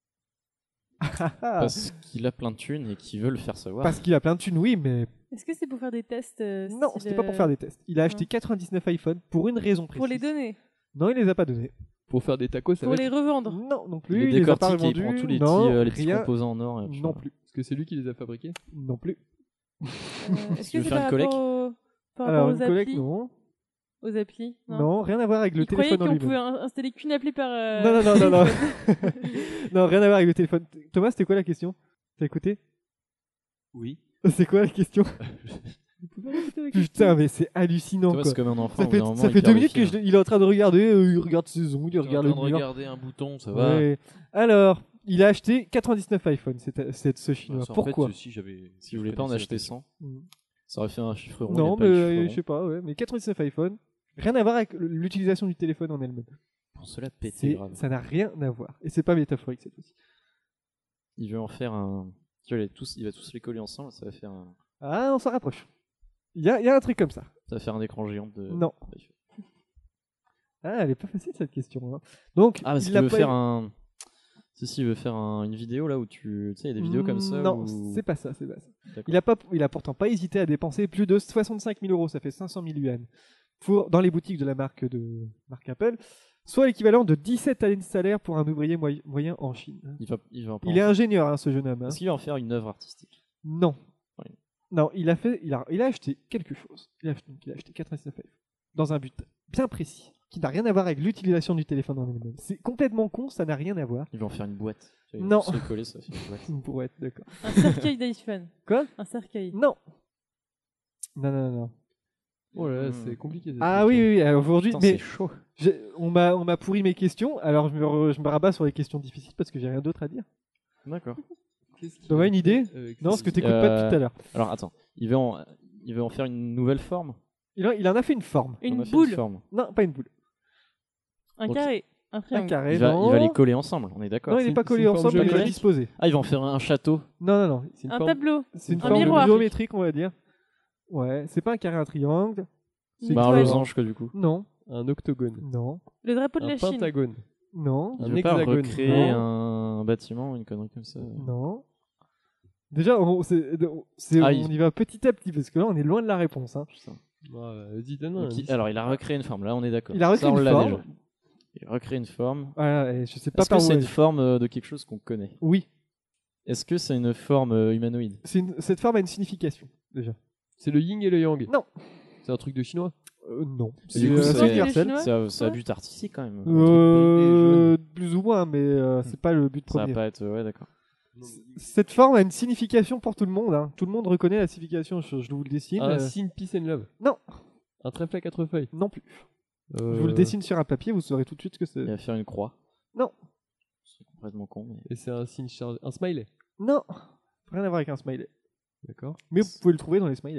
Parce qu'il a plein de thunes et qu'il veut le faire savoir. Parce qu'il a plein de thunes, oui, mais Est-ce que c'est pour faire des tests non, c'était pas pour faire des tests. Il a acheté 99 iPhones pour une raison précise. Pour les donner. Non, il les a pas donnés. Pour faire des tacos, ça Pour va les revendre. Non, non Il plus. les Il les a pas décortique et il revendus. prend tous les Non, petits rien. composants en or. Non plus. Parce que c'est lui qui les a fabriqués. Non plus. Est-ce Tu veux que c'est faire par une collecte rapport par Alors, rapport une aux collecte, applis non. Aux applis Non, rien à voir avec le Il croyait téléphone en qu'on lui-même. pouvait installer qu'une appli par... Non. Non, rien à voir avec le téléphone. Thomas, c'était quoi la question ? T'as écouté ? Oui. C'est quoi la question ? Putain, mais c'est hallucinant Toi, quoi. c'est comme un enfant. Ça au bout d'un fait, moment, ça il fait 2 minutes clarifie, qu'il est en train de regarder, il regarde ses ongles, il regarde le mur. Regarder un bouton, ça va. Ouais. Alors, il a acheté 99 iPhones, ce chinois. En Pourquoi fait, si j'avais. Si vous voulez pas en acheter 100, ça aurait fait un chiffre rond. Non, il y a pas eu de mais chiffre je sais pas, ouais. Mais 99 iPhones, rien à voir avec l'utilisation du téléphone en elle-même. rond. Pour cela, péter grave. Ça n'a rien à voir. Et c'est pas métaphorique cette fois-ci. Il veut en faire un. Tu vois, il va tous les coller ensemble, ça va faire un. Ah, on s'en rapproche. Il y a un truc comme ça. Ça va faire un écran géant de. Non. Ah, elle est pas facile cette question. Hein. Donc, Ah, parce il qu'il a veut pas faire eu- un. Si, il veut faire une vidéo là où tu sais, il y a des vidéos comme ça. Non, où- c'est pas ça, c'est pas ça. D'accord. Il a pourtant pas hésité à dépenser plus de 65 000 euros, ça fait 500 000 yuan, dans les boutiques de la marque Apple, soit l'équivalent de 17 années de salaire pour un ouvrier moyen en Chine. Il va en Il est ingénieur, hein, ce jeune homme. Hein. Est-ce qu'il va en faire une œuvre artistique? Non. Oui. Non, il a acheté quelque chose. Il a acheté 99 iPhones dans un but bien précis, qui n'a rien à voir avec l'utilisation du téléphone en elle-même. C'est complètement con, ça n'a rien à voir. Il va en faire une boîte. Tu vois, il Non. va tous les coller, ça fait une boîte. Une boîte, d'accord. Un cercueil d'iPhone. Quoi? Un cercueil. Non. Non. Oh là là, c'est compliqué. cette Ah question. oui, aujourd'hui, Putain, mais c'est chaud. on m'a pourri mes questions, alors je me rabats sur les questions difficiles parce que j'ai rien d'autre à dire. D'accord. Qu'est-ce qu'il T'en as une idée? avec Non, ces- ce que t'écoutes pas depuis tout à l'heure. Alors attends, il veut en faire une nouvelle forme. Il en a fait une forme. Il en Une a fait boule. forme. Non, pas une boule. Un Ok. carré. Un Un triangle. carré, Il va non. les coller ensemble, on est d'accord. Non, il n'est pas c'est collé une forme ensemble, il va géométrique. disposer. Ah, il va en faire un château. Non. C'est une Un forme- tableau. C'est une Un forme miroir. géométrique, on va dire. Ouais, c'est pas un carré, un triangle. Une Bah, un étoile. losange, quoi, du coup. Non, Un octogone. non, Le drapeau de Un la Chine. pentagone. non, Il Un veut pas hexagone. recréer Non. un bâtiment, une connerie comme ça. non. Déjà, on y va petit à petit parce que là, on est loin de la réponse. Hein. Putain. Vas-y, donne un Donc, indice. alors, il a recréé une forme, là, on est d'accord. Il a recréé Ça, on une l'a forme. déjà. Il a recréé une forme. Voilà, et je sais pas Est-ce par que où c'est elle- une forme de quelque chose qu'on connaît? Oui. Est-ce que c'est une forme humanoïde? Cette forme a une signification, déjà. C'est le yin et le yang. Non. C'est un truc de chinois. Non. Et du coup, c'est universel. C'est à but artistique quand même. Plus ou moins, mais c'est pas le but Ça va premier. pas être. Ouais, d'accord. Cette forme a une signification pour tout le monde. Hein. Tout le monde reconnaît la signification. Je vous le dessine. Un signe peace and love. Non. Un trèfle à 4 feuilles. Non plus. Je vous le dessine sur un papier, vous saurez tout de suite ce que c'est. Il va faire une croix. Non. C'est complètement con. Mais... Et c'est un signe chargé. Un smiley. Non. Rien à voir avec un smiley. D'accord. Mais vous pouvez le trouver dans les smileys.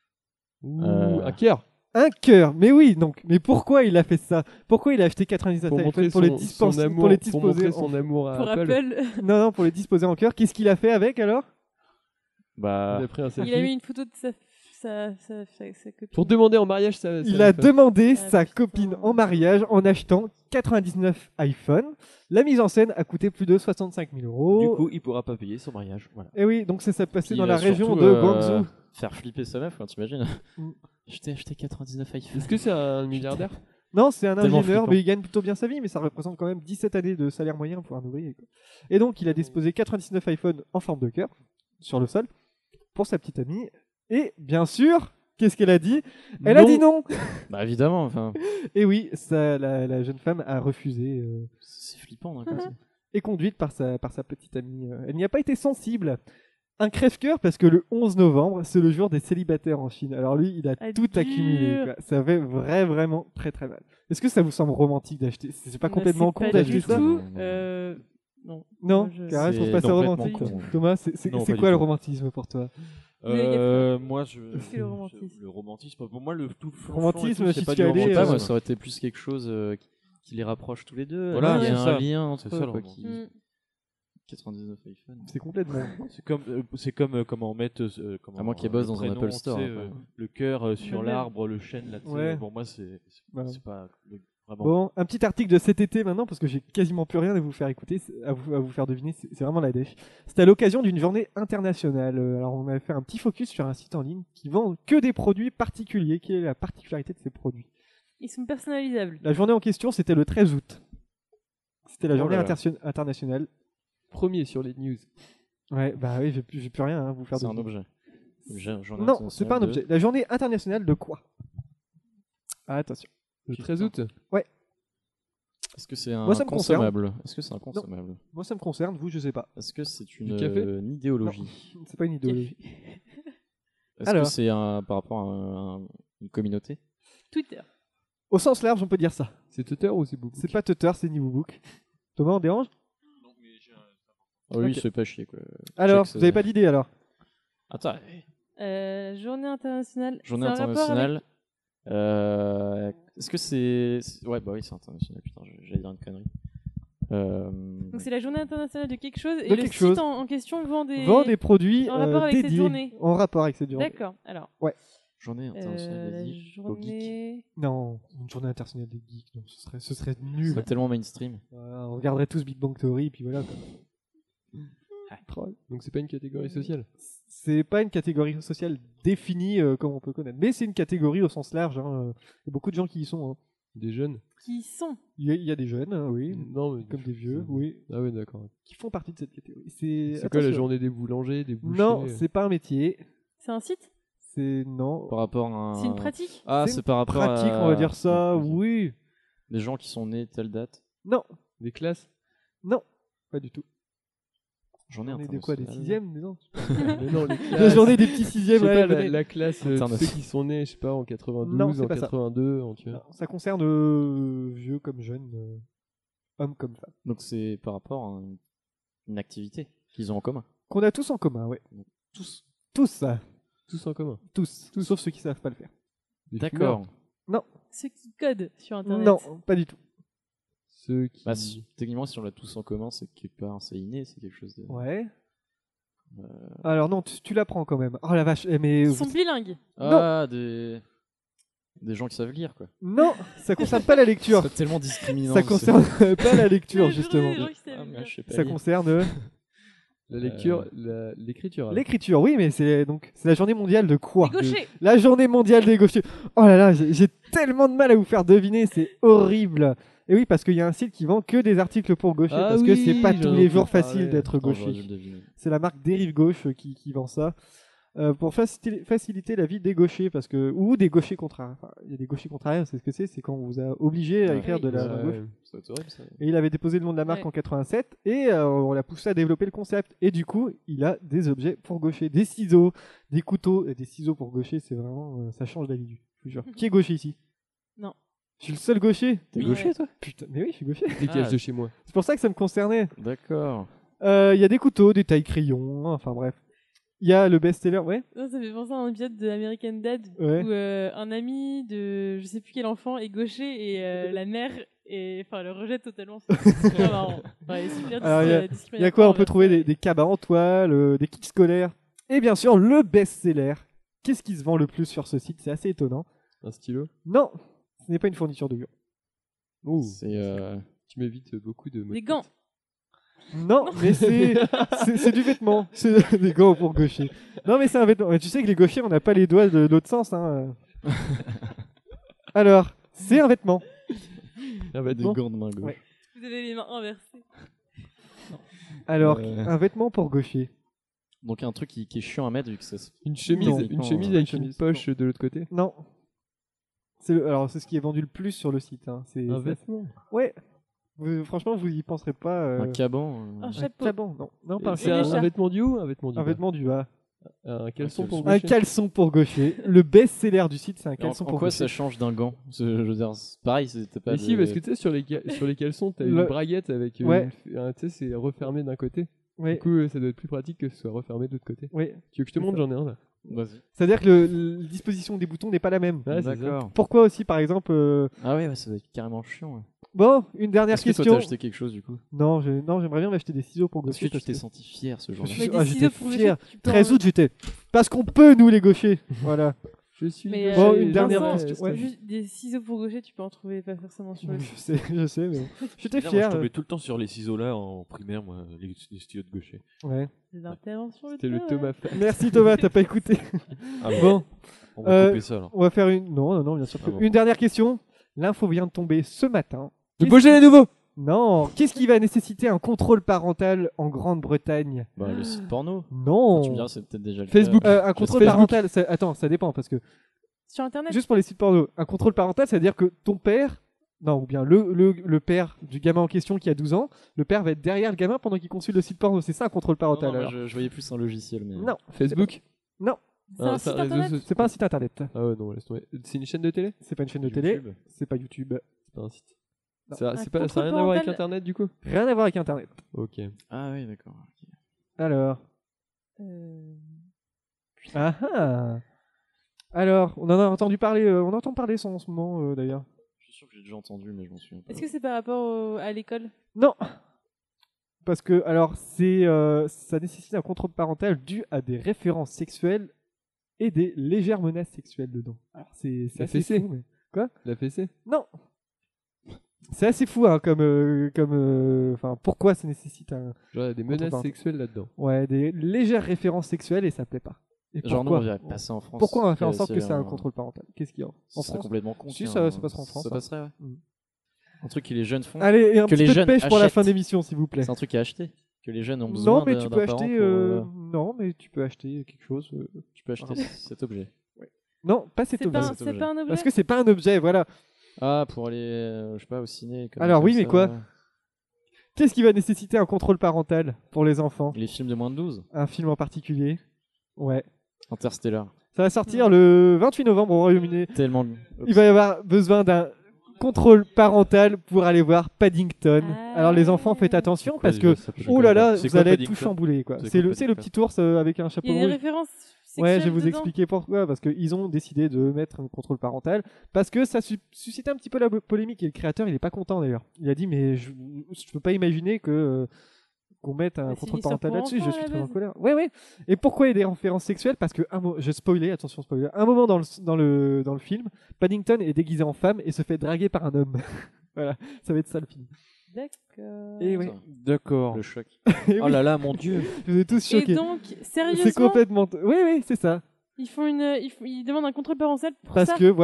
Un cœur. Un cœur, mais oui, donc. Mais pourquoi il a fait ça? Pourquoi il a acheté 99 Pour iPhones montrer pour les son disposer amour, pour les pour disposer montrer son amour à Pour Apple. Apple. Non, pour les disposer en cœur. Qu'est-ce qu'il a fait avec alors? Bah. Il a pris un selfie. Il a mis une photo de sa copine. Pour demander en mariage sa Il a demandé sa putain. copine en mariage en achetant 99 iPhones. La mise en scène a coûté plus de 65 000 euros. Du coup, il pourra pas payer son mariage. Voilà. Et oui, donc ça s'est passé Il dans va la région surtout, de Guangzhou. Faire flipper sa meuf, t'imagines? Mm. Je t'ai acheté 99 iPhones. Est-ce que c'est un milliardaire? Non, c'est un Tellement ingénieur, flippant. mais il gagne plutôt bien sa vie, mais ça représente quand même 17 années de salaire moyen pour un ouvrier. Quoi. Et donc, il a disposé 99 iPhones en forme de cœur sur le sol pour sa petite amie. Et bien sûr, qu'est-ce qu'elle a dit? Elle a dit non. Bah évidemment, enfin. Et oui, la jeune femme a refusé. C'est flippant, hein, comme ça. Et conduite par sa petite amie. Elle n'y a pas été sensible. Un crève-cœur parce que le 11 novembre, c'est le jour des célibataires en Chine. Alors lui, il a tout dur. accumulé. Quoi. Ça fait vraiment très très mal. Est-ce que ça vous semble romantique d'acheter? C'est pas complètement con d'acheter ça? tout. Non, Non. Moi, Carré, je trouve pas ça complètement romantique. con. Thomas, Non, c'est pas quoi du le tout. romantisme pour toi? Moi, Qu'est-ce que le romantisme? le romantisme, pour moi, le tout Romantisme, et tout, c'est pas du fiscalité, Je sais pas, romantisme. moi, ça aurait été plus quelque chose qui les rapproche tous les deux. Voilà, il y a c'est un ça. lien entre C'est ça, le quoi, romantisme. 99 iPhone. C'est complètement. C'est comme comment mettre. À moins qu'il bosse dans un prénom, Apple Store, tu sais, hein, le cœur sur Le l'arbre, le chêne là. Tu sais, Ouais. Pour moi, c'est Voilà. pas vraiment. Bon, un petit article de cet été maintenant, parce que j'ai quasiment plus rien à vous faire écouter, à vous faire deviner, c'est vraiment la dèche. C'était à l'occasion d'une journée internationale. Alors on a fait un petit focus sur un site en ligne qui vend que des produits particuliers. Quelle est la particularité de ces produits? Ils sont personnalisables. La journée en question, c'était le 13 août. C'était la Oh journée là là. internationale. Premier sur les news. Ouais, bah oui, j'ai plus rien à vous faire C'est un deviner. objet. Non, c'est pas un objet. La journée internationale de quoi? Ah, attention. Le 13 août. Ouais. Est-ce que c'est un Moi, ça me concerne. consommable? Est-ce que c'est un consommable? Moi, ça me concerne, vous, je sais pas. Est-ce que c'est Du une café idéologie? C'est pas une idéologie. Est-ce Alors. que c'est par rapport à une communauté? Twitter. Au sens large, on peut dire ça. C'est Tutter ou c'est Book? C'est pas Tutter, c'est Nibook. Thomas, on dérange? Ah oui, Ok. c'est pas chier quoi. Alors, Je sais que vous avez pas d'idée alors? Attends, Journée internationale. journée C'est un rapport internationale. Est-ce que c'est. Ouais, bah oui, c'est international, putain, j'allais dire une connerie. Donc c'est la journée internationale de quelque chose et De le quelque site chose. en question vend Vend des produits en rapport avec cette dédiés. journée. En rapport avec cette journée. D'accord. Alors. Ouais. Journée internationale la des geeks. journée. Non, une journée internationale des geeks, non, ce serait C'est nul. pas tellement mainstream. Voilà, on regarderait tous Big Bang Theory et puis voilà. Quoi. Troll. Donc c'est pas une catégorie sociale. C'est pas une catégorie sociale définie comme on peut connaître, mais c'est une catégorie au sens large. Hein. Il y a beaucoup de gens qui y sont. Hein. Des jeunes. Qui sont. Il y a des jeunes, hein, oui, Non, mais comme des vieux, oui, Ah ouais, d'accord. qui font partie de cette catégorie. C'est quoi la attention. journée des boulangers, des bouchers? Non, c'est pas un métier. C'est un site. C'est non. Par rapport à un. C'est une pratique. Ah, C'est c'est une par rapport pratique, à. on va dire ça. Ok. Oui. Les gens qui sont nés telle date. Non, Des classes? non, pas du tout. Journée On est des quoi, des internationale. sixièmes, non? Mais non, les La classes. journée des petits Je sixièmes. sais ouais, pas, venez. la classe, ceux International. qui sont nés, je sais pas, en 92, Non, c'est en pas ça. 82, en tu vois. Non, ça concerne vieux comme jeunes, hommes comme femmes. Donc c'est par rapport à une activité qu'ils ont en commun. Qu'on a tous en commun, ouais. Tous. Tous, ça. Tous en commun. Tous. Sauf ceux qui savent pas le faire. Des D'accord. Ceux qui codent sur internet. Non, pas du tout. Ceux qui... Bah, techniquement, si on l'a tous en commun, c'est quelque part, c'est inné, c'est quelque chose de. Ouais. Alors non, tu l'apprends quand même. Oh la vache, mais Ils sont bilingues. Ah, des gens qui savent lire, quoi. non, ça concerne pas la lecture. C'est tellement discriminant. Ça concerne pas la lecture Ouais, justement. des gens qui savent Ah, lire. mais je sais pas Ça lire. concerne La lecture, l'écriture. alors. l'écriture. Oui, mais c'est la journée mondiale de quoi? Des gauchers. La journée mondiale des gauchers. Oh là là, j'ai tellement de mal à vous faire deviner, c'est horrible. Et oui, parce qu'il y a un site qui vend que des articles pour gauchers, Ah parce que oui, c'est pas j'en tous ai les jours entendu parler. facile d'être Attends, j'aurais gaucher. dû le deviner. C'est la marque Dérive Gauche qui vend ça. Pour faciliter la vie des gauchers, parce que ou des gauchers contrariens. Enfin, il y a des gauchers contrariens, c'est ce que c'est quand on vous a obligé à écrire Oui. de la Ouais, gauche. ouais. Ça va être horrible, ça. Et il avait déposé le nom de la marque Ouais. en 87 et on l'a poussé à développer le concept. Et du coup, il a des objets pour gaucher, des ciseaux, des couteaux, et des ciseaux pour gaucher. C'est vraiment, ça change la vie je vous jure. Qui est gaucher ici? Non. Je suis le seul gaucher. T'es Oui. gaucher, toi? Putain, mais oui, je suis gaucher. Dégage de chez moi. C'est pour ça que ça me concernait. D'accord. Il y a des couteaux, des tailles crayons, enfin bref. Il y a le best-seller, ouais. Non, ça fait penser à un épisode de American Dad Ouais. où un ami de je sais plus quel enfant est gaucher et la mère le rejette totalement. C'est super marrant. Ouais, super Alors, il y a discriminatoire quoi? On peut envers trouver ça. des cabas en toile, des kits scolaires. Et bien sûr, le best-seller. Qu'est-ce qui se vend le plus sur ce site? C'est assez étonnant. Un stylo. Non, ce n'est pas une fourniture de bureau. Ouh, C'est tu m'évites beaucoup de mots. Des gants. Non, mais c'est du vêtement. C'est des gants pour gaucher. Non, mais c'est un vêtement. Mais tu sais que les gauchers, on n'a pas les doigts de l'autre sens. Hein. Alors, c'est un vêtement. Un des vêtement. gants de main gauche. Ouais. Vous avez les mains inversées. Alors, un vêtement pour gaucher. Donc un truc qui est chiant à mettre vu que ça se... Une chemise, Non. une chemise avec une poche de l'autre côté. Non. Alors, c'est ce qui est vendu le plus sur le site. Hein. C'est Un vêtement. Ouais. Franchement, vous y penserez pas. Un caban. Un Un chapeau. caban, non, pas un C'est caban. un vêtement du haut ou un vêtement du Un bas vêtement du bas. Un caleçon pour Un gaucher. caleçon pour gaucher. Le best-seller du site, c'est un En, caleçon en pour quoi gaucher. ça change d'un gant? Je veux dire, c'est pareil, c'était pas. Mais si, parce que tu sais, sur les caleçons, t'as Le- une braguette avec. Ouais. Tu sais, c'est refermé d'un côté. Oui. Du coup, ça doit être plus pratique que ce soit refermé de l'autre côté. Oui. Tu veux que je te montre? J'en ai un là. Vas-y. C'est-à-dire que la disposition des boutons n'est pas la même. Ouais, c'est ça. D'accord. Pourquoi aussi, par exemple Ah ouais, ça doit être carrément chiant. Ouais. Bon, une dernière Est-ce que toi question. t'as acheté quelque chose du coup? Non, j'aimerais bien m'acheter des ciseaux pour Est-ce que gaucher. tu t'es senti fier ce jour-là? Je suis- Mais des j'étais ciseaux pour fier. gaucher, tu peux 13 en- août, j'étais. Parce qu'on peut, nous, les gauchers. Voilà. Je suis. Mais Bon, une dernière Vincent, question. Ouais. juste des ciseaux pour gaucher, tu peux en trouver pas forcément sur le site. Je sais, mais j'étais Moi, fier. je tombais tout le temps sur les ciseaux là en primaire, moi, les stylos de gaucher. Ouais. Des interventions. C'était le Thomas Fax. Merci Thomas, t'as pas écouté. Ah Bon, On va couper ça alors. on va faire une. Non, bien sûr. Ah bon. Une dernière question. L'info vient de tomber ce matin. Le Beaujolais à nouveau. Non. Qu'est-ce qui va nécessiter un contrôle parental en Grande-Bretagne? Bah, le site porno. Non. Tu me diras, c'est peut-être déjà le Facebook. cas. Un contrôle Facebook. parental. Attends, ça dépend parce que Sur internet. juste pour les sites porno, un contrôle parental, c'est-à-dire que ton père, non, ou bien le père du gamin en question qui a 12 ans, le père va être derrière le gamin pendant qu'il consulte le site porno. C'est ça un contrôle Non, parental. non, moi, alors. je voyais plus un logiciel. Mais... Non, Facebook. non, C'est un site internet. c'est pas un site internet. Ah ouais, non, laisse tomber. C'est une chaîne de télé? C'est pas une chaîne de YouTube. télé. C'est pas YouTube. C'est pas un site. Non. Ça Un ça a rien contrôle à voir avec parental. internet du coup? Rien à voir avec internet. Ok. Ah oui, d'accord. ok. Alors. Euh, Ah ah. Alors, on en a entendu parler. On entend parler ça en ce moment d'ailleurs. Je suis sûr que j'ai déjà entendu, mais je m'en souviens pas. Est-ce que c'est par rapport à l'école? Non. Parce que alors ça nécessite un contrôle parental dû à des références sexuelles et des légères menaces sexuelles dedans. Alors c'est La assez fessée. fou. Mais... Quoi? La fessée? Non. C'est assez fou hein, enfin pourquoi ça nécessite un Genre, il y a des Contrôle menaces parental. sexuelles là-dedans. ouais des légères références sexuelles et ça plaît pas. Et Genre, non, pourquoi on dirait pas ça en France. Pourquoi on va faire en sorte C'est que c'est un contrôle parental? Qu'est-ce qu'il y a Ce en serait France? complètement con. Si, tiens. ça passera en France, Ça hein. passerait, ouais. Mm. Un truc que les jeunes font. Allez, et un que petit les peu de jeunes pêche pour la fin achètent. d'émission s'il vous plaît. C'est un truc à acheter. Que les jeunes ont besoin Non mais tu d'un peux parent acheter pour, non mais tu peux acheter quelque chose. Tu peux acheter cet objet. Non, pas cet C'est objet. pas, c'est pas un objet. Parce que c'est pas un objet, voilà. Ah, pour aller, je sais pas, au ciné. Alors oui, comme mais ça. quoi? Qu'est-ce qui va nécessiter un contrôle parental pour les enfants? Les films de moins de 12. Un film en particulier? Ouais. Interstellar. Ça va sortir le 28 novembre au Royaume-Uni. Tellement. Il va y avoir besoin d'un contrôle parental pour aller voir Paddington. Alors les enfants, faites attention quoi, parce déjà, que ça, je oh là là, C'est vous quoi, allez être tout Paddington? chamboulé quoi. C'est C'est quoi, le Paddington? petit ours avec un chapeau Il y a des rouge. références sexuelles Ouais, je vais vous dedans. expliquer pourquoi. Parce qu'ils ont décidé de mettre un contrôle parental. Parce que ça suscitait un petit peu la polémique. Et le créateur, il est pas content d'ailleurs. Il a dit, mais je peux pas imaginer que qu'on mette un Bah, c'est contrôle une histoire parental pour là-dessus. Je enfants, suis à la très en base. colère. Ouais. Et pourquoi il y a des références sexuelles? Parce que, je spoilais, attention spoiler. Un moment dans le film, Paddington est déguisé en femme et se fait draguer par un homme. Voilà, ça va être ça le film. D'accord. Et oui. D'accord. Le choc. Et Oh oui. là là, mon dieu. Vous êtes tous choqués. Et donc, C'est sérieusement, complètement. Oui, c'est ça. ils demandent un contrôle parental pour Parce ça. que voilà,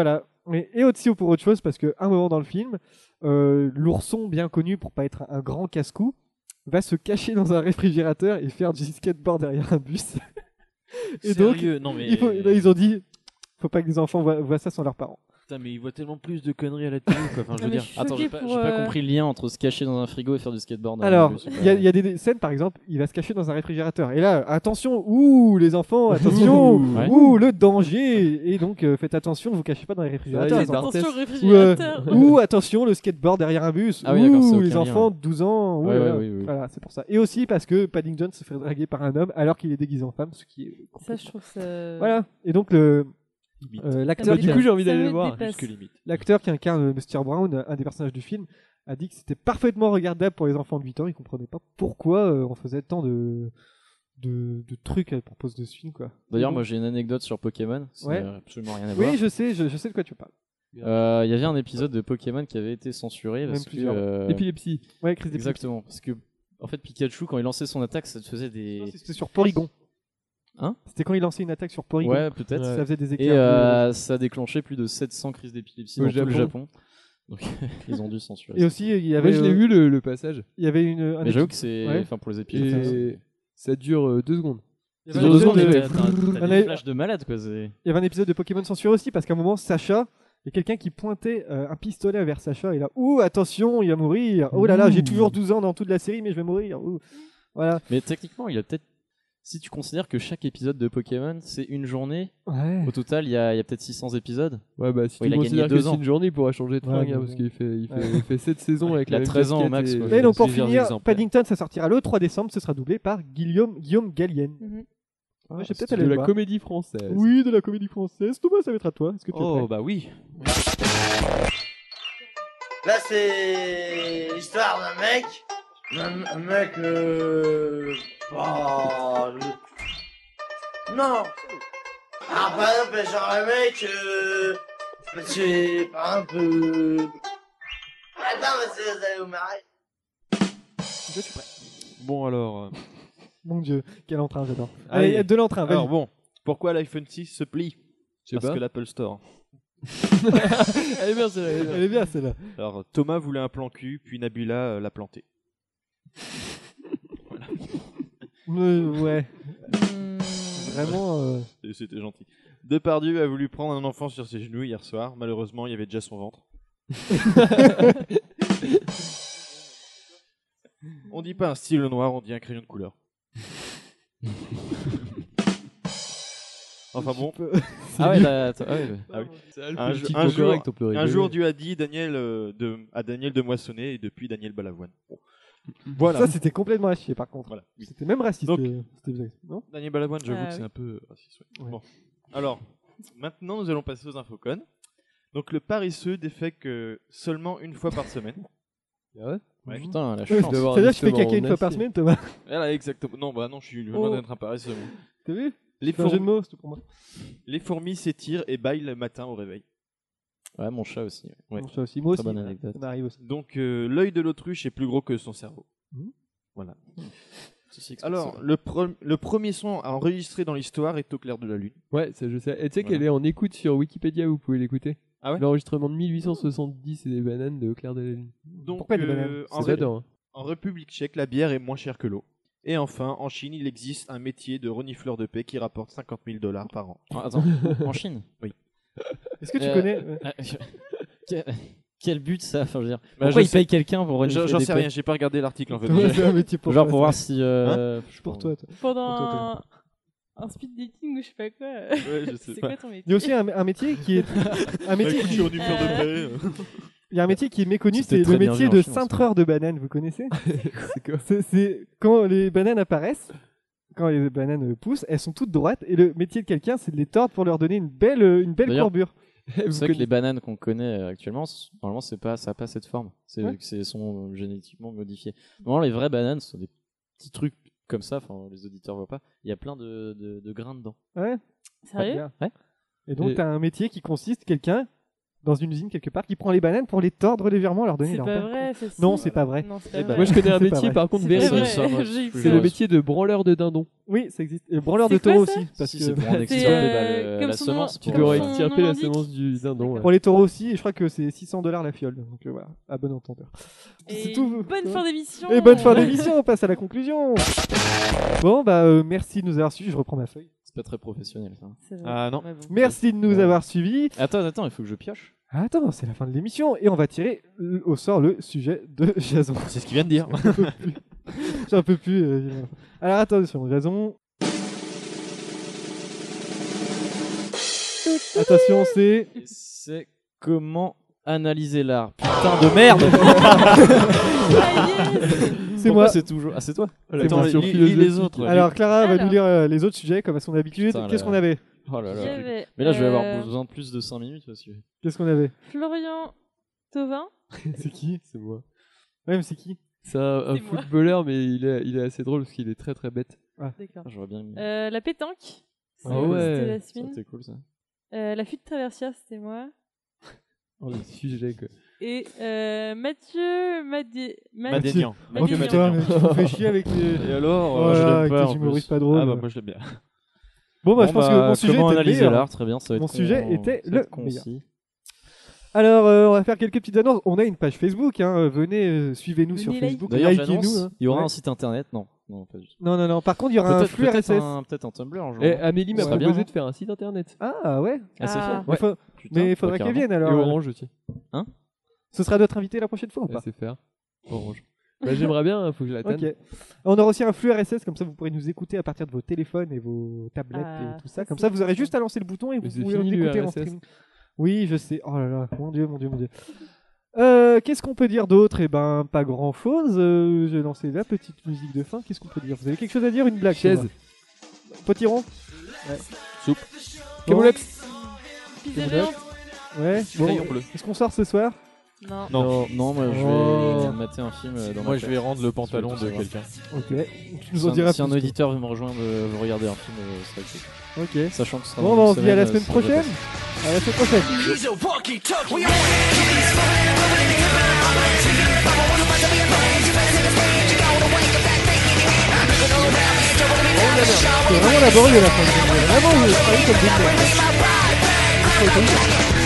Et aussi pour autre chose, parce qu'à un moment dans le film, l'ourson, bien connu pour pas être un grand casse-cou, va se cacher dans un réfrigérateur et faire du skateboard derrière un bus. Et Sérieux donc, non mais là, ils ont dit, faut pas que les enfants voient ça sans leurs parents. Putain, mais ils voient tellement plus de conneries à la télé quoi. Enfin, je veux dire. Attends, j'ai pas compris le lien entre se cacher dans un frigo et faire du skateboard. Alors, il y a des scènes, par exemple, il va se cacher dans un réfrigérateur. Et là, attention, ouh, les enfants, attention, Ouais. ouh, le danger. Et donc, faites attention, ne vous cachez pas dans les réfrigérateurs. Ouais, les enfants. Attention au réfrigérateur. Ou attention, le skateboard derrière un bus. Ah oui, d'accord, ça a Ouh, aucun les lien, enfants ouais. de 12 ans. Ouais, voilà. ouais, oui. Voilà, c'est pour ça. Et aussi parce que Paddington se fait draguer par un homme alors qu'il est déguisé en femme, ce qui est. Ça, je trouve ça. Voilà. Et donc, l'acteur Ça qui me Du coup, j'ai envie Ça d'aller me le voir. dépasse. Jusque limite. L'acteur qui incarne Mr. Brown, un des personnages du film, a dit que c'était parfaitement regardable pour les enfants de 8 ans. Il comprenait pas pourquoi on faisait tant de trucs à propos de ce film, quoi. D'ailleurs, Et moi donc- j'ai une anecdote sur Pokémon. Ça Ouais. n'a absolument rien à voir. Oui, je sais de quoi tu parles. Il y avait un épisode de Pokémon qui avait été censuré Même parce que. plusieurs. Épilepsie. Ouais, crise d'épilepsie. Exactement. Parce que, en fait, Pikachu, quand il lançait son attaque, ça te faisait des. C'était sur Porygon. Hein? C'était quand il lançait une attaque sur Porygon. Ouais, peut-être. Ça faisait des Et éclairs. ça a déclenché plus de 700 crises d'épilepsie Au dans tout le Japon. Japon. Donc, ils ont dû censurer. Et ça. aussi, il y Moi, avait. je l'ai vu le passage. Il y avait un Mais j'avoue épi- que c'est. Ouais. Enfin, pour les épilepsies. Et ça dure 2 secondes. Il y Ça avait dure un 2 secondes, épisode mais de- t'as On des avait- flashs de malade, quoi. C'est- Il y avait un épisode de Pokémon censuré aussi parce qu'à un moment, Sacha, il y a quelqu'un qui pointait un pistolet vers Sacha et là, ouh, attention, il va mourir. Oh là là, j'ai toujours 12 ans dans toute la série, mais je vais mourir. Ouh. Voilà. Mais techniquement, il y a peut-être. Si tu considères que chaque épisode de Pokémon, c'est une journée, Ouais. au total, il y a peut-être 600 épisodes. Ouais, bah si Ouais, il tu a considères gagné que 2 c'est ans. une journée, il pourra changer de Ouais, fringue, hein, mais parce bon. qu'il fait 7 saisons avec Il a la même 13 ans au casquette max, et- quoi. Et donc pour Plusieurs finir, exemplaires. Paddington, ça sortira le 3 décembre, ce sera doublé par Guillaume Gallienne. Mhm. Ouais, j'ai C'est peut-être aller de le la voir. comédie française. Oui, de la comédie française. Thomas, ça va être à toi. Est-ce que tu es Oh prêt bah oui. Là, c'est l'histoire d'un mec. Un mec, Non! Ah, par exemple, genre un mec, c'est par exemple, Attends, mais vous allez vous marrer. Je suis prêt. Bon alors. Mon dieu, quel entrain, j'adore. Allez. Allez, de l'entrain, vas-y. Alors bon, pourquoi l'iPhone 6 se plie? Je sais Parce pas. que l'Apple Store. Elle est bien, celle-là, elle est bien. Elle est bien celle-là. Alors Thomas voulait un plan cul, puis Nabila l'a planté. Ouais. Hmm. Vraiment. Et c'était gentil. Depardieu a voulu prendre un enfant sur ses genoux hier soir. Malheureusement, il y avait déjà son ventre. On dit pas un stylo noir, on dit un crayon de couleur. Enfin bon. Ah ouais, ah ouais, ouais. Ah oui. C'est le Un, petit un mot jour, correct, on peut un rigoler. jour, Dieu a dit à Daniel de moissonner et depuis Daniel Balavoine. Bon. Voilà. Ça, c'était complètement à chier, par contre. Voilà. Oui. C'était même raciste. Donc- non Daniel Balavoine, j'avoue Ah que c'est oui. un peu raciste. Ouais. Ouais. Bon. Alors, maintenant, nous allons passer aux infocones. Donc, le paresseux défèque seulement une fois par semaine. Ah ouais Ouais. Putain, la Ouais, chance. d'avoir C'est-à-dire que tu fais justement caca une en fois par acier. semaine, Thomas. Voilà, exactement. Non, bah non, je suis Oh. loin d'être un paresseux. moi. T'as vu Les, C'est un jeu de fourmis, mots, c'est pour moi. les fourmis s'étirent et baillent le matin au réveil. Ouais, mon chat aussi. Ouais. Bon, ça aussi. Moi Très aussi. bonne anecdote. Ça m'arrive aussi. Donc, l'œil de l'autruche est plus gros que son cerveau. Mhm. Voilà. Ceci explique Alors, ça. le premier son à enregistrer dans l'histoire est Au clair de la lune. Ouais, ça je sais. Et tu sais Voilà. qu'elle est en écoute sur Wikipédia, vous pouvez l'écouter. Ah ouais L'enregistrement de 1870 et des bananes de Au clair de la lune. Donc, Pourquoi des bananes en, C'est dedans. Hein. en République tchèque, la bière est moins chère que l'eau. Et enfin, en Chine, il existe un métier de renifleur de paix qui rapporte 50 000 $ par an. Ah, attends, en Chine. Oui. Est-ce que tu Euh, connais Quel but ça, enfin, je veux dire. Bah, Pourquoi je il sais- paye quelqu'un pour renifler J'en des sais paix rien, j'ai pas regardé l'article en fait. Thomas, c'est un métier pour Genre toi, pour ça. voir si. Pour toi. Pendant Toi, un speed dating ou je sais pas quoi. Ouais, je sais C'est pas. quoi ton métier Il y a aussi un métier qui est un métier Écoute, je suis renifleur de paix. il y a un métier qui est méconnu, C'était c'est très le bien métier vu en de Chine, en ce cintreur de bananes, vous connaissez C'est quoi C'est quand les bananes apparaissent, quand les bananes poussent, elles sont toutes droites et le métier de quelqu'un c'est de les tordre pour leur donner une belle D'ailleurs, courbure. C'est vrai que les bananes qu'on connaît actuellement, normalement, ça n'a pas cette forme. C'est Ouais. que sont génétiquement modifiées. Normalement, les vraies bananes sont des petits trucs comme ça. Enfin, les auditeurs voient pas. Il y a plein de grains dedans. Ouais. Sérieux? Bien. Ouais. Et donc Et- t'as un métier qui consiste quelqu'un dans une usine quelque part qui prend les bananes pour les tordre légèrement, leur donner C'est leur pas pain. vrai, ça, Non, c'est- c'est pas vrai. Non, c'est pas vrai. Moi je connais un C'est pas métier vrai. par contre C'est pas vérifié. vrai. J'ai eu C'est peur. le métier de branleur de dindon. Oui, ça existe. Et branleur de C'est quoi, taureau ça aussi. Parce Si, que c'est pour en C'est, extirper comme la son nom- semence. Tu Comme dois son extirper nom la l'indique. semence du dindon. ouais. pour les taureaux aussi, et je crois que c'est $600 la fiole. Donc voilà, à bon entendeur. C'est Et tout. bonne fin d'émission. Et bonne fin d'émission, on passe à la conclusion. Bon, merci de nous avoir suivis. Je reprends ma feuille. C'est pas très professionnel ça. C'est vrai. Ah non. Ouais, bon. Merci de nous avoir suivis. Attends, il faut que je pioche. Attends, c'est la fin de l'émission et on va tirer au sort le sujet de Jason. C'est ce qu'il vient de dire. J'en peux plus. Alors attention, Jason. Attention, c'est. Et c'est comment analyser l'art. Putain de merde. C'est Pourquoi moi. c'est toujours. Ah, c'est toi. C'est Attends, moi. lis les autres. ouais. Alors Clara va Alors. nous lire les autres sujets comme à son habitude. Putain, Qu'est-ce là. qu'on avait Oh là là. J'avais, Mais là, je vais avoir besoin de plus de 5 minutes parce que. Qu'est-ce qu'on avait Florian Thauvin. C'est qui C'est moi. Ouais, mais c'est qui C'est un C'est moi. footballeur, mais il est assez drôle parce qu'il est très très bête. D'accord. Ah, j'aurais bien aimé. La pétanque. Ah ouais. C'était Ça, Yasmine. c'était cool ça. La fuite traversia, c'était moi. Oh, les sujets quoi. Et Mathieu Madénian. Oh Madénian. putain, mais tu me fais chier avec les. Et alors, Voilà, je l'aime avec pas. tes en humoristes plus. pas drôles. Ah bah moi je l'aime bien. Bon, je pense que mon sujet comment était le analyser meilleur. l'art, très bien, ça va être Mon sujet était ça va le être concis. Alors, on va faire quelques petites annonces. On a une page Facebook, hein. Venez, suivez-nous sur Venez like. Facebook. D'ailleurs, likez-nous, j'annonce, hein. il y aura Ouais. un site internet. Non, pas du tout. Non. Par contre, il y aura un flux RSS. Peut-être un Tumblr un jour. Et Amélie m'a Ce serait proposé bien, de faire un site internet. Ah ouais. Ah, c'est Ah. fait. Ouais. Putain, Mais il faudrait bah, qu'elle vienne alors. Et Orange aussi. Ce sera notre invité la prochaine fois ou pas C'est faire. Orange. Bah, j'aimerais bien, faut que je l'attende. Ok. On aura aussi un flux RSS, comme ça vous pourrez nous écouter à partir de vos téléphones et vos tablettes Ah, et tout ça. ça, Comme c'est ça, vous aurez cool, juste ça. à lancer le bouton et vous Mais c'est pouvez fini, l'écouter en l'URSS. streaming. Oui, je sais. Oh là là, mon dieu. Qu'est-ce qu'on peut dire d'autre? Eh ben, pas grand chose. J'ai lancé la petite musique de fin. Qu'est-ce qu'on peut dire? Vous avez quelque chose à dire? Une blague? Chaise. Potiron? Soupe. Camoulox? Pizza géante. Ouais. Bon, Crayon bleu. est-ce qu'on sort ce soir? Non. Non, moi je Oh. vais mater un film dans Moi ma je vais rendre le pantalon de quelqu'un. Ok. Tu nous Si en diras si un plus. auditeur veut me rejoindre, veut regarder un film, ce serait cool. Ok. Sachant que ce sera Bon, dans une on se dit à la semaine, semaine prochaine. À la semaine prochaine. He's a walkie-talkie. C'est vraiment laborieux la fin. Vraiment, je travaille comme des merdes.